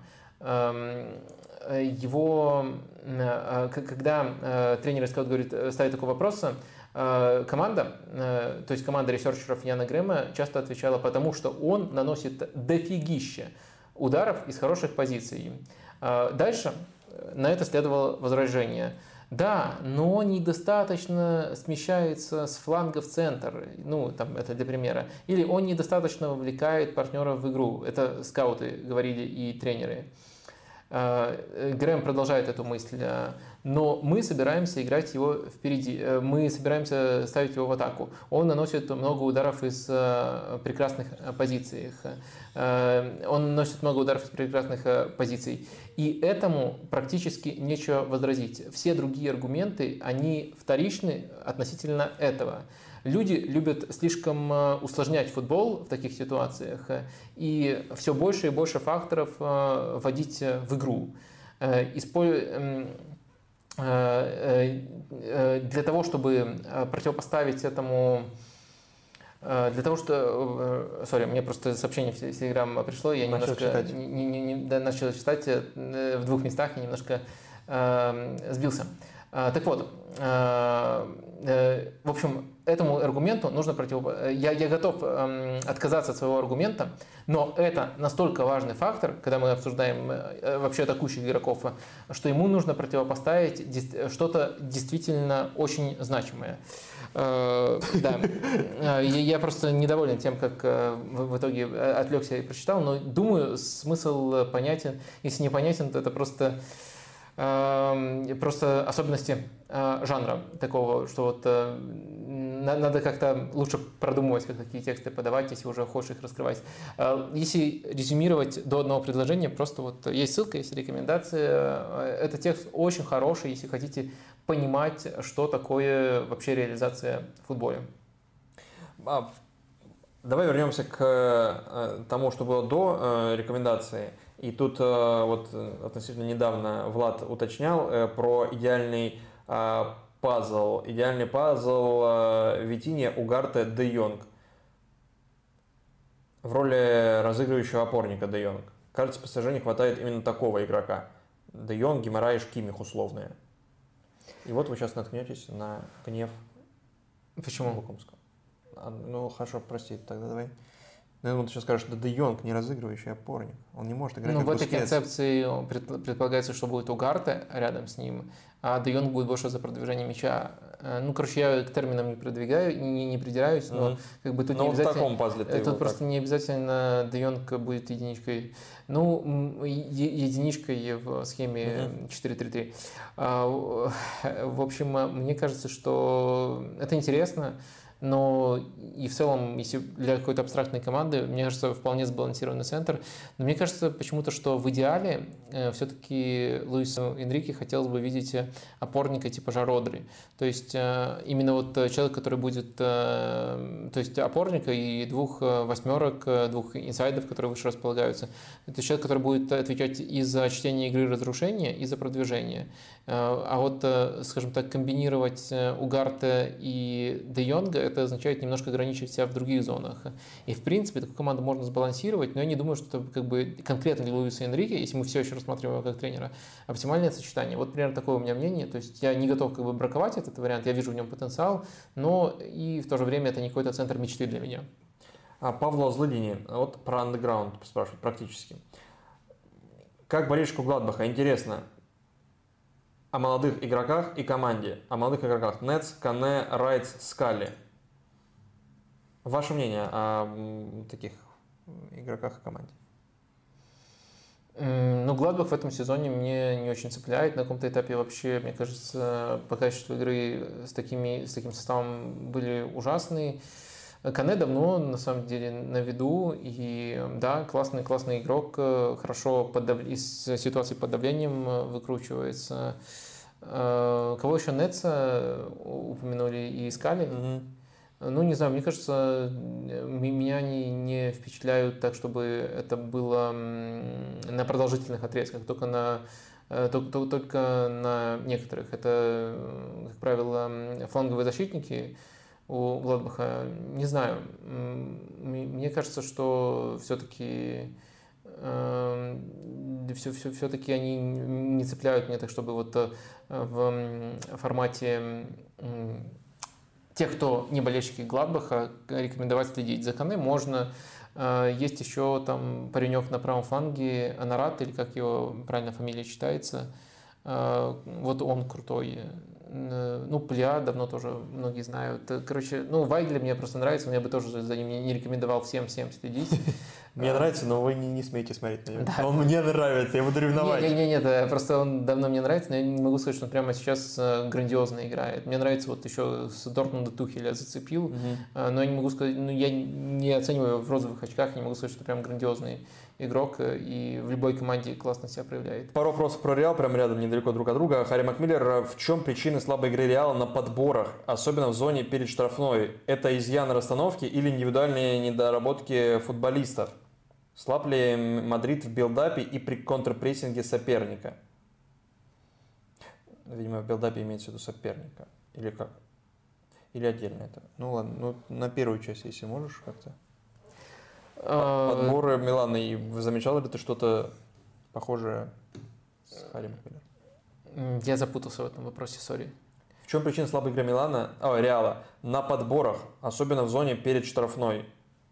его, когда тренер и скаут говорит, ставит такой вопрос, команда, то есть команда ресерчеров Яна Грэма часто отвечала, потому что он наносит дофигища ударов из хороших позиций. Дальше на это следовало возражение. Да, но он недостаточно смещается с фланга в центр, ну, там, это для примера. Или он недостаточно вовлекает партнеров в игру. Это скауты говорили и тренеры. Грэм продолжает эту мысль. Но мы собираемся играть его впереди, мы собираемся ставить его в атаку. Он наносит много ударов из прекрасных позиций. Он наносит много ударов из прекрасных позиций. И этому практически нечего возразить. Все другие аргументы, они вторичны относительно этого. Люди любят слишком усложнять футбол в таких ситуациях и все больше и больше факторов вводить в игру. Для того, чтобы противопоставить этому, для того, что, сори, мне просто сообщение в Телеграм пришло, я начал немножко читать. Не, не, не, да, начал читать в двух местах и немножко э, сбился. Так вот, э, э, в общем, этому аргументу нужно противопоставить. Я, я готов э, отказаться от своего аргумента, но это настолько важный фактор, когда мы обсуждаем э, вообще атакующих игроков, что ему нужно противопоставить что-то действительно очень значимое. Э, да, я, я просто недоволен тем, как э, в, в итоге отвлекся и прочитал, но думаю, смысл понятен. Если не понятен, то это просто... Просто особенности жанра такого, что вот надо как-то лучше продумывать, как такие тексты подавать, если уже хочешь их раскрывать. Если резюмировать до одного предложения, просто вот есть ссылка, есть рекомендация. Этот текст очень хороший, если хотите понимать, что такое вообще реализация в футболе. Давай вернемся к тому, что было до рекомендации. И тут вот относительно недавно Влад уточнял про идеальный пазл. Идеальный пазл Витинья, Угарте, Де Йонг. В роли разыгрывающего опорника Де Йонг. Кажется, ПСЖ не хватает именно такого игрока. Де Йонг, Гимараиш, Кимих условные. И вот вы сейчас наткнетесь на гнев. Почему? Лукомского. Ну, хорошо, прости, тогда давай. Ну, я думаю, ты сейчас скажешь, что Де Йонг не разыгрывающий опорник. Он не может играть Ну, как в этой Бускетс. концепции предполагается, что будет Угарте рядом с ним, а Де Йонг будет больше за продвижение мяча. Ну, короче, я к терминам не продвигаю, не, не придираюсь, но Мгм. как бы тут Но не вот в обязательно... таком пазле ты Тут его просто как? не обязательно Де Йонг будет единичкой. Ну, м, е- единичкой в схеме Мгм. четыре три три. А, В общем, мне кажется, что это интересно. Но и в целом, если для какой-то абстрактной команды, мне кажется, вполне сбалансированный центр. Но мне кажется почему-то, что в идеале э, все-таки Луису Энрике хотелось бы видеть э, опорника типа Жародри. То есть э, именно вот э, человек, который будет, э, то есть опорника и двух э, восьмерок, э, двух инсайдов, которые выше располагаются. Это человек, который будет отвечать и за чтение игры разрушения, и за продвижение. Э, А вот, э, скажем так, комбинировать э, Угарте и Де Йонга, это означает немножко ограничить себя в других зонах. И, в принципе, такую команду можно сбалансировать, но я не думаю, что это как бы конкретно для Луиса Энрике, если мы все еще рассматриваем его как тренера, оптимальное сочетание. Вот примерно такое у меня мнение. То есть я не готов как бы браковать этот вариант, я вижу в нем потенциал, но и в то же время это не какой-то центр мечты для меня. А Павло Злодини, вот про андеграунд спрашивают практически. Как болельщику Гладбаха интересно о молодых игроках и команде, о молодых игроках Нетс, Кане, Райтс, Скалли. Ваше мнение о м, таких игроках и команде? М, Ну, Гладбах в этом сезоне мне не очень цепляет. На каком-то этапе вообще, мне кажется, по качеству игры с, такими, с таким составом были ужасные. Кане давно, на самом деле, на виду. И да, классный, классный игрок, э, хорошо под дав- из ситуации под давлением э, выкручивается. Э, Кого еще Нетса упомянули и искали? Мгм. Ну, не знаю, мне кажется, м- меня они не впечатляют так, чтобы это было м, на продолжительных отрезках, только на, э, тол- тол- только на некоторых. Это, э, как правило, м, фланговые защитники у Гладбаха. Не знаю, м, м- мне кажется, что все-таки все, все, все-таки они не цепляют меня так, чтобы вот э, в м, формате м, тех, кто не болельщики Гладбаха, рекомендовать следить за Кане можно. Э, Есть еще там паренек на правом фланге, Анарат, или как его правильно фамилия читается. Э, Вот он крутой. Э, Ну, Пля давно тоже многие знают. Э, Короче, ну, Вайгель мне просто нравится, но я бы тоже за ним не не рекомендовал всем-всем следить. Мне нравится, но вы не, не смеете смотреть на него. Да. Он мне нравится, я буду ревновать. Не, не, не, нет, просто он давно мне нравится, но я не могу сказать, что он прямо сейчас э, грандиозно играет. Мне нравится вот еще с Дортмунда Тухеля зацепил, Мгм. э, но я не могу сказать, ну я не оцениваю его в розовых очках, не могу сказать, что прям грандиозный игрок э, и в любой команде классно себя проявляет. Пару вопросов про Реал, прямо рядом, недалеко друг от друга. Харри Макмиллер, в чем причины слабой игры Реала на подборах, особенно в зоне перед штрафной? Это изъян расстановки или индивидуальные недоработки футболистов? Слаб ли Мадрид в билдапе и при контрпрессинге соперника? Видимо, в билдапе имеется в виду соперника. Или как? Или отдельно это? Ну ладно, ну на первую часть, если можешь как-то. Э, Подборы Милана, и замечал ли ты что-то похожее с Харри Макмиллером? м, Я запутался в этом вопросе, сори. В чем причина слабой игры Милана, о, Реала на подборах, особенно в зоне перед штрафной?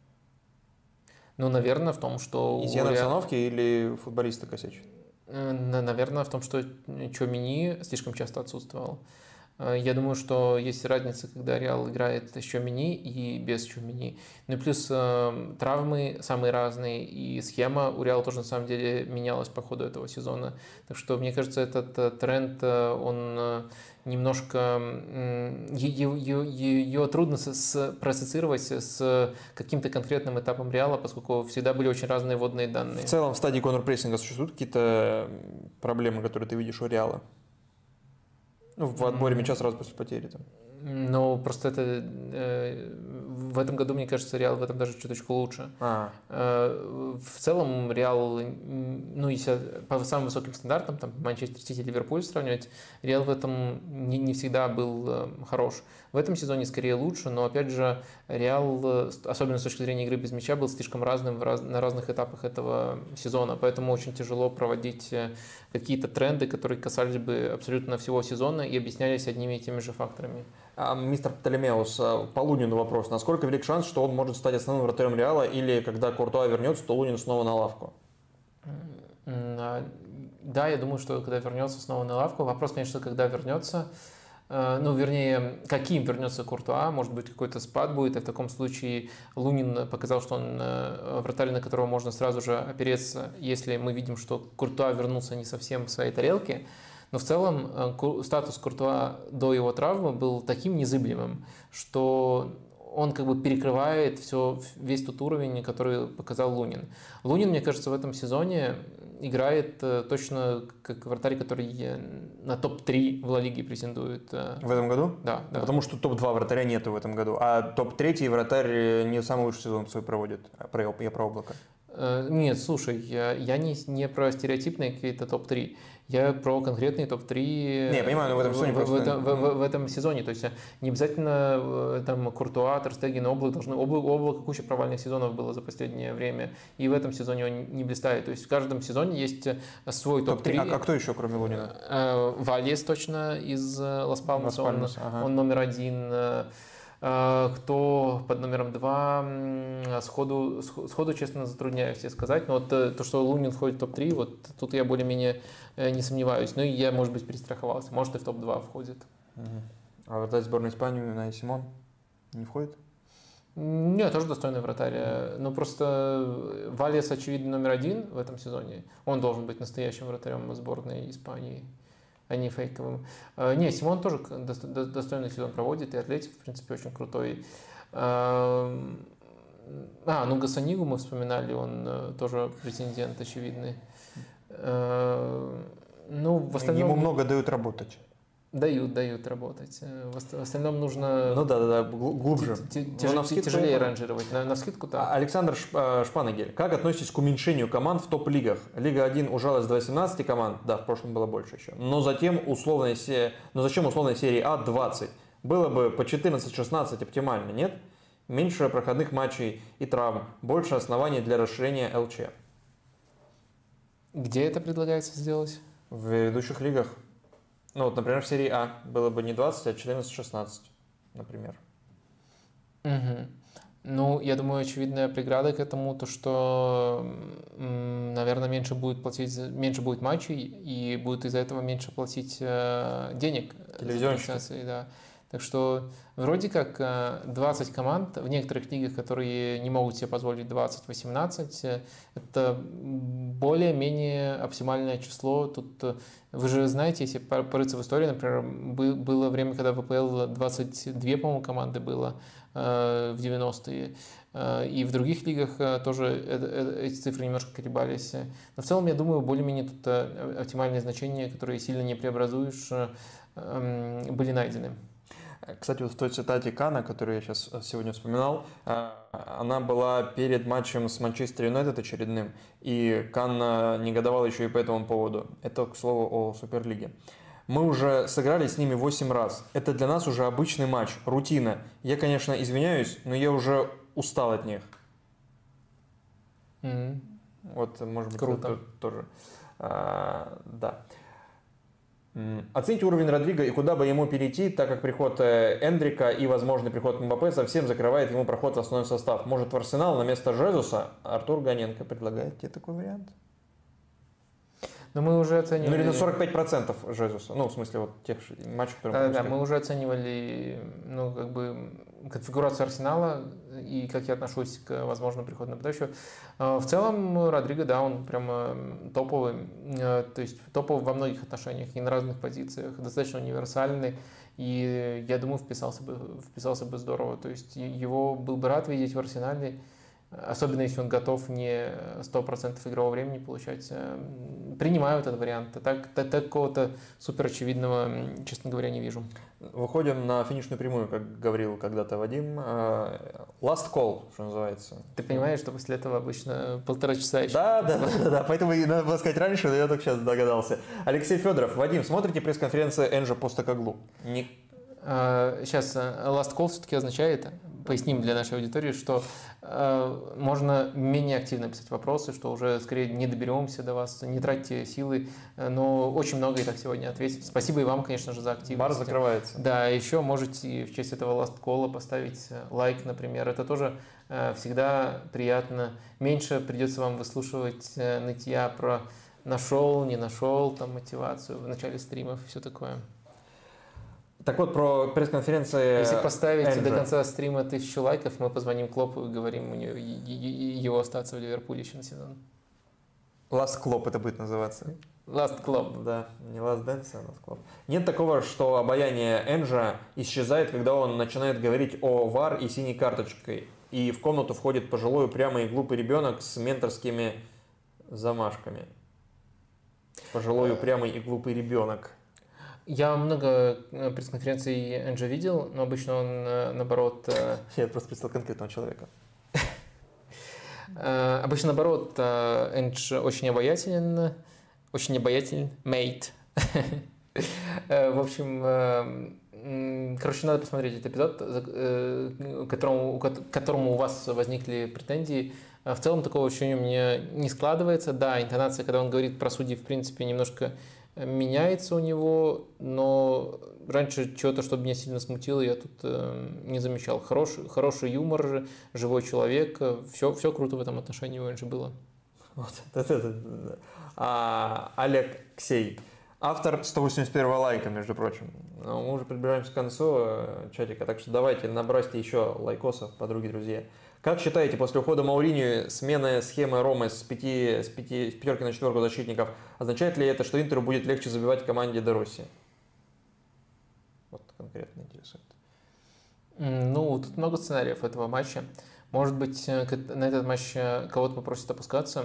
Ну, наверное, в том, что... у Изъян Ре- обстановки или футболисты косячат? Э, на- Наверное, в том, что Чомини слишком часто отсутствовал. Э, Я думаю, что есть разница, когда Реал играет с Чомини и без Чомини. Ну и плюс э, травмы самые разные, и схема у Реала тоже на самом деле менялась по ходу этого сезона. Так что, мне кажется, этот э, тренд, э, он э, немножко... м, е- е- е- Ее трудно с- с- проассоциировать с каким-то конкретным этапом Реала, поскольку всегда были очень разные водные данные. В целом в стадии контрпрессинга существуют какие-то проблемы, которые ты видишь у Реала? Ну, в отборе мяча сразу после потери там. Ну, просто это э, в этом году, мне кажется, Реал в этом даже чуточку лучше. А, Э, В целом Реал, м, ну, если по самым высоким стандартам, там, Манчестер Сити, Ливерпуль сравнивать, Реал в этом не, не всегда был э, хорош. В этом сезоне скорее лучше, но, опять же, Реал, э, с- особенно с точки зрения игры без мяча, был слишком разным в раз- на разных этапах этого сезона, поэтому очень тяжело проводить э, какие-то тренды, которые касались бы абсолютно всего сезона и объяснялись одними и теми же факторами. А, мистер Птолемеус, по Лунину вопрос. Насколько велик шанс, что он может стать основным вратарем Реала, или когда Куртуа вернется, то Лунин снова на лавку? Да, я думаю, что когда вернется снова на лавку. Вопрос, конечно, когда вернется. Ну, вернее, каким вернется Куртуа, может быть, какой-то спад будет, и в таком случае Лунин показал, что он вратарь, на которого можно сразу же опереться, если мы видим, что Куртуа вернулся не совсем в своей тарелке. Но в целом статус Куртуа до его травмы был таким незыблемым, что он как бы перекрывает все, весь тот уровень, который показал Лунин. Лунин, мне кажется, в этом сезоне играет точно как вратарь, который на топ три в Ла Лиге претендует. В этом году? Да. да. Потому что топ два вратаря нету в этом году, а топ три вратарь не самый лучший сезон свой проводит. Я про Облака. Нет, слушай, я, я не, не про стереотипные какие-то топ три. Я про конкретные топ три. Не, я понимаю, но в этом сезоне в, просто... в, в, в, в этом сезоне. То есть не обязательно там Куртуа, Тер Стеген, Облак должны... Облак, Облак куча провальных сезонов было за последнее время. И в этом сезоне он не блистает. То есть в каждом сезоне есть свой топ три. А, а кто еще, кроме Лунина? Вальес точно из Лас Пальмаса. Он, ага. он номер один. Кто под номером два, сходу, сходу, честно, затрудняюсь тебе сказать. Но вот то, что Лунин входит в топ три, вот тут я более-менее не сомневаюсь. Ну и я, может быть, перестраховался. Может, и в топ два входит. А вратарь сборной Испании Унай Симон не входит? Нет, тоже достойный вратарь. Но просто Вальес, очевидно, номер один в этом сезоне. Он должен быть настоящим вратарем сборной Испании, а не фейковым. Не, Симон тоже достойный сезон проводит, и Атлетик, в принципе, очень крутой. А, ну Гасанигу мы вспоминали, он тоже претендент очевидный. Ну, в остальном... Ему много дают работать. Дают, дают работать. В остальном нужно... Ну да, да, да, глубже. Тяжелее ранжировать. На, на вскидку так. Александр Шпанагель, как относитесь к уменьшению команд в топ-лигах? Лига один ужалась до восемнадцати команд, да, в прошлом было больше еще. Но затем условная серия, но зачем условная серия А двадцать? Было бы по четырнадцать-шестнадцать оптимально, нет? Меньше проходных матчей и травм, больше оснований для расширения эл че. Где это предлагается сделать? В ведущих лигах. Ну вот, например, в серии А было бы не двадцать, а четырнадцать-шестнадцать, например. Угу. Ну, я думаю, очевидная преграда к этому, то что, наверное, меньше будет платить, меньше будет матчей, и будет из-за этого меньше платить э, денег. Телевизионщики. Да. Так что вроде как двадцать команд в некоторых лигах, которые не могут себе позволить двадцать-восемнадцать, это более-менее оптимальное число. Тут вы же знаете, если порыться в истории, например, было время, когда в ВПЛ двадцать две, по-моему, команды было в девяностые, и в других лигах тоже эти цифры немножко колебались. Но в целом, я думаю, более-менее тут оптимальные значения, которые сильно не преобразуешь, были найдены. Кстати, вот в той цитате Кана, которую я сейчас сегодня вспоминал, она была перед матчем с Манчестер Юнайтед очередным, и Кан негодовал еще и по этому поводу. Это, к слову, о Суперлиге. Мы уже сыграли с ними восемь раз. Это для нас уже обычный матч, рутина. Я, конечно, извиняюсь, но я уже устал от них. Mm-hmm. Вот, может быть, круто. Это тоже. А, да. Оцените уровень Родриго и куда бы ему перейти, так как приход Эндрика и возможный приход Мбаппе совсем закрывает ему проход в основной состав. Может, в Арсенал на место Жезуса? Артур Ганенко предлагает тебе такой вариант? Но мы уже оценивали... Ну или на сорок пять процентов Жезуса. Ну, в смысле, вот тех матчей, которые мы Да, да, мы уже оценивали, ну, как бы, конфигурацию Арсенала и как я отношусь к возможному приходу нападающего. В целом, Родриго, да, он прямо топовый, то есть топовый во многих отношениях и на разных позициях, достаточно универсальный. И я думаю, вписался бы, вписался бы здорово. То есть его был бы рад видеть в Арсенале. Особенно если он готов не сто процентов игрового времени получать. Принимаю этот вариант. Так, так, такого-то супер очевидного, честно говоря, не вижу. Выходим на финишную прямую, как говорил когда-то Вадим. Last call, что называется. Ты понимаешь, что после этого обычно полтора часа еще. Да, да, да, да, поэтому и надо было сказать раньше, но я только сейчас догадался. Алексей Федоров. Вадим, смотрите пресс-конференцию Энджо Постекоглу? Не... Сейчас last call все-таки означает, поясним для нашей аудитории, что можно менее активно писать вопросы, что уже скорее не доберемся до вас, не тратьте силы, но очень много и так сегодня ответить. Спасибо и вам, конечно же, за активность. Бар закрывается. Да, еще можете в честь этого ласт-колла поставить лайк, например. Это тоже всегда приятно. Меньше придется вам выслушивать нытья про нашел, не нашел, там мотивацию в начале стримов и все такое. Так вот, про пресс-конференции. Если поставите Энджи. до конца стрима тысячу лайков, мы позвоним Клопу и говорим у него, его остаться в Ливерпуле еще на сезон. Last Klopp это будет называться. Last Klopp. Да, не Last Dance, а Last Klopp. Нет такого, что обаяние Энджа исчезает, когда он начинает говорить о вар и синей карточкой, и в комнату входит пожилой, упрямый и глупый ребенок с менторскими замашками. Пожилой, упрямый и глупый ребенок. Я много пресс-конференций Энджа видел, но обычно он, наоборот... Я просто представил конкретного человека. Обычно, наоборот, Эндж очень обаятелен, очень обаятелен, мейт. В общем, короче, надо посмотреть этот эпизод, к которому, к которому у вас возникли претензии. В целом, такого ощущения у меня не складывается. Да, интонация, когда он говорит про судей, в принципе, немножко меняется у него, но раньше чего-то, чтобы меня сильно смутило, я тут э, не замечал. Хороший, хороший юмор, живой человек, все, все круто в этом отношении у Энджи было. Вот, это, это, это. А, Алексей, автор сто восемьдесят первого лайка, между прочим. Но мы уже приближаемся к концу э, чатика, так что давайте набросьте еще лайкосов, подруги, друзья. Как считаете, после ухода Мауриньо смена схемы Ромы с, пяти, с, пяти, с пятерки на четверку защитников, означает ли это, что Интеру будет легче забивать команде Де Росси? Вот конкретно интересует. Ну, тут много сценариев этого матча. Может быть, на этот матч кого-то попросят опускаться.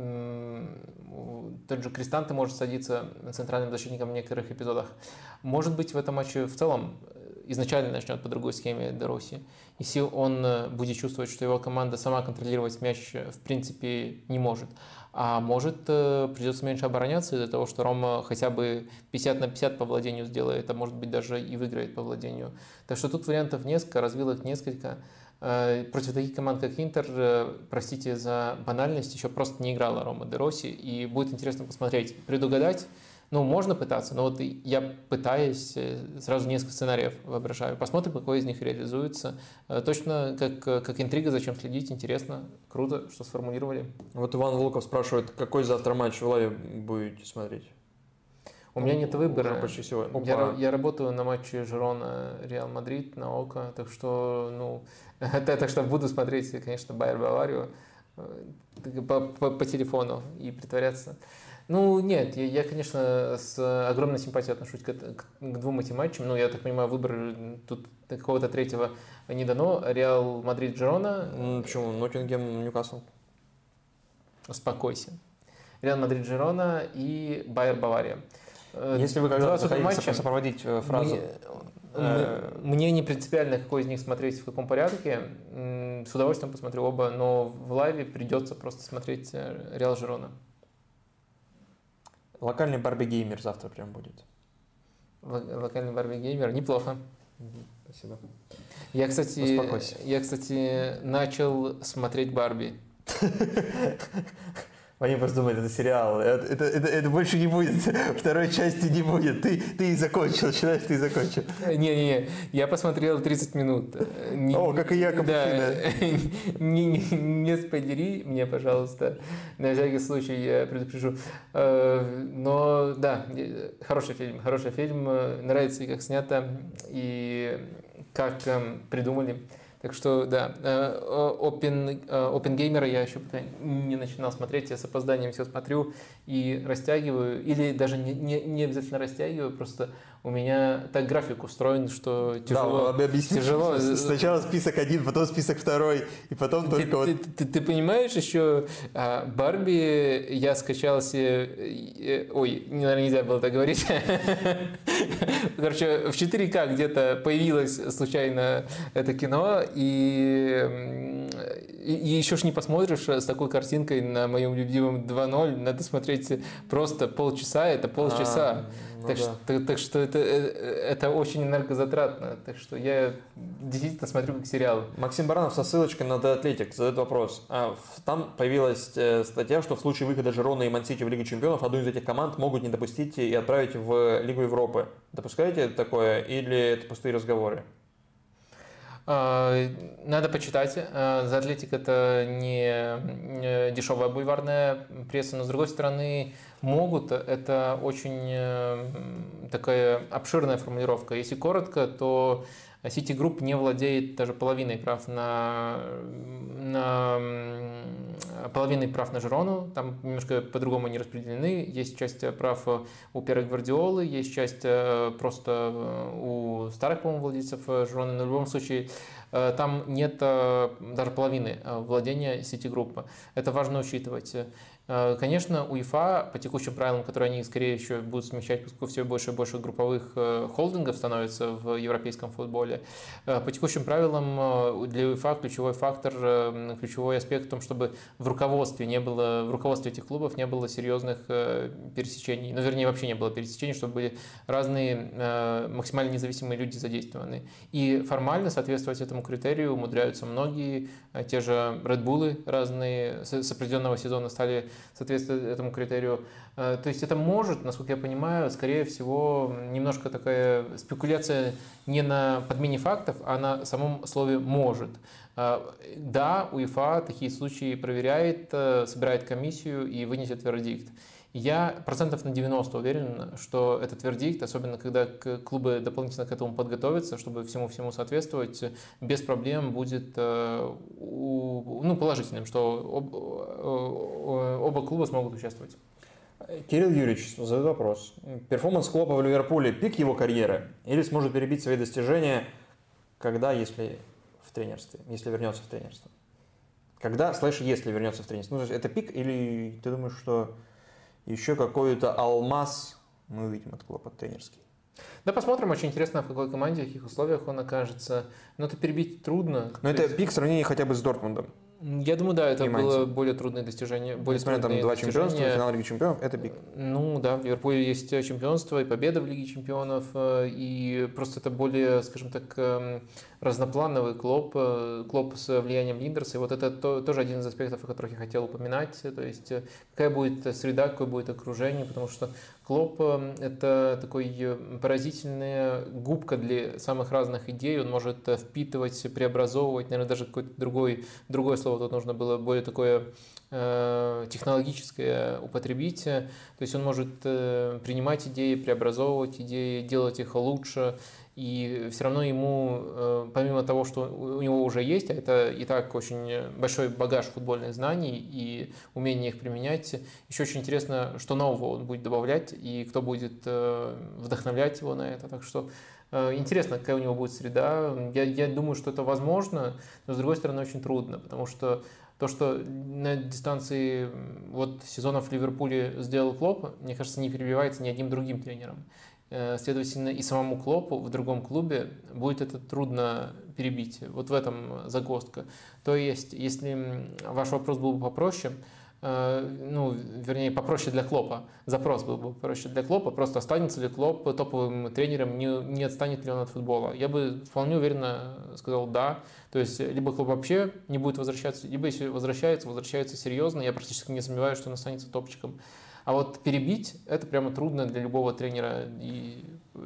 Тот же Кристанте может садиться центральным защитником в некоторых эпизодах. Может быть, в этом матче в целом изначально начнет по другой схеме Де Росси. Если он будет чувствовать, что его команда сама контролировать мяч в принципе не может. А может, придется меньше обороняться из-за того, что Рома хотя бы пятьдесят на пятьдесят по владению сделает, а может быть даже и выиграет по владению. Так что тут вариантов несколько, развил их несколько. Против таких команд, как Интер, простите за банальность, еще просто не играла Рома Де Росси, и будет интересно посмотреть, предугадать. Ну, можно пытаться, но вот я пытаюсь, сразу несколько сценариев воображаю. Посмотрим, какой из них реализуется. Точно как, как интрига, зачем следить, интересно, круто, что сформулировали. Вот Иван Волков спрашивает, какой завтра матч в лайве будете смотреть? У меня нет выбора. Почти всего. Я, я работаю на матче Жирона Реал Мадрид на ОКО, так что, ну, так что буду смотреть, конечно, Байер Баварию по, по, по телефону и притворяться. Ну, нет, я, я, конечно, с огромной симпатией отношусь к, к, к двум этим матчам. Ну, я так понимаю, выбор тут какого-то третьего не дано. Реал Мадрид Жирона. Ну, почему? Ноттингем, Ньюкасл. Успокойся. Реал Мадрид Жирона и Байер Бавария. Если вы когда-то захотите сопроводить фразу... Мне, э... мне не принципиально, какой из них смотреть, в каком порядке. С удовольствием посмотрю оба, но в лайве придется просто смотреть Реал Жирона. Локальный барби-геймер завтра прям будет. Локальный барби-геймер, неплохо. Спасибо. Я, кстати, я, кстати, начал смотреть Барби. Они просто думают, это сериал, это, это, это, это больше не будет, второй части не будет, ты, ты и закончил, считаешь, ты и закончил. Не-не-не, я посмотрел тридцать минут. Не, О, как и я, капучино. Да, не, не, не спойлери мне, пожалуйста, на всякий случай я предупрежу. Но да, хороший фильм, хороший фильм, нравится и как снято, и как придумали. Так что, да, Open, Опенгеймера я еще пока не начинал смотреть, я с опозданием все смотрю и растягиваю, или даже не, не, не обязательно растягиваю, просто у меня так график устроен, что тяжело. Да, объясни, тяжело. Сначала список один, потом список второй, и потом ты, только ты, вот... Ты, ты, ты понимаешь, еще Барби я скачал себе... Ой, наверное, нельзя было так говорить. Короче, в четыре ка где-то появилось случайно это кино, и, и, и еще ж не посмотришь с такой картинкой на моем любимом два ноль, надо смотреть просто полчаса, это полчаса. Ну, так, да. что, так что это, это очень энергозатратно. Так что я действительно смотрю как сериал. Максим Баранов со ссылочкой на The Athletic задает вопрос. Там появилась статья, что в случае выхода Жирона и Ман-Сити в Лигу Чемпионов одну из этих команд могут не допустить и отправить в Лигу Европы. Допускаете такое или это пустые разговоры? Надо почитать. The Athletic — это не дешевая бульварная пресса, но с другой стороны могут. Это очень такая обширная формулировка. Если коротко, то Citigroup не владеет даже половиной прав на, на половиной прав на Жирону. Там немножко по-другому они распределены. Есть часть прав у Пьера Гвардиолы, есть часть просто у старых, по-моему, владельцев Жироны. Но в любом случае там нет даже половины владения Citigroup. Это важно учитывать. Конечно, УЕФА по текущим правилам, которые они скорее еще будут смещать, поскольку все больше и больше групповых холдингов становится в европейском футболе, по текущим правилам для УЕФА ключевой фактор, ключевой аспект в том, чтобы в руководстве не было, в руководстве этих клубов не было серьезных пересечений, ну, вернее, вообще не было пересечений, чтобы были разные максимально независимые люди задействованы. И формально соответствовать этому критерию умудряются многие, те же Red Bull разные с определенного сезона стали соответствует этому критерию. То есть это может, насколько я понимаю, скорее всего, немножко такая спекуляция не на подмене фактов, а на самом слове «может». Да, УЕФА такие случаи проверяет, собирает комиссию и вынесет вердикт. Я процентов на девяносто уверен, что этот вердикт, особенно когда клубы дополнительно к этому подготовятся, чтобы всему-всему соответствовать, без проблем будет ну, положительным, что оба клуба смогут участвовать. Кирилл Юрьевич задает вопрос. Перформанс Клопа в Ливерпуле – пик его карьеры или сможет перебить свои достижения, когда, если в тренерстве, если вернется в тренерство? Когда, слэш, если вернется в тренерство? Ну, это пик или ты думаешь, что еще какой-то алмаз мы увидим от Клопа тренерский? Да, посмотрим. Очень интересно, в какой команде, в каких условиях он окажется. Но это перебить трудно. Но это есть... пик в сравнении хотя бы с Дортмундом. Я думаю, да, это Понимаете? было более трудное достижение. Более Несмотря на два чемпионства, финал Лиги Чемпионов, это пик. Ну да, в Ливерпуле есть чемпионство и победа в Лиге Чемпионов, и просто это более, скажем так, разноплановый Клоп, Клоп с влиянием Линдерса. И вот это то, тоже один из аспектов, о которых я хотел упоминать. То есть какая будет среда, какое будет окружение, потому что Клоп – это такой поразительная губка для самых разных идей. Он может впитывать, преобразовывать, наверное, даже какое-то другое, другое слово тут нужно было, более такое э, технологическое употребить. То есть он может э, принимать идеи, преобразовывать идеи, делать их лучше. И все равно ему, помимо того, что у него уже есть, а это и так очень большой багаж футбольных знаний и умение их применять, еще очень интересно, что нового он будет добавлять и кто будет вдохновлять его на это. Так что интересно, какая у него будет среда. Я, я думаю, что это возможно, но с другой стороны очень трудно, потому что то, что на дистанции вот сезонов в Ливерпуле сделал Клоп, мне кажется, не перебивается ни одним другим тренером. Следовательно, и самому Клопу в другом клубе будет это трудно перебить. Вот в этом загвоздка. То есть, если ваш вопрос был бы попроще, ну, вернее, попроще для Клопа, запрос был бы попроще для Клопа, просто останется ли Клоп топовым тренером, не, не отстанет ли он от футбола. Я бы вполне уверенно сказал «да». То есть, либо Клоп вообще не будет возвращаться, либо если возвращается, возвращается серьезно. Я практически не сомневаюсь, что он останется топчиком. А вот перебить – это прямо трудно для любого тренера, и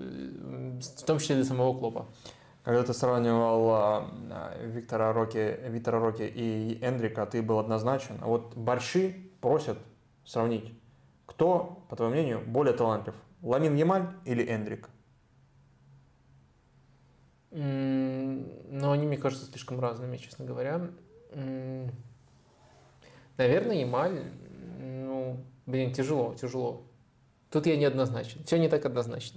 в том числе для самого Клопа. Когда ты сравнивал Виктора Роки, Виктора Роки и Эндрика, ты был однозначен. А вот борщи просят сравнить. Кто, по твоему мнению, более талантлив? Ламин Ямаль или Эндрик? Ну, они, мне кажется, слишком разными, честно говоря. Наверное, Ямаль, ну, блин, тяжело, тяжело. Тут я неоднозначен. Все не так однозначно.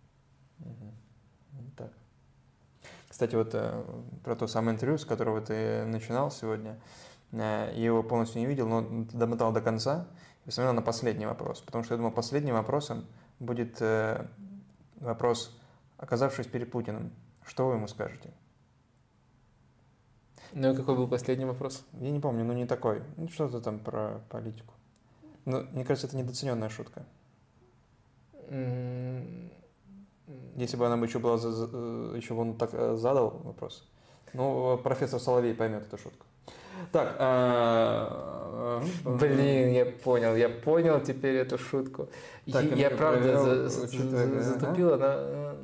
Так. Кстати, вот э, про то самое интервью, с которого ты начинал сегодня, э, я его полностью не видел, но домотал до конца и посмотрел на последний вопрос. Потому что я думал, последним вопросом будет э, вопрос, оказавшись перед Путиным, что вы ему скажете? Ну и какой был последний вопрос? Я не помню, но не такой. Ну, что-то там про политику. Ну, мне кажется, это недооцененная шутка. Если бы она бы еще была, еще бы он так задал вопрос. Ну, профессор Соловей поймет эту шутку. Так, а... блин, я понял, я понял теперь эту шутку. Так, я, я правда за, за, затупил, она...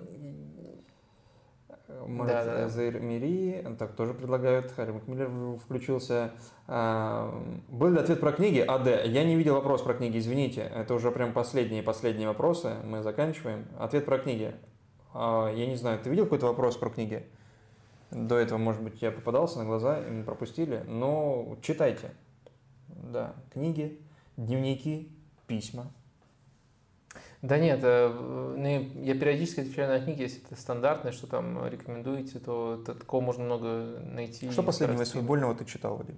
Может, да, да. Заир Мири, так тоже предлагают, Харри Макмиллер включился. Был ли ответ про книги? АД. Я не видел вопрос про книги, извините. Это уже прям последние-последние вопросы, мы заканчиваем. Ответ про книги. Я не знаю, ты видел какой-то вопрос про книги? До этого, может быть, я попадался на глаза, и мы пропустили, но читайте. Да, книги, дневники, письма. Да нет, я периодически отвечаю на книги, если это стандартное, что там рекомендуете, то такого можно много найти. Что последнего из футбольного ты читал, Вадим?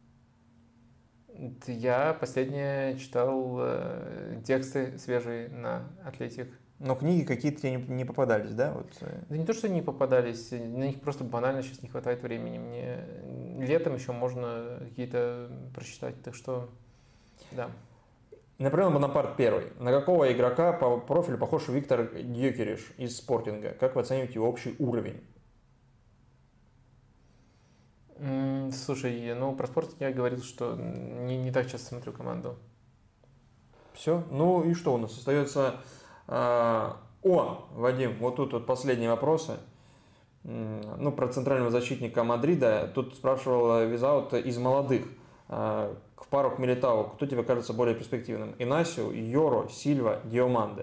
Я последнее читал тексты свежие на Атлетик. Но книги какие-то тебе не попадались, да? Вот. Да не то, что не попадались, на них просто банально сейчас не хватает времени. Мне летом еще можно какие-то прочитать, так что да. Наполеон Бонапарт первый. На какого игрока по профилю похож Виктор Гьокериш из Спортинга? Как вы оцениваете его общий уровень? Слушай, ну про Спортинг я говорил, что не, не так часто смотрю команду. Все? Ну и что у нас? Остается... А, о, Вадим, вот тут вот последние вопросы. Ну, про центрального защитника Мадрида. Тут спрашивал Визаут из молодых. А, к пару к Милитау. Кто тебе кажется более перспективным? Инасио, Йоро, Сильва, Диоманде?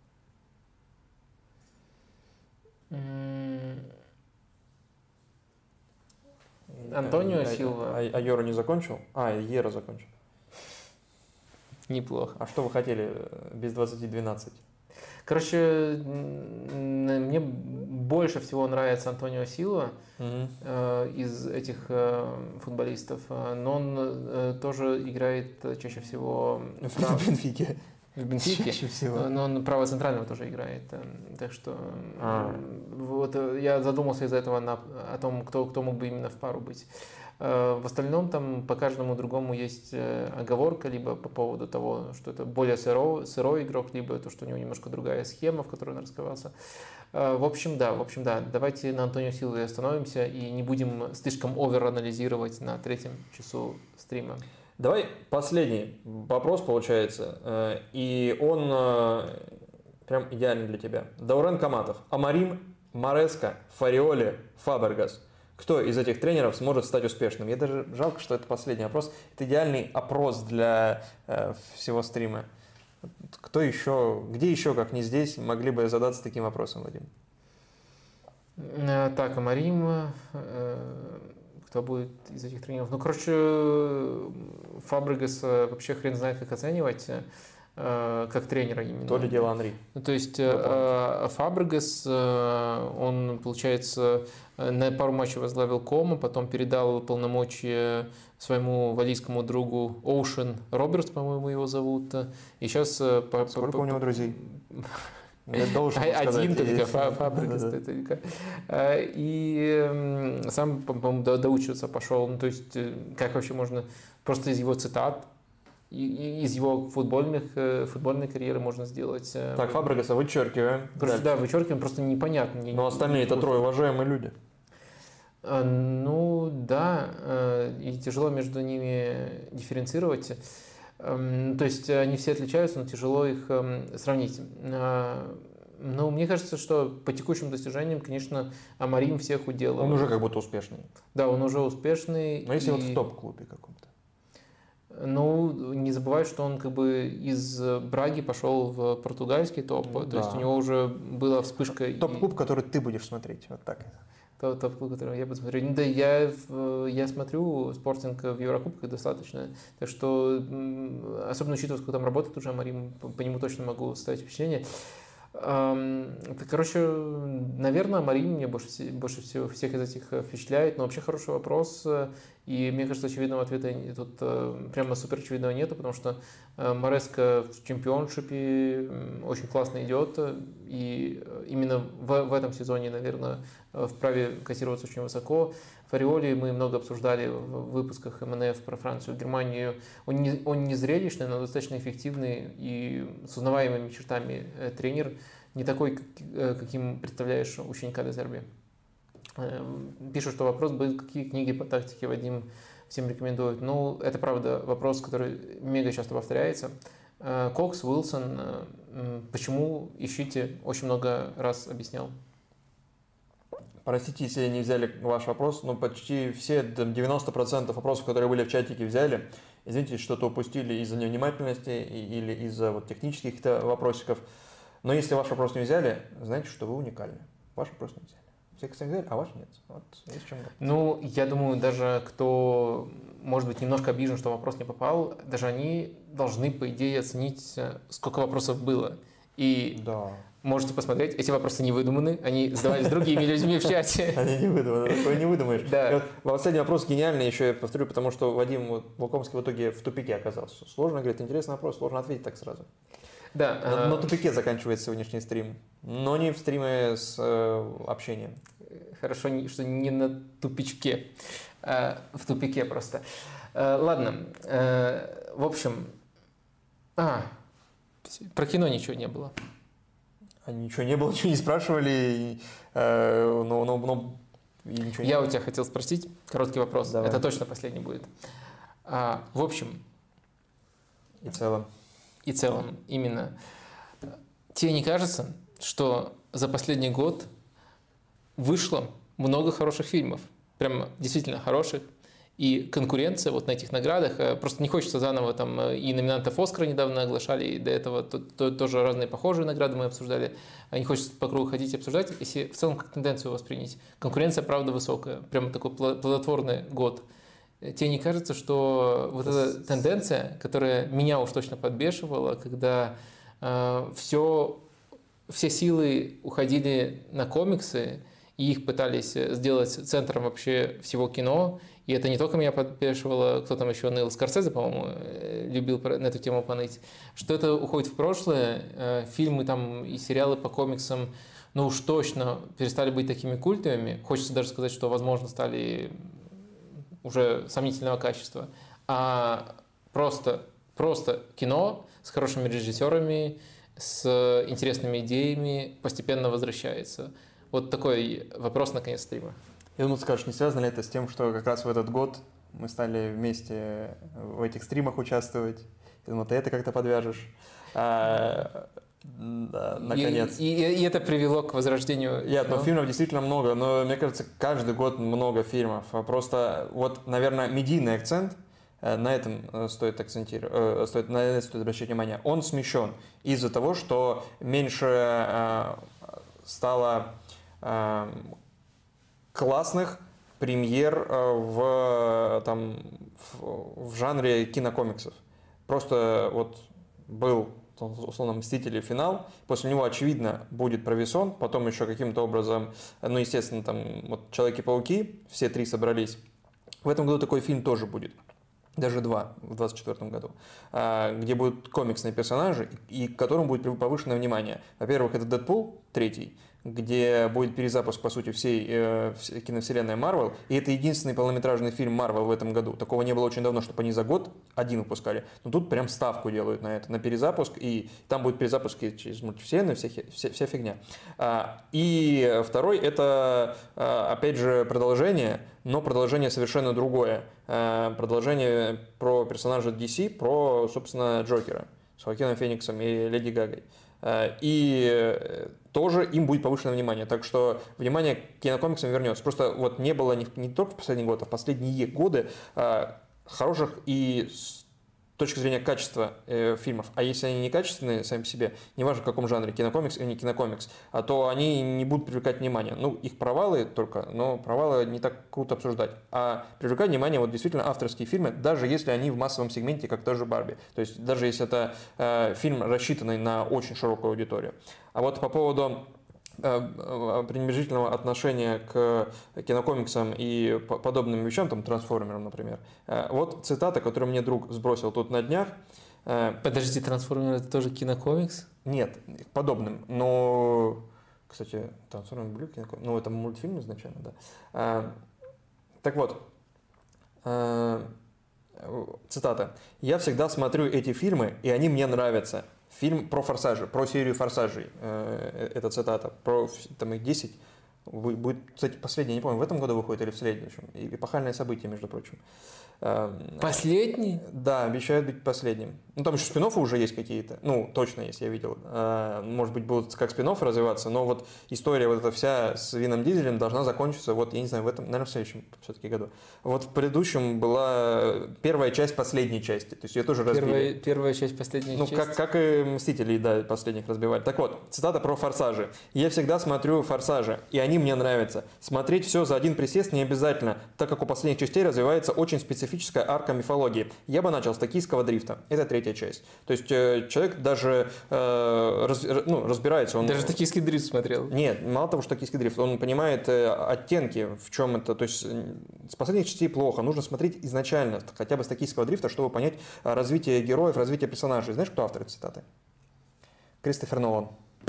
Антонио а, Силва. А, а Йоро не закончил? А, Йеро закончил. Неплохо. А что вы хотели без двадцати двенадцать? Короче, мне больше всего нравится Антонио Силва угу. э, из этих э, футболистов, но он э, тоже играет чаще всего в прав... Бенфике. В Бенфике, чаще всего. Но он право-центрального тоже играет, так что а. вот я задумался из-за этого на, о том, кто, кто мог бы именно в пару быть. В остальном там по каждому другому есть оговорка, либо по поводу того, что это более сырой, сырой игрок, либо то, что у него немножко другая схема, в которой он раскрывался. В общем, да, в общем, да, давайте на Антонио Силве остановимся и не будем слишком овер-анализировать на третьем часу стрима. Давай последний вопрос получается, и он прям идеальный для тебя. Даурен Каматов, Амарим, Мареско, Фариоли, Фабрегас. Кто из этих тренеров сможет стать успешным? Я даже жалко, что это последний опрос. Это идеальный опрос для э, всего стрима. Кто еще, где еще, как не здесь, могли бы задаться таким вопросом, Вадим? Так, Амарим, э, кто будет из этих тренеров? Ну, короче, Фабрегас вообще хрен знает, как оценивать. Как тренера именно. То ли дело Анри. Ну, то есть Фабрегас, он, получается, на пару матчей возглавил Комо, потом передал полномочия своему валийскому другу Оушен Робертс, по-моему, его зовут. И сейчас... Сколько у него друзей? Один только Фабрегас. И сам, по-моему, доучиваться пошел. Ну, то есть, как вообще можно просто из его цитат, из его футбольных, футбольной карьеры можно сделать. Так, Фабрегаса вычеркиваем. Просто, да, вычеркиваем, просто непонятно. Но остальные это трое уважаемые люди. Ну, да, и тяжело между ними дифференцировать. То есть они все отличаются, но тяжело их сравнить. Но мне кажется, что по текущим достижениям, конечно, Амарим всех уделал. Он уже как будто успешный. Да, он уже успешный. Но если и... вот в топ-клубе каком-то. Ну, не забывай, что он как бы из Браги пошел в португальский топ, ну, то да. есть у него уже была вспышка. Топ-клуб, и... который ты будешь смотреть, вот так. Топ-клуб, который я буду смотреть. Ну, да, я, я смотрю Спортинг в Еврокубках достаточно, так что, особенно учитывая, сколько там работает уже Амарим, по, по нему точно могу ставить впечатление. Короче, наверное, Амарим мне больше, больше всего всех из этих впечатляет, но вообще хороший вопрос. И мне кажется, очевидного ответа тут прямо супер очевидного нету, потому что Мареско в чемпионшипе очень классно идет, и именно в, в этом сезоне, наверное, вправе котироваться очень высоко. Фариоли мы много обсуждали в выпусках эм эн эф про Францию, Германию. Он не, он не зрелищный, но достаточно эффективный и с узнаваемыми чертами тренер, не такой, каким представляешь ученика Дезерби. Пишут, что вопрос был, какие книги по тактике Вадим всем рекомендует. Ну, это правда вопрос, который мега часто повторяется. Кокс, Уилсон, почему ищите, очень много раз объяснял. Простите, если не взяли ваш вопрос, но почти все, девяносто процентов вопросов, которые были в чатике, взяли. Извините, что-то упустили из-за невнимательности или из-за вот технических вопросиков. Но если ваш вопрос не взяли, знаете, что вы уникальны. Ваш вопрос не взяли. Все, кстати, взяли, а ваш нет. Вот, есть в чем говорить. Ну, я думаю, даже кто, может быть, немножко обижен, что вопрос не попал, даже они должны, по идее, оценить, сколько вопросов было. И да. Можете посмотреть, эти вопросы не выдуманы, они задавались другими людьми в чате. Они не выдуманы, такое не выдумаешь. Да. Вот последний вопрос гениальный, еще я повторю, потому что Вадим Волкомский в итоге в тупике оказался. Сложно, говорит, интересный вопрос, сложно ответить так сразу. Да. На, на тупике заканчивается сегодняшний стрим, но не в стриме с э, общением. Хорошо, что не на тупичке, а в тупике просто. Ладно, в общем, а, про кино ничего не было. А ничего не было, ничего не спрашивали, э, но, но, но и ничего Я не у тебя хотел спросить, короткий вопрос, Давай. Это точно последний будет. А, в общем... И целом. И целом, именно. Тебе не кажется, что за последний год вышло много хороших фильмов? Прям действительно хороших. И конкуренция вот на этих наградах, просто не хочется заново, там и номинантов Оскара недавно оглашали, и до этого то, то, тоже разные похожие награды мы обсуждали, не хочется по кругу ходить и обсуждать, если в целом как тенденцию воспринять. Конкуренция, правда, высокая, прямо такой плодотворный год. Тебе не кажется, что вот эта тенденция, которая меня уж точно подбешивала, когда э, все, все силы уходили на комиксы, и их пытались сделать центром вообще всего кино, и это не только меня подбешивало, кто там еще, Нейл Скорсезе, по-моему, любил на эту тему поныть, что это уходит в прошлое, фильмы там и сериалы по комиксам, ну уж точно перестали быть такими культовыми, хочется даже сказать, что, возможно, стали уже сомнительного качества, а просто, просто кино с хорошими режиссерами, с интересными идеями постепенно возвращается. Вот такой вопрос на конец стрима. Я думаю, ты скажешь, не связано ли это с тем, что как раз в этот год мы стали вместе в этих стримах участвовать? Я думаю, ты это как-то подвяжешь. А, да, наконец. И, и, и это привело к возрождению. Нет, но фильмов действительно много, но мне кажется, каждый год много фильмов. Просто вот, наверное, медийный акцент, на этом стоит акцентировать, стоит, на это стоит обращать внимание, он смещен из-за того, что меньше стало классных премьер в, там, в, в жанре кинокомиксов. Просто вот был, условно, «Мстители. Финал», после него, очевидно, будет «Провисон», потом еще каким-то образом, ну, естественно, там вот «Человеки-пауки», все три собрались. В этом году такой фильм тоже будет. Даже два в двадцать четвёртом году, где будут комиксные персонажи и к которым будет повышенное внимание. Во-первых, это «Дэдпул» третий, где будет перезапуск, по сути, всей э, киновселенной Marvel. И это единственный полнометражный фильм Marvel в этом году. Такого не было очень давно, чтобы они за год один выпускали. Но тут прям ставку делают на это, на перезапуск. И там будет перезапуск через мультивселенную, вся, вся, вся фигня. А, и второй, это, опять же, продолжение, но продолжение совершенно другое. А, продолжение про персонажа ди си, про, собственно, Джокера с Хоакином Фениксом и Леди Гагой. И тоже им будет повышенное внимание. Так что внимание к кинокомиксам вернется. Просто вот не было не, не только в последний год, а в последние годы хороших и с точки зрения качества э, фильмов. А если они некачественные сами по себе, неважно в каком жанре, кинокомикс или не кинокомикс, а то они не будут привлекать внимание. Ну, их провалы только, но провалы не так круто обсуждать. А привлекать внимание вот действительно авторские фильмы, даже если они в массовом сегменте, как тоже «Барби». То есть даже если это э, фильм, рассчитанный на очень широкую аудиторию. А вот по поводу пренебрежительного отношения к кинокомиксам и подобным вещам, там, трансформерам, например. Вот цитата, которую мне друг сбросил тут на днях. Подожди, трансформеры это тоже кинокомикс? Нет, подобным. Но, кстати, трансформеры были кинокомиксы. Ну, это мультфильм изначально, да. Так вот, цитата. «Я всегда смотрю эти фильмы, и они мне нравятся». Фильм про форсажи, про серию форсажей. Это цитата. Про там их десять. Будет, кстати, последний, я не помню, в этом году выходит или в следующем. И эпохальное событие, между прочим. Последний? Да, обещают быть последним. Ну, там еще спин-оффы уже есть какие-то. Ну, точно есть, я видел. Может быть, будут как спин-оффы развиваться, но вот история вот эта вся с Вином Дизелем должна закончиться, вот, я не знаю, в этом, наверное, в следующем все-таки году. Вот в предыдущем была первая часть последней части, то есть ее тоже разбили. Первая, первая часть последней ну, части? Ну, как, как и Мстители, да, последних разбивали. Так вот, цитата про форсажи. «Я всегда смотрю форсажи, и они мне нравятся. Смотреть все за один присест не обязательно, так как у последних частей развивается очень специфическая арка мифологии. Я бы начал с токийского дрифта». Это третья часть. То есть э, человек даже э, раз, ну, разбирается. Он... Даже токийский дрифт смотрел? Нет, мало того, что токийский дрифт, он понимает э, оттенки, в чем это. То есть э, с последних частей плохо. Нужно смотреть изначально, хотя бы с токийского дрифта, чтобы понять развитие героев, развитие персонажей. Знаешь, кто автор этой цитаты? Кристофер Нолан.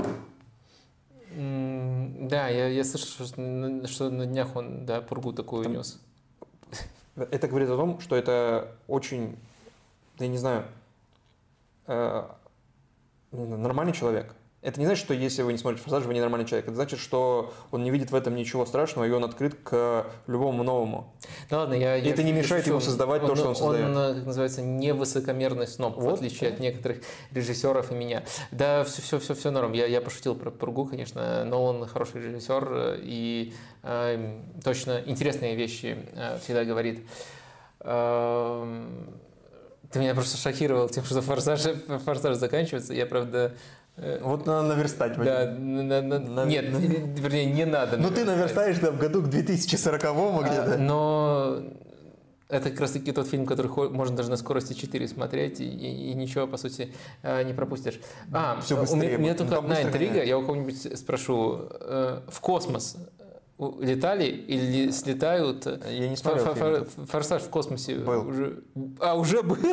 Mm, да, я, я слышал, что, что на днях он, да, пургу такую Там... нес. Это говорит о том, что это очень, я не знаю, э, нормальный человек. Это не значит, что если вы не смотрите «Форсаж», вы не нормальный человек. Это значит, что он не видит в этом ничего страшного, и он открыт к любому новому. Ну ладно, я... И я это не мешает ему создавать он, то, что он создает. Он, как называется, не высокомерный сноб, вот, в отличие да. от некоторых режиссеров и меня. Да, все, все, все, все норм. Я, я пошутил про Пургу, конечно, но он хороший режиссер и э, точно интересные вещи э, всегда говорит. Э, ты меня просто шокировал тем, что «Форсаж», «Форсаж» заканчивается. Я, правда... Вот надо наверстать. Да, на, на, на, нет, на... вернее, не надо. Ну ты наверстаешь да, в году к две тысячи сороковому где-то. А, но это как раз таки тот фильм, который можно даже на скорости четыре смотреть, и, и, и ничего, по сути, не пропустишь. А, Все быстрее. У меня только одна интрига, гоняет. я у кого-нибудь спрошу. В космос летали или слетают? Я не смотрел фор, «Форсаж» в космосе был. Уже... А, уже был?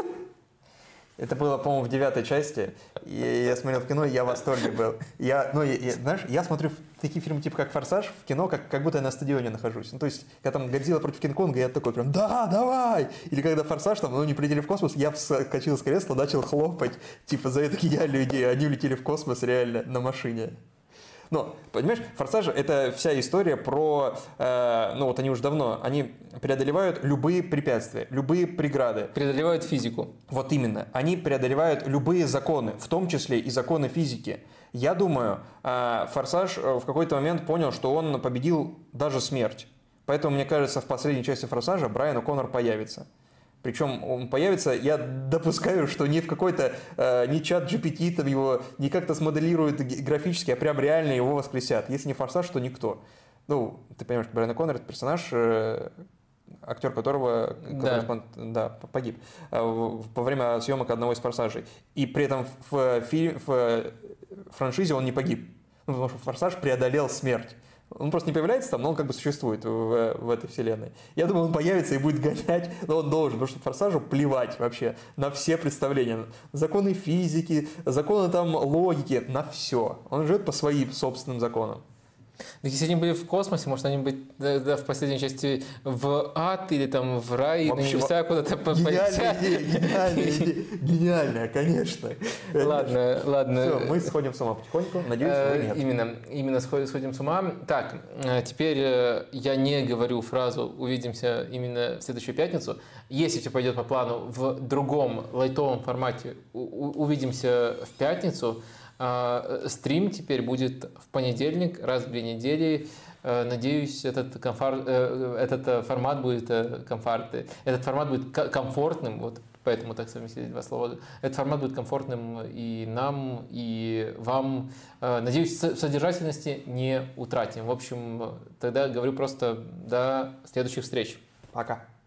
Это было, по-моему, в девятой части. И я смотрел в кино, и я в восторге был. Я, ну, я, я, знаешь, я смотрю такие фильмы, типа как «Форсаж», в кино, как, как будто я на стадионе нахожусь. Ну, то есть, когда там «Годзилла против Кинг-Конга», я такой прям «Да, давай!» Или когда «Форсаж», там, ну, не полетели в космос, я вскочил с кресла, начал хлопать, типа, за эту гениальную идею. Они улетели в космос реально на машине. Но, понимаешь, «Форсажи» — это вся история про, э, ну вот они уже давно, они преодолевают любые препятствия, любые преграды. Преодолевают физику. Вот именно. Они преодолевают любые законы, в том числе и законы физики. Я думаю, э, «Форсаж» в какой-то момент понял, что он победил даже смерть. Поэтому, мне кажется, в последней части «Форсажа» Брайан О'Коннор появится. Причем он появится, я допускаю, что не в какой-то, э, не чат джи пи ти там его не как-то смоделируют графически, а прям реально его воскресят. Если не «Форсаж», то никто. Ну, ты понимаешь, Брайан О'Коннор — это персонаж, э, актер которого да. который, да, погиб э, во время съемок одного из «Форсажей». И при этом в, фильм, в франшизе он не погиб. Ну, потому что «Форсаж» преодолел смерть. Он просто не появляется там, но он как бы существует в, в этой вселенной. Я думаю, он появится и будет гонять, но он должен, потому что «Форсажу» плевать вообще на все представления. Законы физики, законы там логики, на все. Он живет по своим собственным законам. Так если они были в космосе, может они быть да, да, в последней части в ад или там в рай, вообще, на небеса куда-то гениальная идея, гениальная идея, гениальная, конечно. Ладно, ладно. Все, мы сходим с ума потихоньку, надеюсь, вы нет. Именно, именно сходим с ума. Так, теперь я не говорю фразу «увидимся именно в следующую пятницу». Если все пойдет по плану в другом лайтовом формате, увидимся в пятницу. Стрим теперь будет в понедельник, раз в две недели. Надеюсь, этот, комфорт, этот формат будет комфортным, этот формат будет комфортным, вот поэтому так совместили два слова. Этот формат будет комфортным и нам, и вам. Надеюсь, содержательности не утратим. В общем, тогда говорю просто до следующих встреч. Пока.